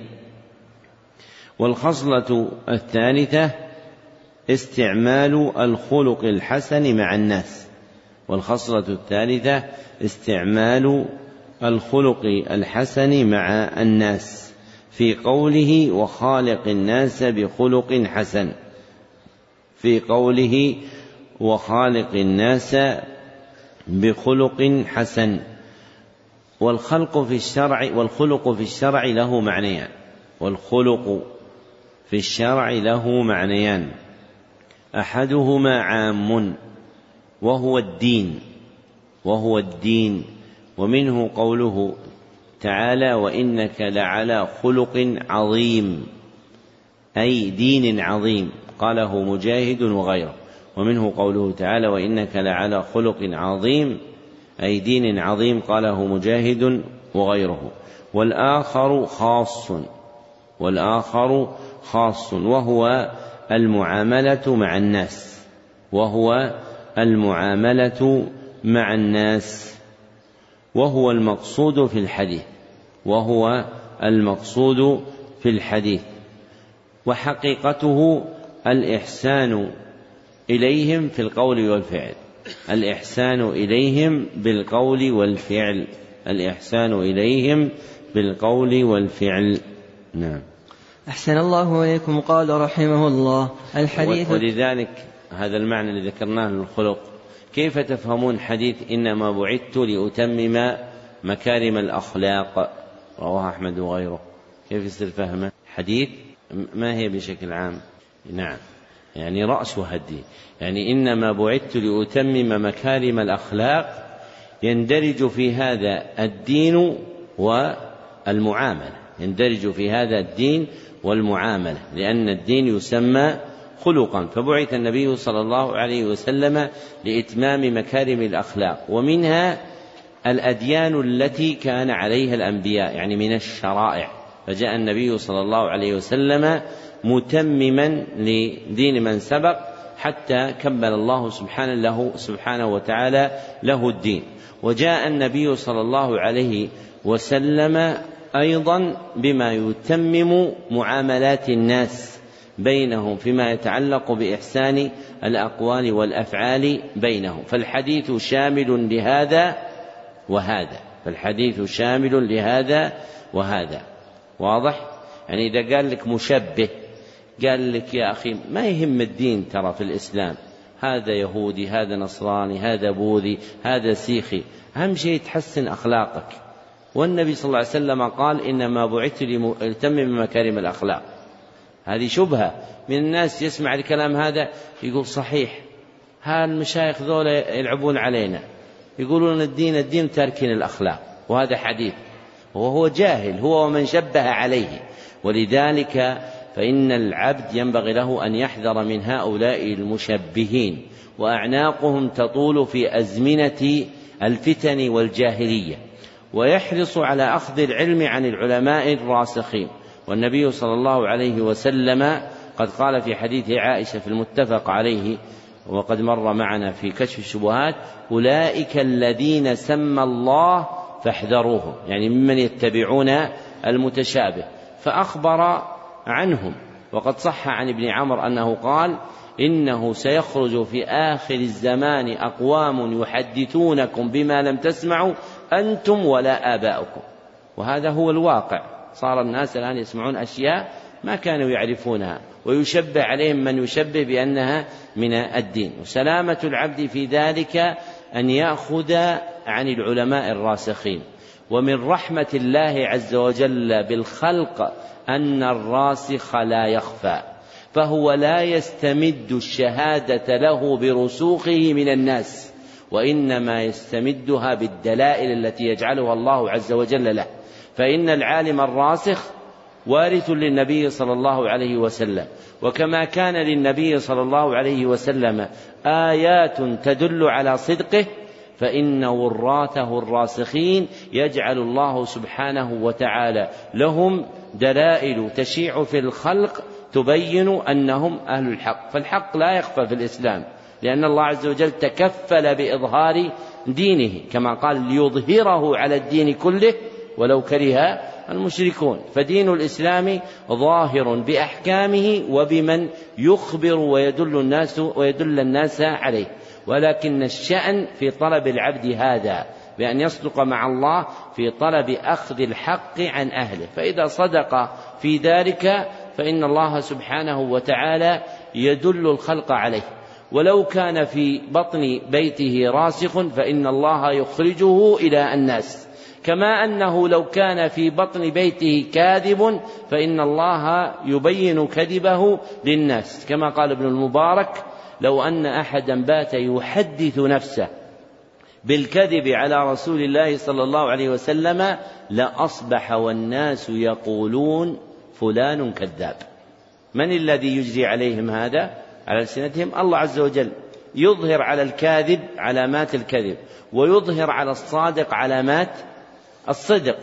والخصلة الثالثة استعمال الخلق الحسن مع الناس، والخصلة الثالثة استعمال الخلق الحسن مع الناس في قوله وخالق الناس بخلق حسن، في قوله وخالق الناس بخلق حسن. والخلق في الشرع له معنيان، والخلق في الشرع له معنيان، أحدهما عام وهو الدين، ومنه قوله تعالى وإنك لعلى خلق عظيم، أي دين عظيم، قاله مجاهد وغيره. ومنه قوله تعالى وإنك لعلى خلق عظيم، أي دين عظيم، قاله مجاهد وغيره. والآخر خاص وهو المعاملة مع الناس، وهو المعاملة مع الناس، وهو المقصود في الحديث، وحقيقته الإحسان إليهم في القول والفعل، الإحسان إليهم بالقول والفعل، الإحسان إليهم بالقول والفعل. نعم. أحسن الله إليكم. قال رحمه الله الحديث. ولذلك هذا المعنى الذي ذكرناه للخلق، كيف تفهمون حديث إنما بعثت لأتمم مكارم الأخلاق رواه أحمد وغيره؟ كيف يصير فهمه؟ حديث ما هي بشكل عام؟ نعم، يعني رأس الدين، يعني إنما بعثت لأتمم مكارم الأخلاق يندرج في هذا الدين والمعاملة، يندرج في هذا الدين والمعاملة، لأن الدين يسمى خلقا، فبعث النبي صلى الله عليه وسلم لإتمام مكارم الأخلاق، ومنها الأديان التي كان عليها الأنبياء، يعني من الشرائع، فجاء النبي صلى الله عليه وسلم متمما لدين من سبق حتى كمل الله سبحانه وتعالى له الدين. وجاء النبي صلى الله عليه وسلم أيضا بما يتمم معاملات الناس بينهم فيما يتعلق بإحسان الأقوال والأفعال بينهم، فالحديث شامل لهذا وهذا، فالحديث شامل لهذا وهذا. واضح؟ يعني إذا قال لك مشبه، قال لك يا أخي ما يهم الدين ترى في الإسلام، هذا يهودي، هذا نصراني، هذا بوذي، هذا سيخي، أهم شيء تحسن أخلاقك. والنبي صلى الله عليه وسلم قال إنما بعثت لأتمم مكارم الأخلاق. هذه شبهة من الناس، يسمع الكلام هذا يقول صحيح، هالمشايخ ذولا يلعبون علينا، يقولون الدين تاركين الأخلاق، وهذا حديث، وهو جاهل هو ومن شبه عليه. ولذلك فإن العبد ينبغي له أن يحذر من هؤلاء المشبهين، وأعناقهم تطول في أزمنة الفتن والجاهلية، ويحرص على أخذ العلم عن العلماء الراسخين. والنبي صلى الله عليه وسلم قد قال في حديث عائشة في المتفق عليه وقد مر معنا في كشف الشبهات: أولئك الذين سمى الله فاحذروهم، يعني ممن يتبعون المتشابه، فأخبر عنهم. وقد صح عن ابن عمر أنه قال: إنه سيخرج في آخر الزمان أقوام يحدثونكم بما لم تسمعوا أنتم ولا آباؤكم. وهذا هو الواقع، صار الناس الآن يسمعون أشياء ما كانوا يعرفونها، ويشبه عليهم من يشبه بأنها من الدين. وسلامة العبد في ذلك أن يأخذ عن العلماء الراسخين. ومن رحمة الله عز وجل بالخلق أن الراسخ لا يخفى، فهو لا يستمد الشهادة له برسوخه من الناس، وإنما يستمدها بالدلائل التي يجعلها الله عز وجل له. فإن العالم الراسخ وارث للنبي صلى الله عليه وسلم، وكما كان للنبي صلى الله عليه وسلم آيات تدل على صدقه، فإن وراثه الراسخين يجعل الله سبحانه وتعالى لهم دلائل تشيع في الخلق تبين أنهم أهل الحق. فالحق لا يخفى في الإسلام، لأن الله عز وجل تكفل بإظهار دينه، كما قال: ليظهره على الدين كله ولو كره المشركون. فدين الإسلام ظاهر بأحكامه وبمن يخبر ويدل الناس عليه، ولكن الشأن في طلب العبد هذا، بأن يصدق مع الله في طلب أخذ الحق عن أهله، فإذا صدق في ذلك فإن الله سبحانه وتعالى يدل الخلق عليه. ولو كان في بطن بيته راسخ فإن الله يخرجه إلى الناس، كما أنه لو كان في بطن بيته كاذب فإن الله يبين كذبه للناس، كما قال ابن المبارك: لو أن أحدا بات يحدث نفسه بالكذب على رسول الله صلى الله عليه وسلم لأصبح والناس يقولون فلان كذاب. من الذي يجري عليهم هذا على ألسنتهم؟ الله عز وجل يظهر على الكاذب علامات الكذب، ويظهر على الصادق علامات الصدق،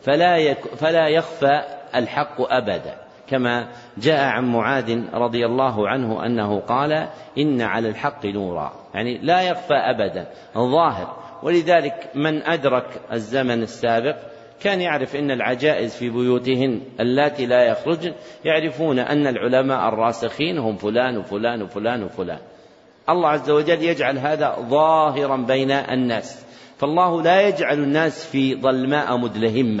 فلا يخفى الحق أبدا، كما جاء عن معاذ رضي الله عنه أنه قال: إن على الحق نورا، يعني لا يخفى أبدا ظاهر. ولذلك من أدرك الزمن السابق كان يعرف أن العجائز في بيوتهن اللاتي لا يخرجن يعرفون أن العلماء الراسخين هم فلان وفلان وفلان وفلان. الله عز وجل يجعل هذا ظاهرا بين الناس، فالله لا يجعل الناس في ظلماء مدلهمة،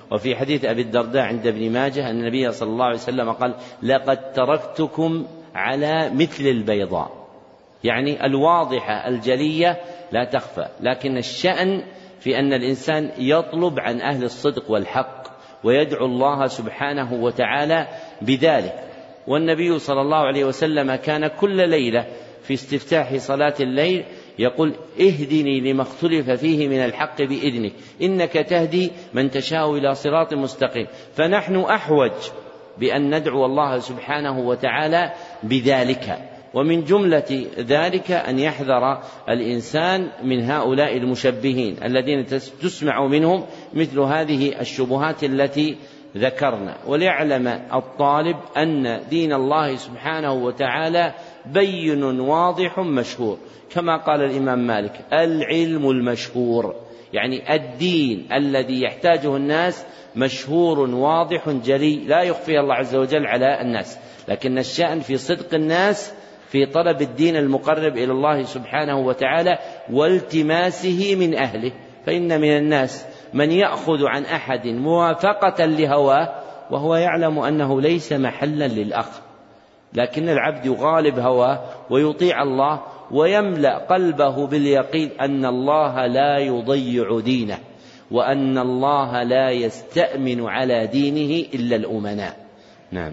وفي حديث أبي الدرداء عند ابن ماجه أن النبي صلى الله عليه وسلم قال: لقد تركتكم على مثل البيضاء، يعني الواضحة الجلية لا تخفى، لكن الشأن في أن الإنسان يطلب عن أهل الصدق والحق ويدعو الله سبحانه وتعالى بذلك. والنبي صلى الله عليه وسلم كان كل ليلة في استفتاح صلاة الليل يقول: اهدني لما اختلف فيه من الحق بإذنك إنك تهدي من تشاء إلى صراط مستقيم. فنحن أحوج بأن ندعو الله سبحانه وتعالى بذلك. ومن جملة ذلك أن يحذر الإنسان من هؤلاء المشبهين الذين تسمع منهم مثل هذه الشبهات التي ذكرنا، وليعلم الطالب أن دين الله سبحانه وتعالى بين واضح مشهور، كما قال الإمام مالك: العلم المشهور، يعني الدين الذي يحتاجه الناس مشهور واضح جلي لا يخفيه الله عز وجل على الناس، لكن الشأن في صدق الناس في طلب الدين المقرب إلى الله سبحانه وتعالى والتماسه من أهله. فإن من الناس من يأخذ عن أحد موافقة لهواه وهو يعلم أنه ليس محلا للأخذ، لكن العبد يغالب هواه ويطيع الله ويملأ قلبه باليقين أن الله لا يضيع دينه وأن الله لا يستأمن على دينه إلا الأمناء. نعم.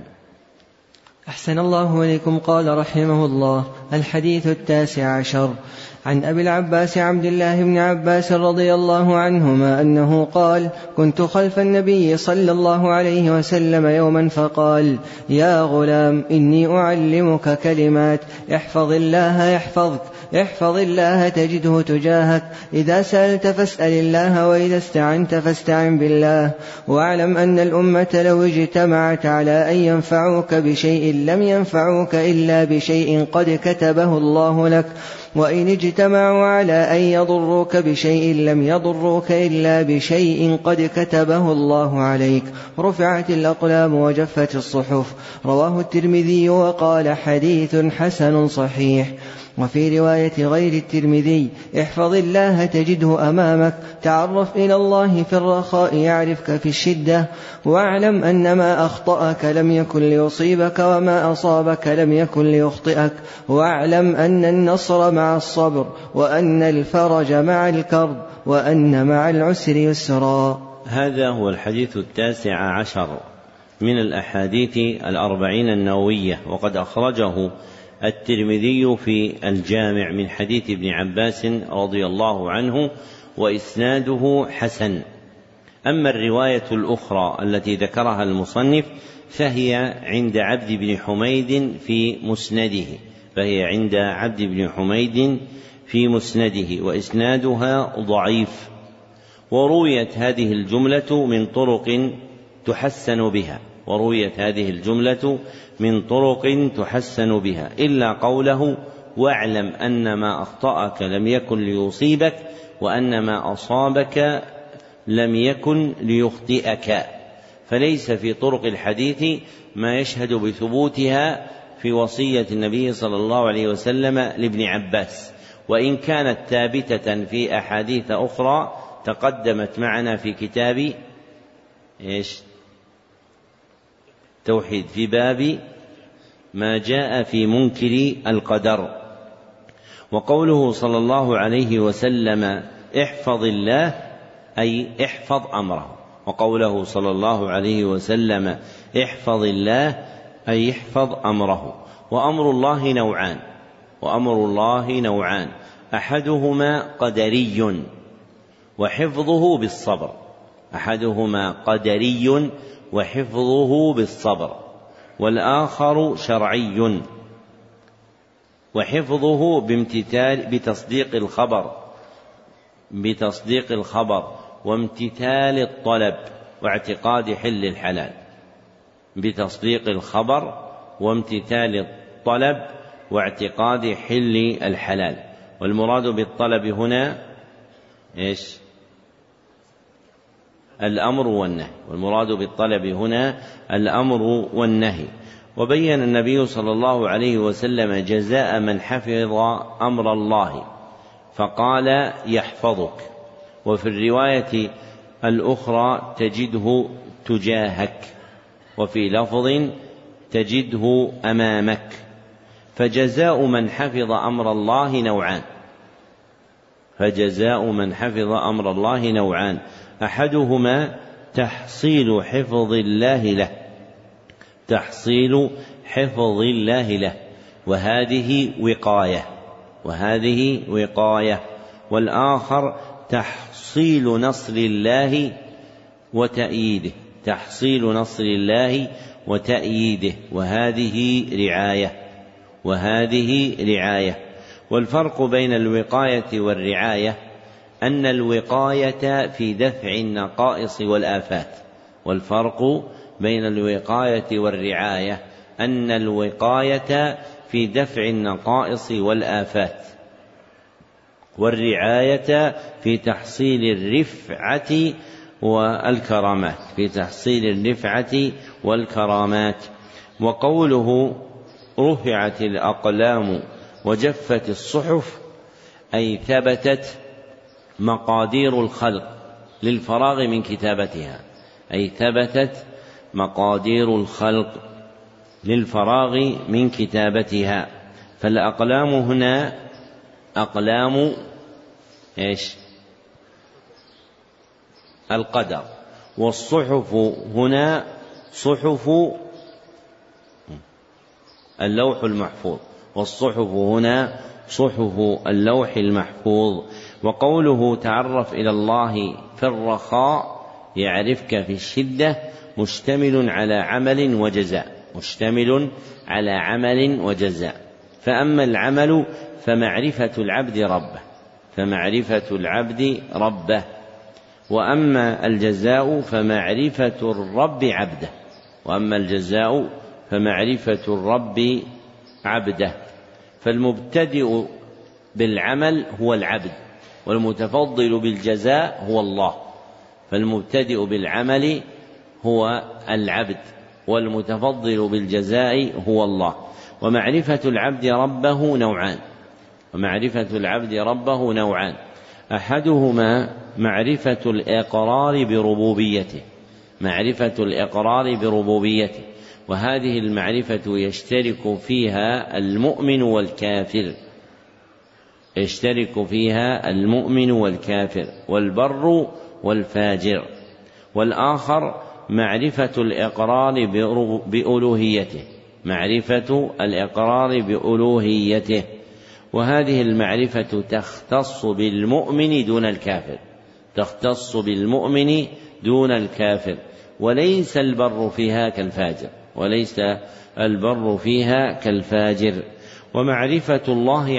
أحسن الله إليكم. قال رحمه الله: الحديث 19 عن أبي العباس عبد الله بن عباس رضي الله عنهما أنه قال: كنت خلف النبي صلى الله عليه وسلم يوما فقال: يا غلام إني أعلمك كلمات، احفظ الله يحفظك، احفظ الله تجده تجاهك، إذا سألت فاسأل الله، وإذا استعنت فاستعن بالله، واعلم أن الأمة لو اجتمعت على أن ينفعوك بشيء لم ينفعوك إلا بشيء قد كتبه الله لك، وإن اجتمعوا على أن يضروك بشيء لم يضروك إلا بشيء قد كتبه الله عليك، رفعت الأقلام وجفت الصحف. رواه الترمذي وقال: حديث حسن صحيح. وفي رواية غير الترمذي: احفظ الله تجده أمامك، تعرف إلى الله في الرخاء يعرفك في الشدة، واعلم أن ما أخطأك لم يكن ليصيبك وما أصابك لم يكن ليخطئك، واعلم أن النصر مع الصبر، وأن الفرج مع الكرب، وأن مع العسر يسرا. هذا هو الحديث 19 من الأحاديث 40 النووية، وقد أخرجه الترمذي في الجامع من حديث ابن عباس رضي الله عنه، وإسناده حسن. أما الرواية الأخرى التي ذكرها المصنف فهي عند عبد بن حميد في مسنده وإسنادها ضعيف. ورويت هذه الجملة من طرق تحسن بها إلا قوله: واعلم أن ما أخطأك لم يكن ليصيبك وأن ما أصابك لم يكن ليخطئك. فليس في طرق الحديث ما يشهد بثبوتها في وصية النبي صلى الله عليه وسلم لابن عباس، وإن كانت ثابتة في أحاديث أخرى تقدمت معنا في كتاب توحيد في باب ما جاء في منكر القدر. وقوله صلى الله عليه وسلم: احفظ الله أي احفظ أمره، وقوله صلى الله عليه وسلم: احفظ الله أي احفظ أمره. وأمر الله نوعان، أحدهما قدري وحفظه بالصبر، والآخر شرعي وحفظه بتصديق الخبر وامتثال الطلب واعتقاد حل الحلال. بتصديق الخبر وامتثال الطلب واعتقاد حل الحلال. والمراد بالطلب هنا الأمر والنهي. وبين النبي صلى الله عليه وسلم جزاء من حفظ أمر الله فقال: يحفظك. وفي الرواية الأخرى تجده تجاهك، وفي لفظ تجده أمامك. فجزاء من حفظ أمر الله نوعان، فجزاء من حفظ أمر الله نوعان: أحدهما تحصيل حفظ الله له، تحصيل حفظ الله له، وهذه وقاية، والآخر تحصيل نصر الله وتأييده، تحصيل نصر الله وتأييده، وهذه رعاية. والفرق بين الوقاية والرعاية أن الوقاية في دفع النقائص والآفات، والفرق بين الوقاية والرعاية أن الوقاية في دفع النقائص والآفات، والرعاية في تحصيل الرفعة والكرامات، في تحصيل الرفعة والكرامات. وقوله رفعت الأقلام وجفت الصحف أي ثبتت مقادير الخلق للفراغ من كتابتها، أي ثبتت مقادير الخلق للفراغ من كتابتها. فالأقلام هنا أقلام القدر، والصحف هنا صحف اللوح المحفوظ، والصحف هنا صحف اللوح المحفوظ. وقوله تعرف إلى الله في الرخاء يعرفك في الشدة مشتمل على عمل وجزاء، فأما العمل فمعرفة العبد ربه، وأما الجزاء فمعرفة الرب عبده. فالمبتدئ بالعمل هو العبد، والمتفضل بالجزاء هو الله. فالمبتدئ بالعمل هو العبد، والمتفضل بالجزاء هو الله. ومعرفة العبد ربه نوعان: أحدهما معرفة الإقرار بربوبيته، وهذه المعرفة يشترك فيها المؤمن والكافر والبر والفاجر. والآخر معرفة الإقرار بألوهيته، وهذه المعرفة تختص بالمؤمن دون الكافر، وليس البر فيها كالفاجر. ومعرفة الله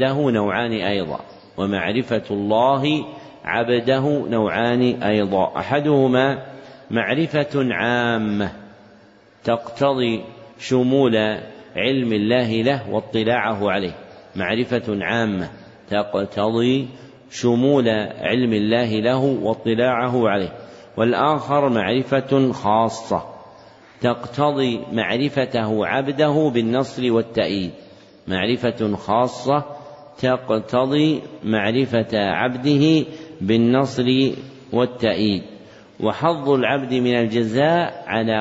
عبده نوعان أيضا: أحدهما معرفة عامة تقتضي شمول علم الله له واطلاعه عليه، والآخر معرفة خاصة تقتضي معرفته عبده بالنصر والتأييد. وحظ العبد من الجزاء على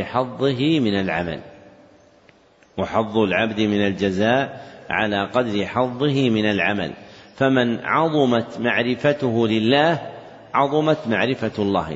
قدر حظه من العمل، فمن عظمت معرفته لله عظمت معرفة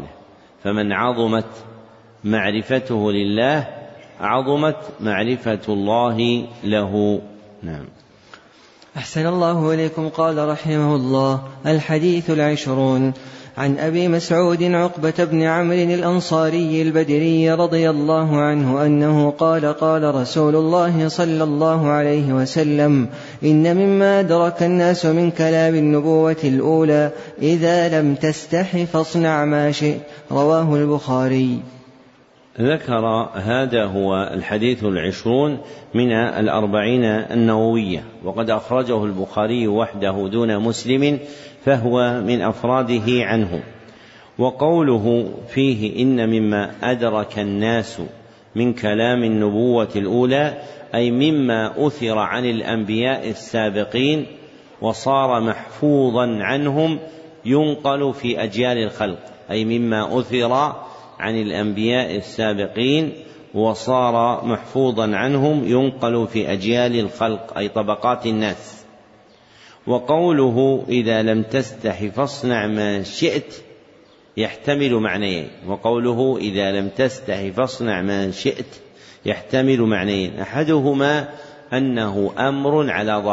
الله له. نعم. أحسن الله إليكم. قال رحمه الله: الحديث 20 عن أبي مسعود عقبة بن عمرو الأنصاري البدري رضي الله عنه أنه قال: قال رسول الله صلى الله عليه وسلم: إن مما أدرك الناس من كلام النبوة الأولى إذا لم تستح فاصنع ما شئت. رواه البخاري. ذكر هذا هو الحديث 20 من 40 النووية، وقد أخرجه البخاري وحده دون مسلم، فهو من أفراده عنه. وقوله فيه إن مما أدرك الناس من كلام النبوة الأولى أي مما أثر عن الأنبياء السابقين وصار محفوظا عنهم ينقل في أجيال الخلق، أي مما أثر عن الأنبياء السابقين وصار محفوظا عنهم ينقل في أجيال الخلق أي طبقات الناس. وقوله إذا لم تستح فاصنع ما شئت يحتمل معنيين، وقوله إذا لم تستح فاصنع ما شئت يحتمل معنيين، أحدهما أنه أمر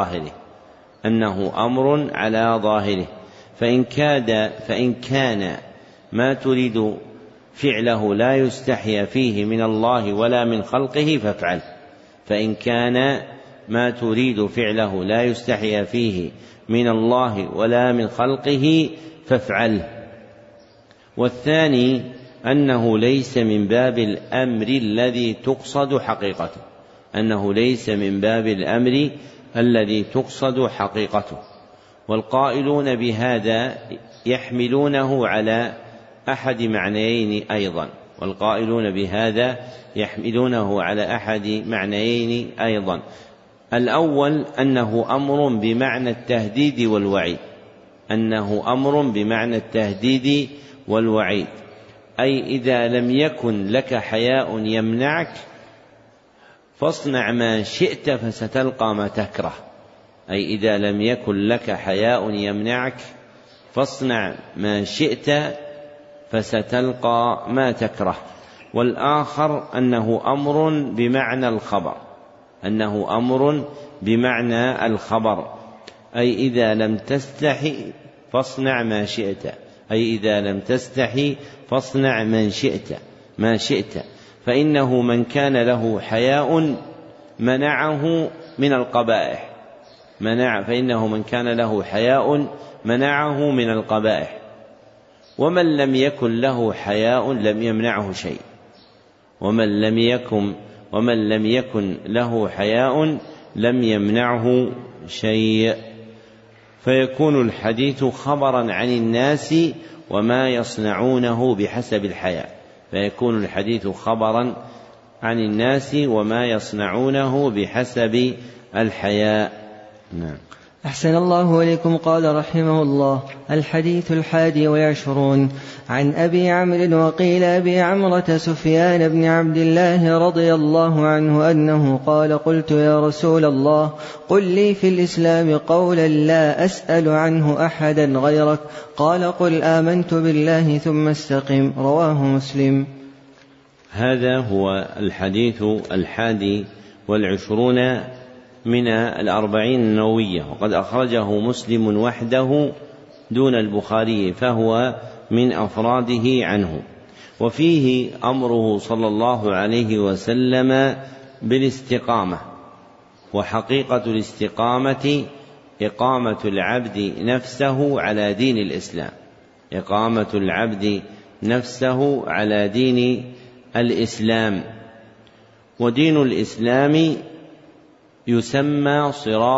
على ظاهره، فإن كان ما تريد فعله لا يستحي فيه من الله ولا من خلقه فافعل، فإن كان ما تريد فعله لا يستحي فيه من الله ولا من خلقه فافعله. والثاني أنه ليس من باب الأمر الذي تقصد حقيقته، والقائلون بهذا يحملونه على أحد معنيين أيضا. الأول أنه أمر بمعنى التهديد والوعيد، أي إذا لم يكن لك حياء يمنعك فاصنع ما شئت فستلقى ما تكره، أي إذا لم يكن لك حياء يمنعك فاصنع ما شئت فستلقى ما تكره. والآخر أنه أمر بمعنى الخبر، أي إذا لم تستحي فاصنع ما شئت، فإنه من كان له حياء منعه من القبائح، ومن لم يكن له حياء لم يمنعه شيء، فيكون الحديث خبرا عن الناس وما يصنعونه بحسب الحياء. نعم. أحسن الله إليكم. قال رحمه الله: الحديث 21 عن أبي عمرو وقيل أبي عمرة سفيان بن عبد الله رضي الله عنه أنه قال: قلت يا رسول الله قل لي في الإسلام قولا لا أسأل عنه أحدا غيرك، قال: قل آمنت بالله ثم استقم. رواه مسلم. هذا هو الحديث 21 من 40 النووية، وقد أخرجه مسلم وحده دون البخاري، فهو من أفراده عنه. وفيه أمره صلى الله عليه وسلم بالاستقامة، وحقيقة الاستقامة إقامة العبد نفسه على دين الإسلام. ودين الإسلام يسمى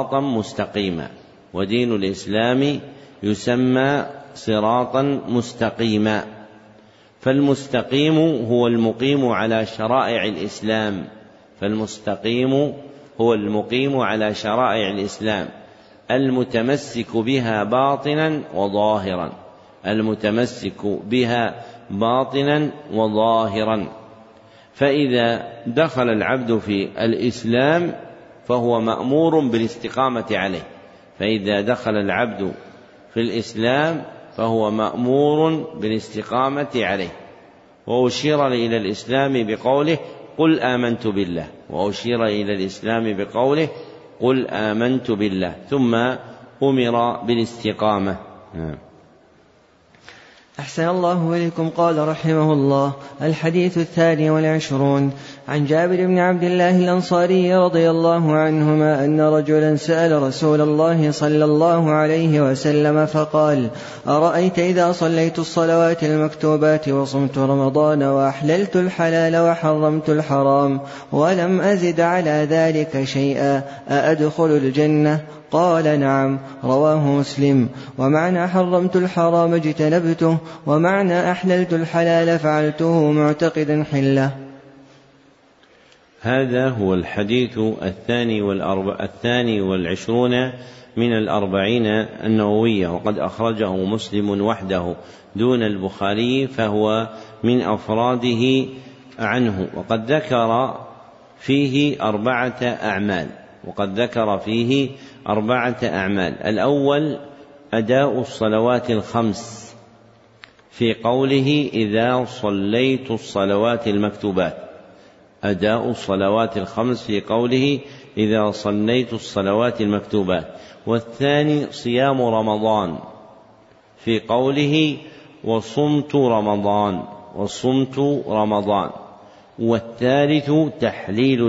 صراطا مستقيما، فالمستقيم هو المقيم على شرائع الإسلام المتمسك بها باطنا وظاهرا. فإذا دخل العبد في الإسلام فهو مأمور بالاستقامة عليه، وأشير إلى الإسلام بقوله: قل آمنت بالله، ثم أمر بالاستقامة. أحسن الله إليكم. قال رحمه الله: الحديث 22 عن جابر بن عبد الله الأنصاري رضي الله عنهما أن رجلا سأل رسول الله صلى الله عليه وسلم فقال: أرأيت إذا صليت الصلوات المكتوبات وصمت رمضان وأحللت الحلال وحرمت الحرام ولم أزد على ذلك شيئا أأدخل الجنة؟ قال: نعم. رواه مسلم. ومعنى حرمت الحرام اجتنبته، ومعنى أحللت الحلال فعلته معتقدا حله. هذا هو الحديث الثاني والعشرون من الأربعين النووية، وقد أخرجه مسلم وحده دون البخاري، فهو من أفراده عنه. وقد ذكر فيه أربعة أعمال. الأول أداء الصلوات الخمس في قوله إذا صليت الصلوات المكتوبات، أداء الصلوات الخمس في قوله إذا صليت الصلوات المكتوبات. والثاني صيام رمضان في قوله وصمت رمضان. والثالث تحليل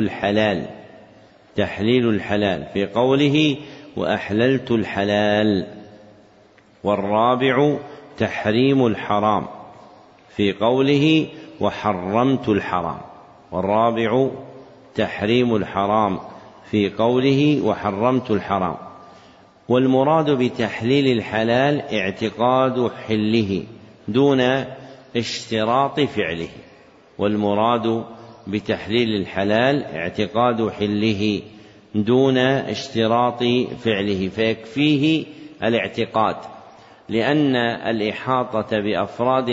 الحلال في قوله وأحللت الحلال. والرابع تحريم الحرام في قوله وحرمت الحرام. والمراد بتحليل الحلال اعتقاد حله دون اشتراط فعله، فيكفيه الاعتقاد، لأن الإحاطة بأفراد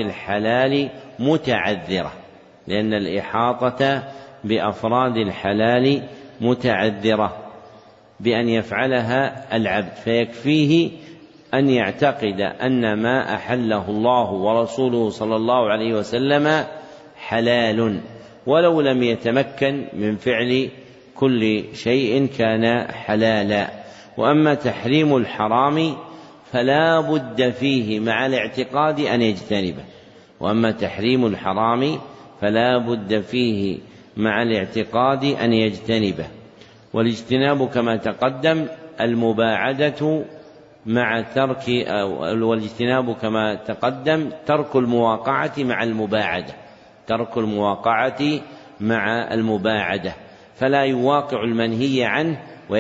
الحلال متعذرة بأن يفعلها العبد، فيكفيه أن يعتقد أن ما أحله الله ورسوله صلى الله عليه وسلم حلال، ولو لم يتمكن من فعل كل شيء كان حلالا. وأما تحريم الحرام فلا بد فيه مع الاعتقاد أن يجتنبه. والاجتناب كما تقدم ترك المواقعة مع المباعدة، فلا يواقع المنهي عنه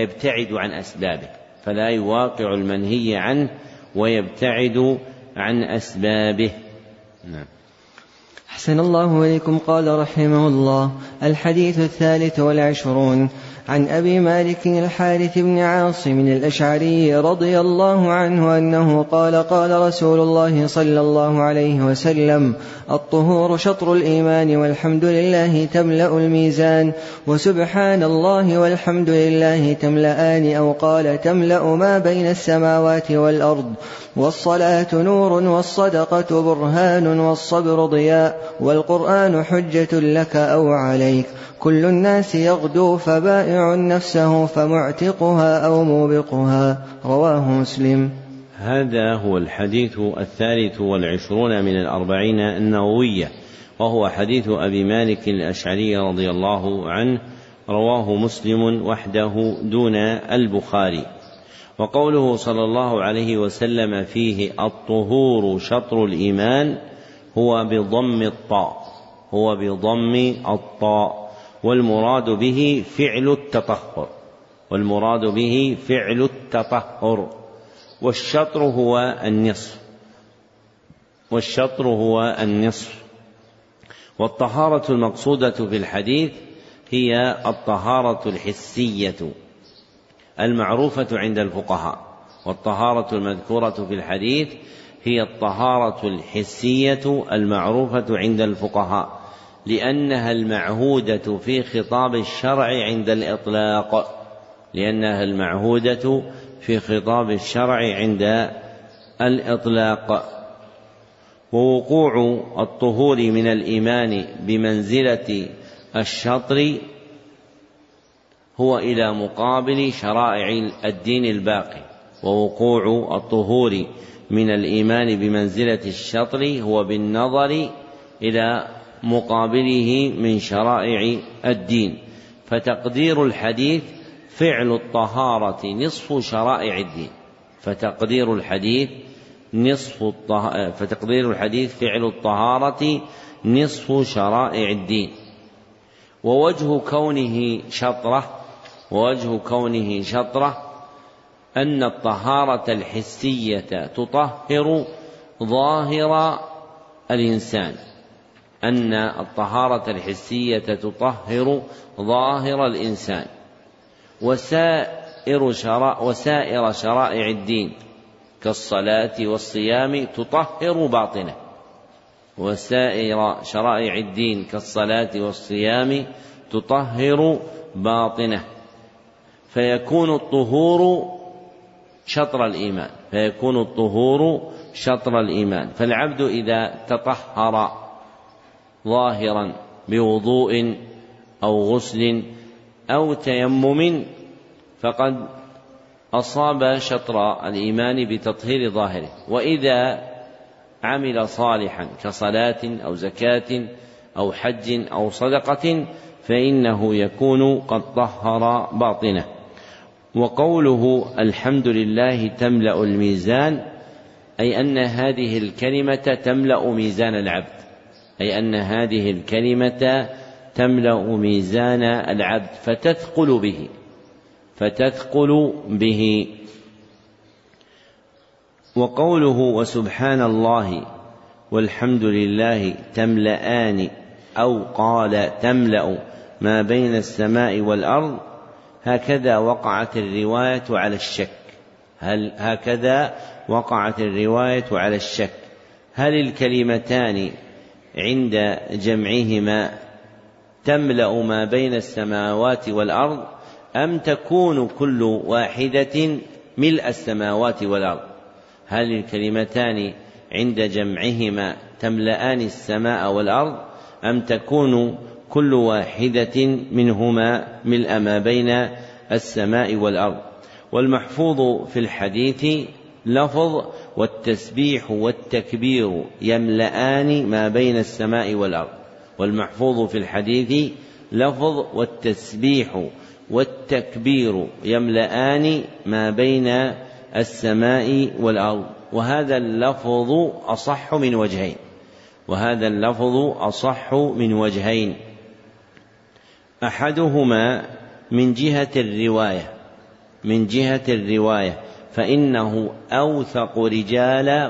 ويبتعد عن أسبابه. نعم. أحسن الله إليكم. قال رحمه الله: الحديث 23 عن أبي مالك الحارث بن عاصم الأشعري رضي الله عنه أنه قال: قال رسول الله صلى الله عليه وسلم: الطهور شطر الإيمان، والحمد لله تملأ الميزان، وسبحان الله والحمد لله تملأان، أو قال تملأ ما بين السماوات والأرض. والصلاة نور، والصدقة برهان، والصبر ضياء، والقرآن حجة لك أو عليك. كل الناس يغدو، فبائع نفسه فمعتقها أو موبقها. رواه مسلم. هذا هو الحديث 23 من الأربعين النووية، وهو حديث أبي مالك الأشعري رضي الله عنه، رواه مسلم وحده دون البخاري. وقوله صلى الله عليه وسلم فيه الطهور شطر الإيمان هو بضم الطاء، والمراد به فعل التطهر. والشطر هو النصف. والطهارة المقصودة في الحديث هي الطهارة الحسية المعروفة عند الفقهاء، والطهارة المذكورة في الحديث هي الطهارة الحسية المعروفة عند الفقهاء، لأنها المعهودة في خطاب الشرع عند الإطلاق. ووقوع الطهور من الإيمان بمنزلة الشطر هو إلى مقابل شرائع الدين الباقي، ووقوع الطهور من الإيمان بمنزلة الشطر هو بالنظر إلى مقابله من شرائع الدين. فتقدير الحديث فعل الطهارة نصف شرائع الدين، فتقدير الحديث فعل الطهارة نصف شرائع الدين. ووجه كونه شطرة أن الطهارة الحسية تطهر ظاهر الإنسان، أن الطهارة الحسية تطهر ظاهر الإنسان، وسائر شرائع الدين كالصلاة والصيام تطهر باطنه، وسائر شرائع الدين كالصلاة والصيام تطهر باطنه، فيكون الطهور شطر الإيمان. فالعبد إذا تطهر ظاهرا بوضوء أو غسل أو تيمم فقد أصاب شطر الإيمان بتطهير ظاهره، وإذا عمل صالحا كصلاة أو زكاة أو حج أو صدقة فإنه يكون قد طهر باطنه. وقوله الحمد لله تملأ الميزان، أي أن هذه الكلمة تملأ ميزان العبد، فتثقل به. وقوله وسبحان الله والحمد لله تملأان، أو قال تملأ ما بين السماء والأرض، هكذا وقعت الرواية على الشك، هل الكلمتان عند جمعهما تملأ ما بين السماوات والأرض، أم تكون كل واحدة ملء السماوات والأرض؟ هل الكلمتان عند جمعهما تملأان السماء والأرض، أم تكون كل واحدة منهما ملء ما بين السماء والأرض؟ والمحفوظ في الحديث لفظ والتسبيح والتكبير يملأان ما بين السماء والأرض، والمحفوظ في الحديث لفظ والتسبيح والتكبير يملأان ما بين السماء والأرض، وهذا اللفظ أصح من وجهين، أحدهما من جهة الرواية فإنه أوثق رجالا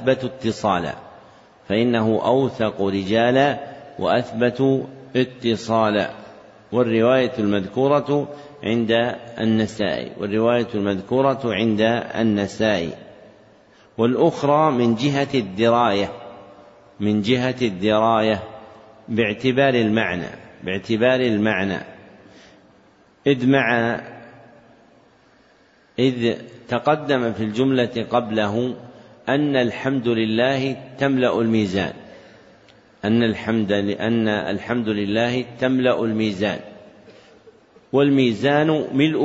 وأثبت اتصالا، والرواية المذكورة عند النسائي، والأخرى من جهة الدراية باعتبار المعنى، إذ تقدم في الجملة قبله أن الحمد لله تملأ الميزان، والميزان ملء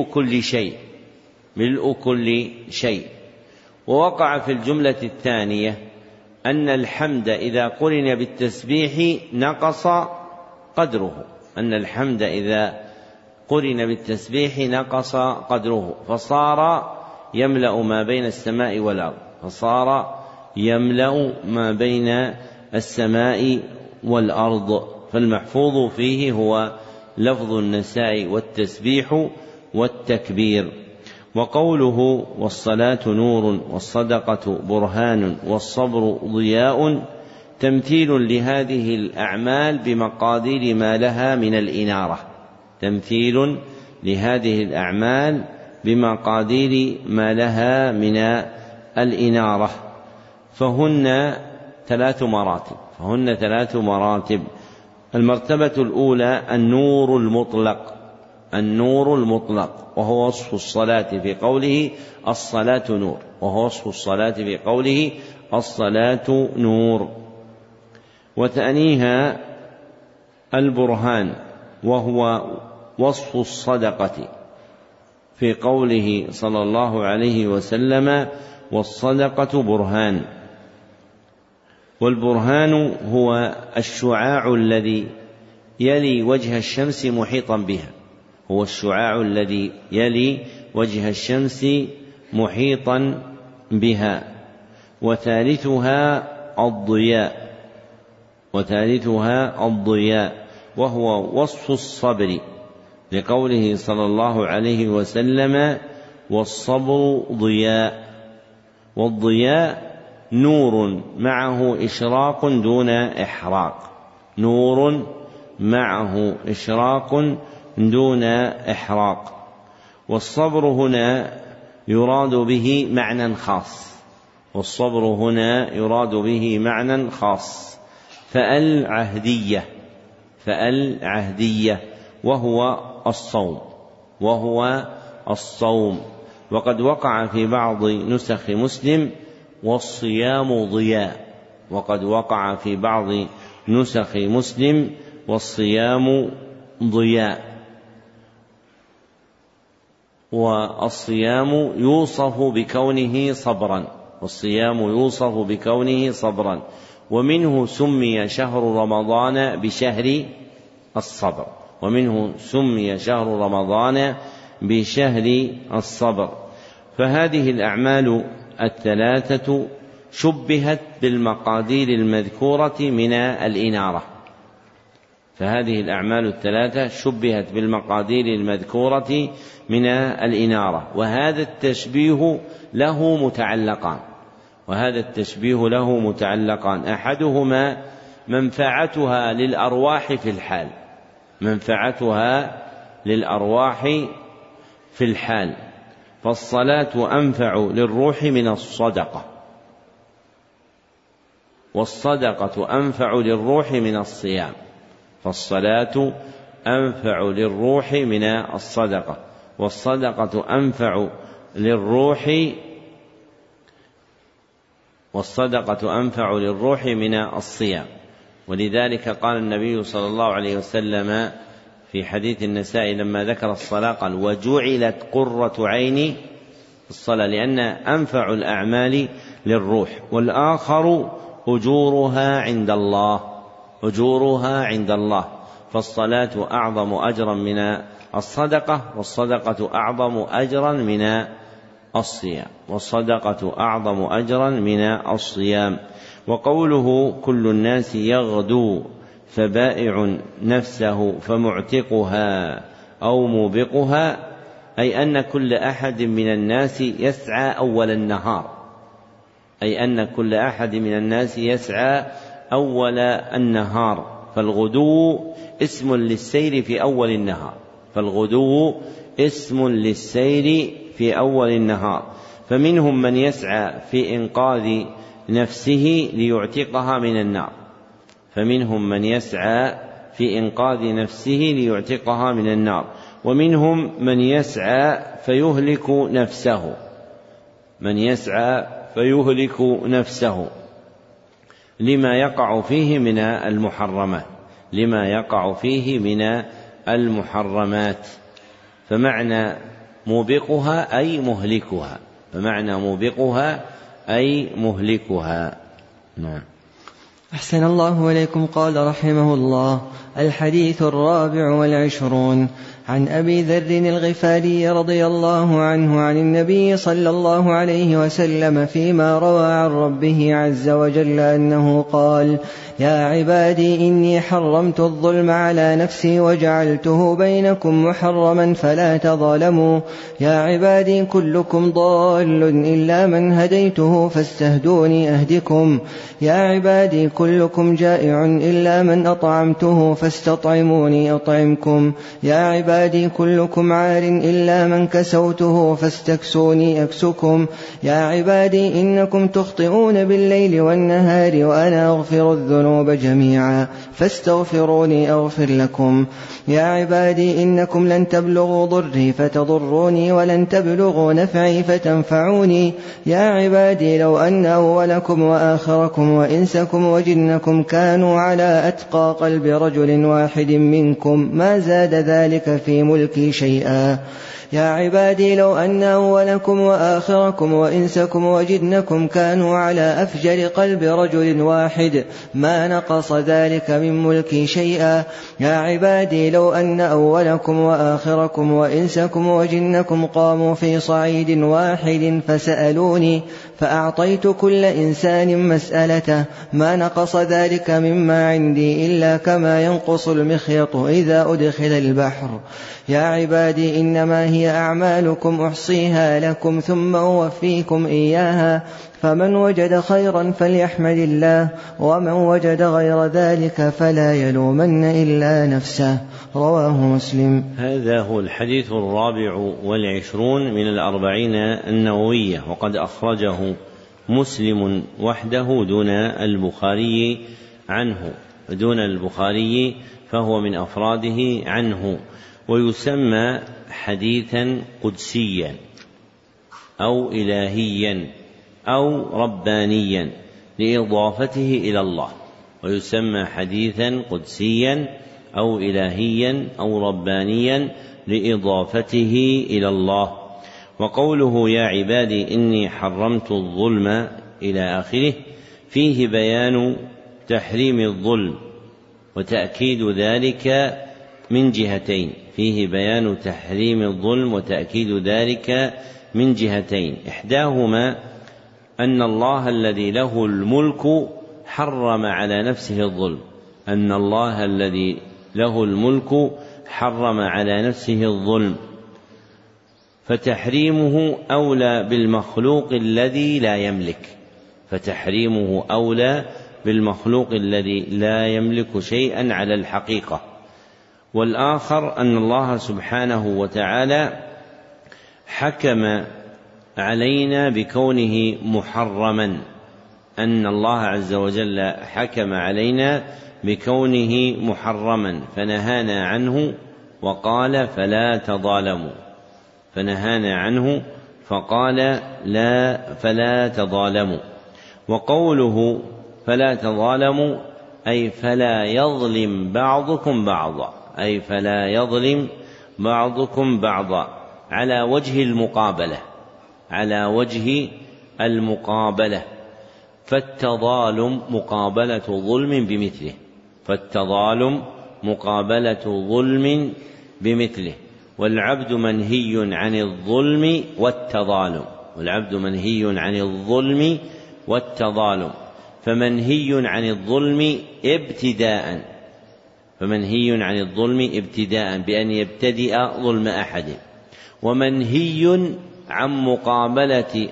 كل شيء. ووقع في الجملة الثانية أن الحمد إذا قرن بالتسبيح نقص قدره، فصار يملأ ما بين السماء والأرض، فالمحفوظ فيه هو لفظ النساء والتسبيح والتكبير. وقوله والصلاة نور والصدقة برهان والصبر ضياء تمثيل لهذه الأعمال بمقادير ما لها من الإنارة، فهن ثلاث مراتب. المرتبة الأولى النور المطلق، وهو وصف الصلاة في قوله الصلاة نور، وثانيها البرهان، وهو وصف الصدقة في قوله صلى الله عليه وسلم والصدقة برهان، والبرهان هو الشعاع الذي يلي وجه الشمس محيطا بها، وثالثها الضياء، وهو وصف الصبر لقوله صلى الله عليه وسلم والصبر ضياء، والضياء نور معه إشراق دون إحراق، نور معه إشراق دون إحراق. والصبر هنا يراد به معنى خاص، والصبر هنا يراد به معنى خاص، فأل عهدية وهو الصوم. وقد وقع في بعض نسخ مسلم والصيام ضياء، وقد وقع في بعض نسخ مسلم والصيام ضياء. والصيام يوصف بكونه صبرا، والصيام يوصف بكونه صبرا. ومنه سمي شهر رمضان بشهر الصبر، ومنه سمي شهر رمضان بشهر الصبر. فهذه الأعمال الثلاثة شبهت بالمقادير المذكورة من الإنارة، فهذه الأعمال الثلاثة شبهت بالمقادير المذكورة من الإنارة. وهذا التشبيه له متعلقان، أحدهما منفعتها للأرواح في الحال، فالصلاة أنفع للروح من الصدقة، والصدقة أنفع للروح من الصيام. فالصلاة أنفع للروح من الصدقة، والصدقة أنفع للروح من الصيام. ولذلك قال النبي صلى الله عليه وسلم في حديث النساء لما ذكر الصلاة قال: وجعلت قرة عيني الصلاة، لأن أنفع الأعمال للروح. والآخر أجورها عند الله، فالصلاة أعظم أجرا من الصدقة، والصدقة أعظم أجرا من الصيام. وقوله كل الناس يغدو فبائع نفسه فمعتقها أو موبقها، أي أن كل أحد من الناس يسعى أول النهار، فالغدو اسم للسير في أول النهار. فمنهم من يسعى في إنقاذ نفسه ليعتقها من النار، ومنهم من يسعى فيهلك نفسه لما يقع فيه من المحرمات. فمعنى موبقها أي مهلكها. نعم. أحسن الله إليكم. قال رحمه الله: الحديث 24 عن أبي ذر الغفاري رضي الله عنه عن النبي صلى الله عليه وسلم فيما روى عن ربه عز وجل أنه قال: يا عبادي إني حرمت الظلم على نفسي وجعلته بينكم محرما فلا تظالموا. يا عبادي كلكم ضال إلا من هديته فاستهدوني أهدكم. يا عبادي كلكم جائع إلا من أطعمته فاستطعموني أطعمكم. يا عبادي كلكم عار إلا من كسوته فاستكسوني أكسكم. يا عبادي إنكم تخطئون بالليل والنهار وأنا أغفر الذنوب جميعا فاستغفروني أغفر لكم. يا عبادي إنكم لن تبلغوا ضري فتضروني ولن تبلغوا نفعي فتنفعوني. يا عبادي لو أن أولكم وآخركم وإنسكم وجنكم كانوا على أتقى قلب رجل واحد منكم ما زاد ذلك في ملكي شيئا. يا عبادي لو أن أولكم وآخركم وإنسكم وجنكم كانوا على أفجر قلب رجل واحد ما نقص ذلك من ملكي شيئا. يا عبادي لو أن أولكم وآخركم وإنسكم وجنكم قاموا في صعيد واحد فسألوني فأعطيت كل إنسان مسألته ما نقص ذلك مما عندي إلا كما ينقص المخيط إذا أدخل البحر. يا عبادي إنما هي هي أعمالكم أحصيها لكم ثم أوفيكم إياها، فمن وجد خيرا فليحمد الله، ومن وجد غير ذلك فلا يلومن إلا نفسه. رواه مسلم. هذا هو الحديث 24 من 40 النووية، وقد أخرجه مسلم وحده دون البخاري فهو من أفراده عنه. ويسمى حديثا قدسيا أو إلهيا أو ربانيا لإضافته إلى الله، ويسمى حديثا قدسيا أو إلهيا أو ربانيا لإضافته إلى الله. وقوله يا عبادي إني حرمت الظلم إلى آخره فيه بيان تحريم الظلم وتأكيد ذلك من جهتين، إحداهما أن الله الذي له الملك حرم على نفسه الظلم، فتحريمه أولى بالمخلوق الذي لا يملك شيئا على الحقيقة. والآخر أن الله سبحانه وتعالى حكم علينا بكونه محرما، فنهانا عنه وقال فلا تظالموا. وقوله فلا تظالموا أي فلا يظلم بعضكم بعضا على وجه المقابلة، فالتظالم مقابلة ظلم بمثله، والعبد منهي عن الظلم والتظالم، فمنهي عن الظلم ابتداء بأن يبتدئ ظلم أحد، ومنهي عن مقابلة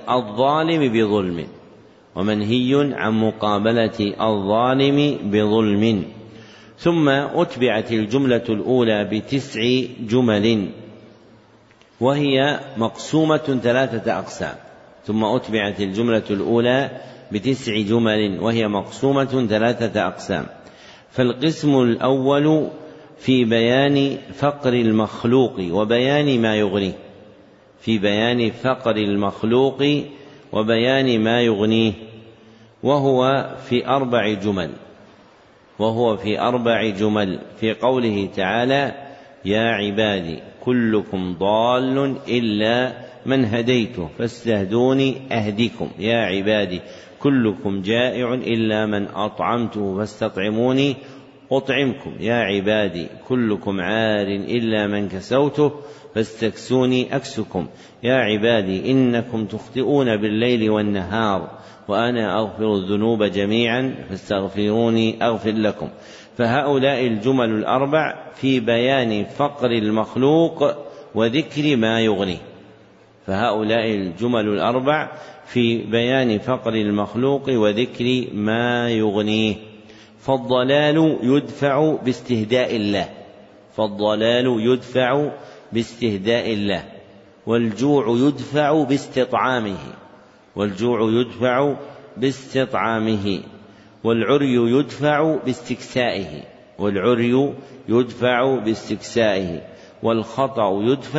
الظالم بظلم. ثم أتبعت الجملة الأولى ب9 جمل وهي مقسومة 3 أقسام. فالقسم الأول في بيان فقر المخلوق وبيان ما يغنيه، وهو في 4 جمل في قوله تعالى يا عبادي كلكم ضال إلا من هديته فاستهدوني أهدكم، يا عبادي كلكم جائع إلا من أطعمته فاستطعموني أطعمكم، يا عبادي كلكم عار إلا من كسوته فاستكسوني أكسكم، يا عبادي إنكم تخطئون بالليل والنهار وأنا أغفر الذنوب جميعا فاستغفروني أغفر لكم. فهؤلاء الجمل 4 في بيان فقر المخلوق وذكر ما يغنيه. فالضلال يدفع باستهداء الله، والجوع يدفع باستطعامه، والعري يدفع باستكسائه، والخطأ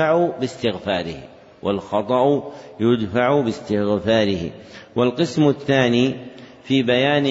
يدفع باستغفاره. والقسم الثاني في بيان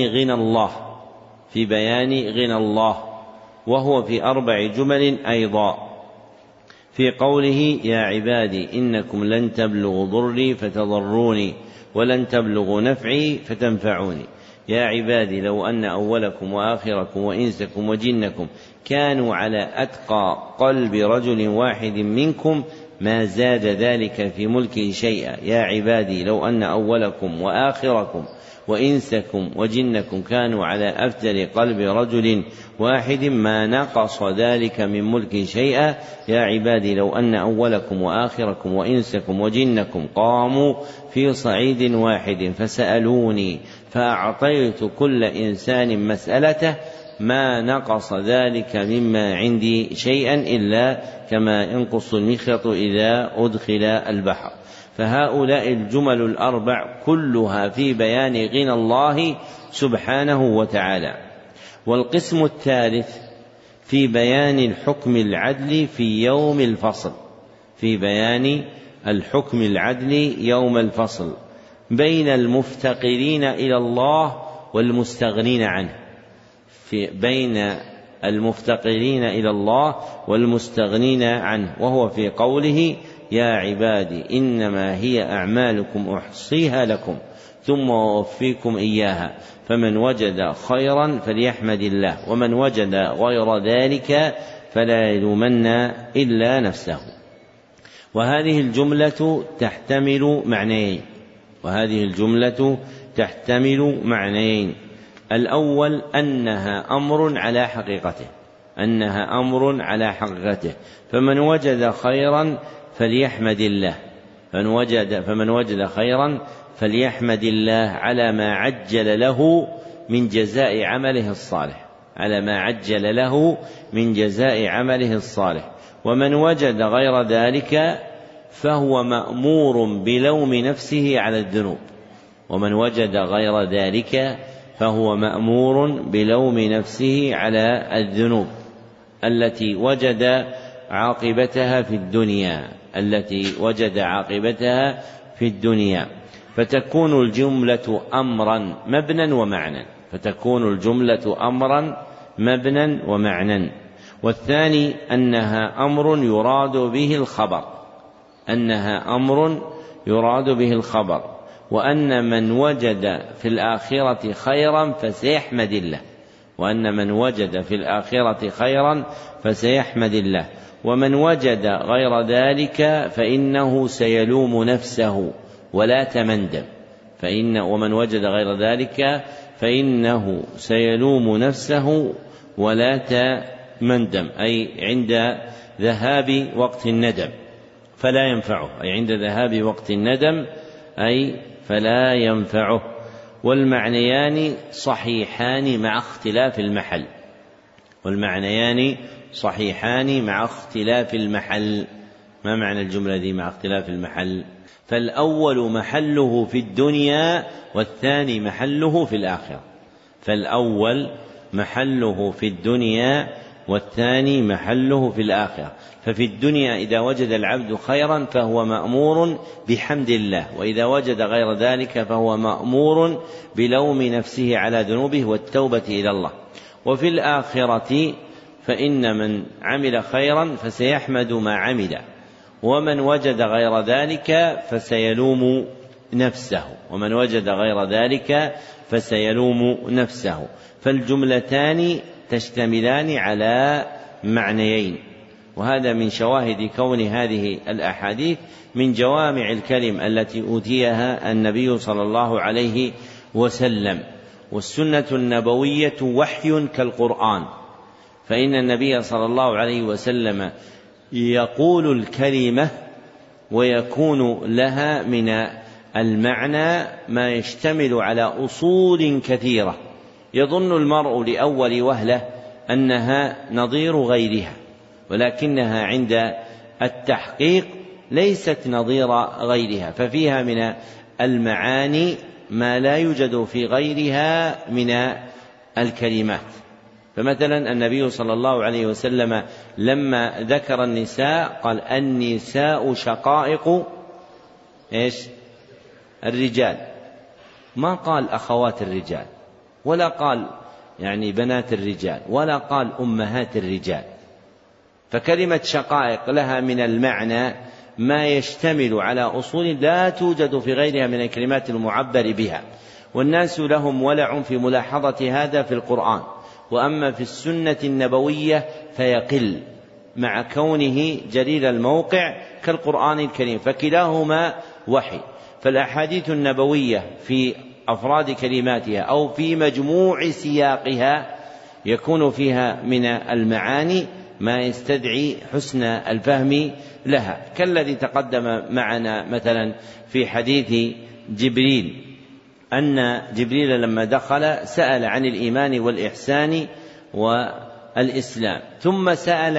غنى الله وهو في 4 جمل أيضا، في قوله يا عبادي إنكم لن تبلغوا ضري فتضروني ولن تبلغوا نفعي فتنفعوني، يا عبادي لو أن أولكم وآخركم وإنسكم وجنكم كانوا على أتقى قلب رجل واحد منكم ما زاد ذلك في ملكي شيئا، يا عبادي لو أن أولكم وآخركم وإنسكم وجنكم كانوا على أفتر قلب رجل واحد ما نقص ذلك من ملك شيئا يا عبادي لو أن أولكم وآخركم وإنسكم وجنكم قاموا في صعيد واحد فسألوني فأعطيت كل إنسان مسألته ما نقص ذلك مما عندي شيئا إلا كما ينقص المخيط إذا أدخل البحر. فهؤلاء الجمل الأربع كلها في بيان غنى الله سبحانه وتعالى. والقسم الثالث في بيان الحكم العدل في يوم الفصل، في بيان الحكم العدل يوم الفصل بين المفتقرين إلى الله والمستغنين عنه، بين المفتقرين إلى الله والمستغنين عنه، وهو في قوله يا عبادي إنما هي أعمالكم أحصيها لكم ثم أوفيكم إياها فمن وجد خيرا فليحمد الله ومن وجد غير ذلك فلا يلومن إلا نفسه. وهذه الجملة تحتمل معنيين، الأول أنها أمر على حقيقته، فمن وجد خيرا فليحمد الله، فمن وجد خيرا فليحمد الله على ما عجل له من جزاء عمله الصالح، ومن وجد غير ذلك فهو مأمور بلوم نفسه على الذنوب التي وجد عاقبتها في الدنيا، فتكون الجملة أمرا مبنا ومعنى. والثاني أنها أمر يراد به الخبر، وأن من وجد في الآخرة خيرا فسيحمد الله، ومن وجد غير ذلك فإنه سيلوم نفسه ولا تمندم، أي عند ذهاب وقت الندم فلا ينفعه. والمعنيان صحيحان مع اختلاف المحل. ما معنى الجملة دي مع اختلاف المحل؟ فالأول محله في الدنيا والثاني محله في الآخرة. ففي الدنيا إذا وجد العبد خيرا فهو مأمور بحمد الله، وإذا وجد غير ذلك فهو مأمور بلوم نفسه على ذنوبه والتوبة إلى الله. وفي الآخرة فإن من عمل خيرا فسيحمد ما عمل، ومن وجد غير ذلك فسيلوم نفسه. فالجملتان تشتملان على معنيين، وهذا من شواهد كون هذه الأحاديث من جوامع الكلم التي أوتيها النبي صلى الله عليه وسلم. والسنة النبوية وحي كالقرآن، فإن النبي صلى الله عليه وسلم يقول الكلمة ويكون لها من المعنى ما يشتمل على أصول كثيرة يظن المرء لأول وهلة أنها نظير غيرها، ولكنها عند التحقيق ليست نظير غيرها، ففيها من المعاني ما لا يوجد في غيرها من الكلمات. فمثلا النبي صلى الله عليه وسلم لما ذكر النساء قال النساء شقائق الرجال، ما قال أخوات الرجال، ولا قال بنات الرجال، ولا قال أمهات الرجال. فكلمة شقائق لها من المعنى ما يشتمل على أصول لا توجد في غيرها من الكلمات المعبر بها، والناس لهم ولع في ملاحظة هذا في القرآن، وأما في السنة النبوية فيقل مع كونه جليل الموقع كالقرآن الكريم، فكلاهما وحي. فالأحاديث النبوية في أفراد كلماتها أو في مجموع سياقها يكون فيها من المعاني ما يستدعي حسن الفهم لها، كالذي تقدم معنا مثلا في حديث جبريل أن جبريل لما دخل سأل عن الإيمان والإحسان والإسلام ثم سأل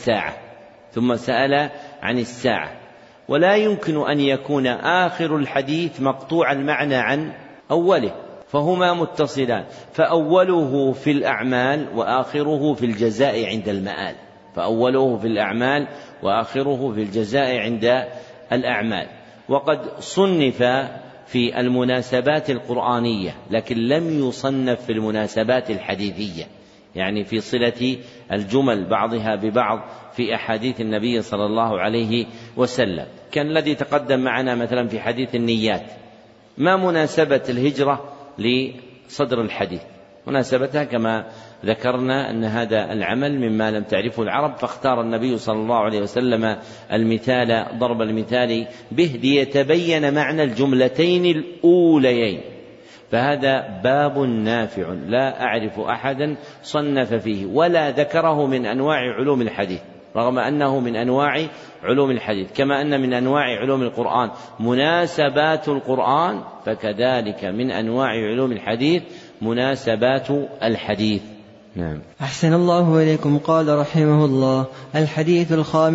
عن الساعة، ولا يمكن أن يكون آخر الحديث مقطوع المعنى عن أوله، فهما متصلان، فأوله في الأعمال وآخره في الجزاء عند المآل، فأوله في الأعمال وآخره في الجزاء عند الأعمال. وقد صنف في المناسبات القرآنية لكن لم يصنف في المناسبات الحديثية، يعني في صلة الجمل بعضها ببعض في أحاديث النبي صلى الله عليه وسلم، كان الذي تقدم معنا مثلا في حديث النيات. ما مناسبة الهجرة لصدر الحديث؟ مناسبتها كما ذكرنا أن هذا العمل مما لم تعرفه العرب، فاختار النبي صلى الله عليه وسلم المثال، ضرب المثال به ليتبين معنى الجملتين الأوليين، فهذا باب نافع لا أعرف أحدا صنف فيه ولا ذكره من أنواع علوم الحديث، رغم أنه من أنواع علوم الحديث، كما أن من أنواع علوم القرآن مناسبات القرآن، فكذلك من أنواع علوم الحديث مناسبات الحديث. نعم. أحسن الله إليكم. قال رحمه الله: الحديث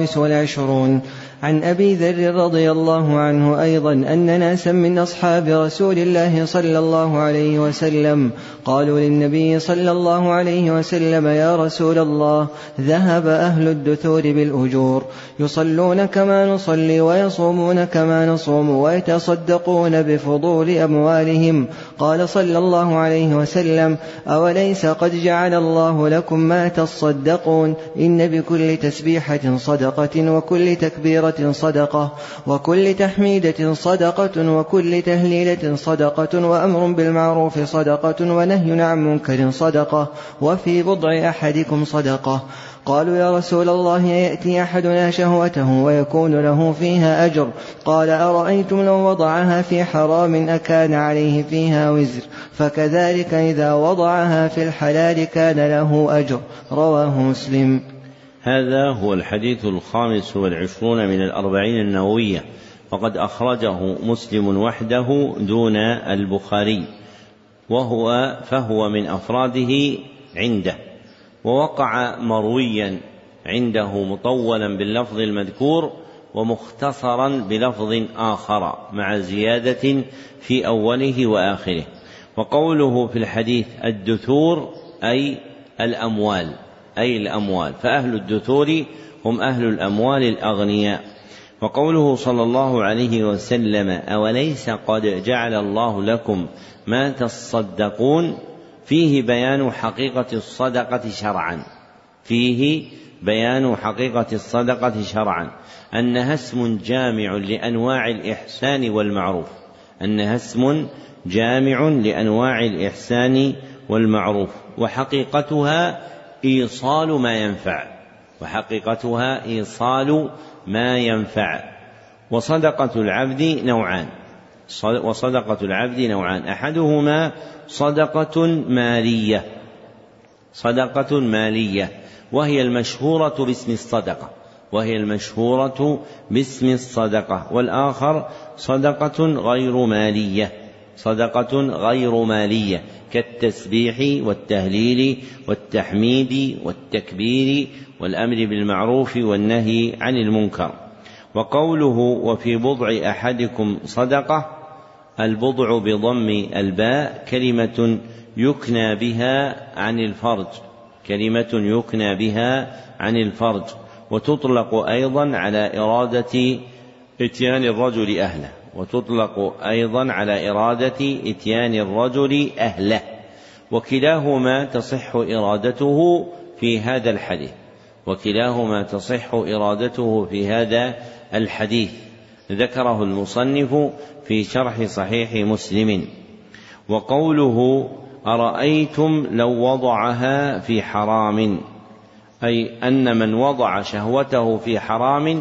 25 عن أبي ذر رضي الله عنه أيضا أن ناسا من أصحاب رسول الله صلى الله عليه وسلم قالوا للنبي صلى الله عليه وسلم: يا رسول الله، ذهب أهل الدثور بالأجور، يصلون كما نصلي ويصومون كما نصوم ويتصدقون بفضول أموالهم. قال صلى الله عليه وسلم: أوليس قد جعل الله لكم ما تصدقون؟ إن بكل تسبيحة صدقة، وكل تكبيرة صدقة، وكل تحميدة صدقة، وكل تهليلة صدقة، وأمر بالمعروف صدقة، ونهي عن منكر صدقة، وفي بضع أحدكم صدقة. قالوا: يا رسول الله، يأتي أحدنا شهوته ويكون له فيها أجر؟ قال: أرأيتم لو وضعها في حرام أكان عليه فيها وزر؟ فكذلك إذا وضعها في الحلال كان له أجر. رواه مسلم. هذا هو الحديث 25 من 40 النووية، وقد أخرجه مسلم وحده دون البخاري، فهو من أفراده عنده، ووقع مرويا عنده مطولا باللفظ المذكور ومختصرا بلفظ آخر مع زيادة في أوله وآخره. وقوله في الحديث الدثور أي الأموال، فأهل الدثور هم أهل الأموال الأغنياء. وقوله صلى الله عليه وسلم: أوليس قد جعل الله لكم ما تصدقون؟ فيه بيان حقيقة الصدقة شرعا، أنها اسم جامع لأنواع الإحسان والمعروف، وحقيقتها إيصال ما ينفع. وصدقة العبد نوعان، أحدهما صدقة مالية وهي المشهورة باسم الصدقة، والآخر صدقة غير مالية كالتسبيح والتهليل والتحميد والتكبير والأمر بالمعروف والنهي عن المنكر. وقوله وفي بضع أحدكم صدقة، البضع بضم الباء كلمة يكنى بها عن الفرج، وتطلق أيضا على إرادة إتيان الرجل أهله، وكلاهما تصح إرادته في هذا الحديث، ذكره المصنف في شرح صحيح مسلم. وقوله أرأيتم لو وضعها في حرام، أي أن من وضع شهوته في حرام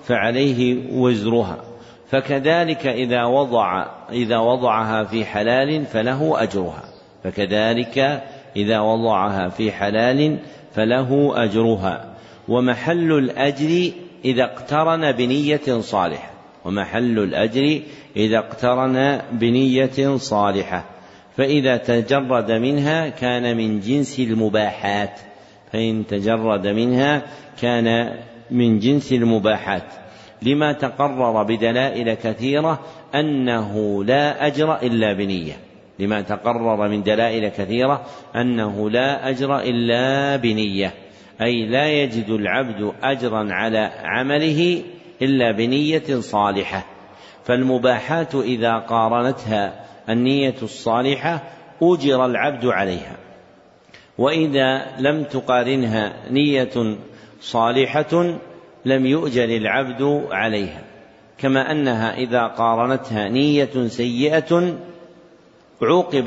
فعليه وزرها. فكذلك إذا وضعها في حلال فله أجرها، فكذلك إذا وضعها في حلال فله أجرها. ومحل الأجر إذا اقترن بنية صالحة، ومحل الأجر إذا اقترن بنية صالحة، فإذا تجرد منها كان من جنس المباحات، فإن تجرد منها كان من جنس المباحات، لما تقرر بدلائل كثيرة أنه لا أجر إلا بنية، لما تقرر من دلائل كثيرة أنه لا أجر إلا بنية، أي لا يجد العبد أجرا على عمله إلا بنية صالحة. فالمباحات إذا قارنتها النية الصالحة أجر العبد عليها، وإذا لم تقارنها نية صالحة لم يؤجر العبد عليها، كما أنها إذا قارنتها نية سيئة عوقب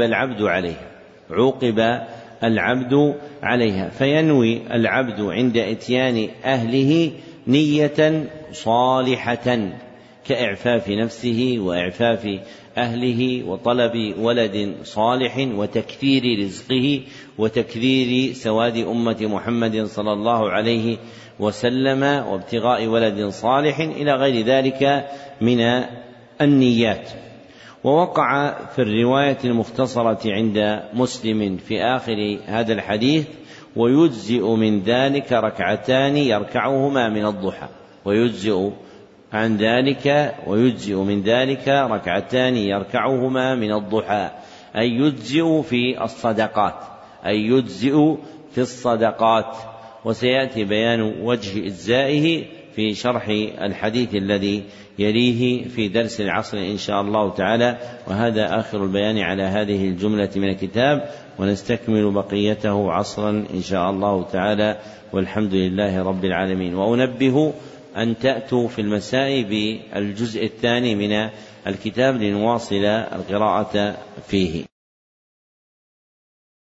العبد عليها، فينوي العبد عند إتيان أهله نية صالحة كإعفاف نفسه وإعفاف أهله وطلب ولد صالح وتكثير رزقه وتكثير سواد أمة محمد صلى الله عليه وسلم وابتغاء ولد صالح إلى غير ذلك من النيات. ووقع في الرواية المختصرة عند مسلم في آخر هذا الحديث: ويجزئ من ذلك ركعتان يركعهما من الضحى، ويجزئ من ذلك ركعتان يركعهما من الضحى، أي يجزئ في الصدقات، وسيأتي بيان وجه إجزائه في شرح الحديث الذي يليه في درس العصر إن شاء الله تعالى. وهذا آخر البيان على هذه الجملة من الكتاب، ونستكمل بقيته عصرا إن شاء الله تعالى، والحمد لله رب العالمين. وأنبه أن تأتوا في المساء بالجزء الثاني من الكتاب لنواصل القراءة فيه.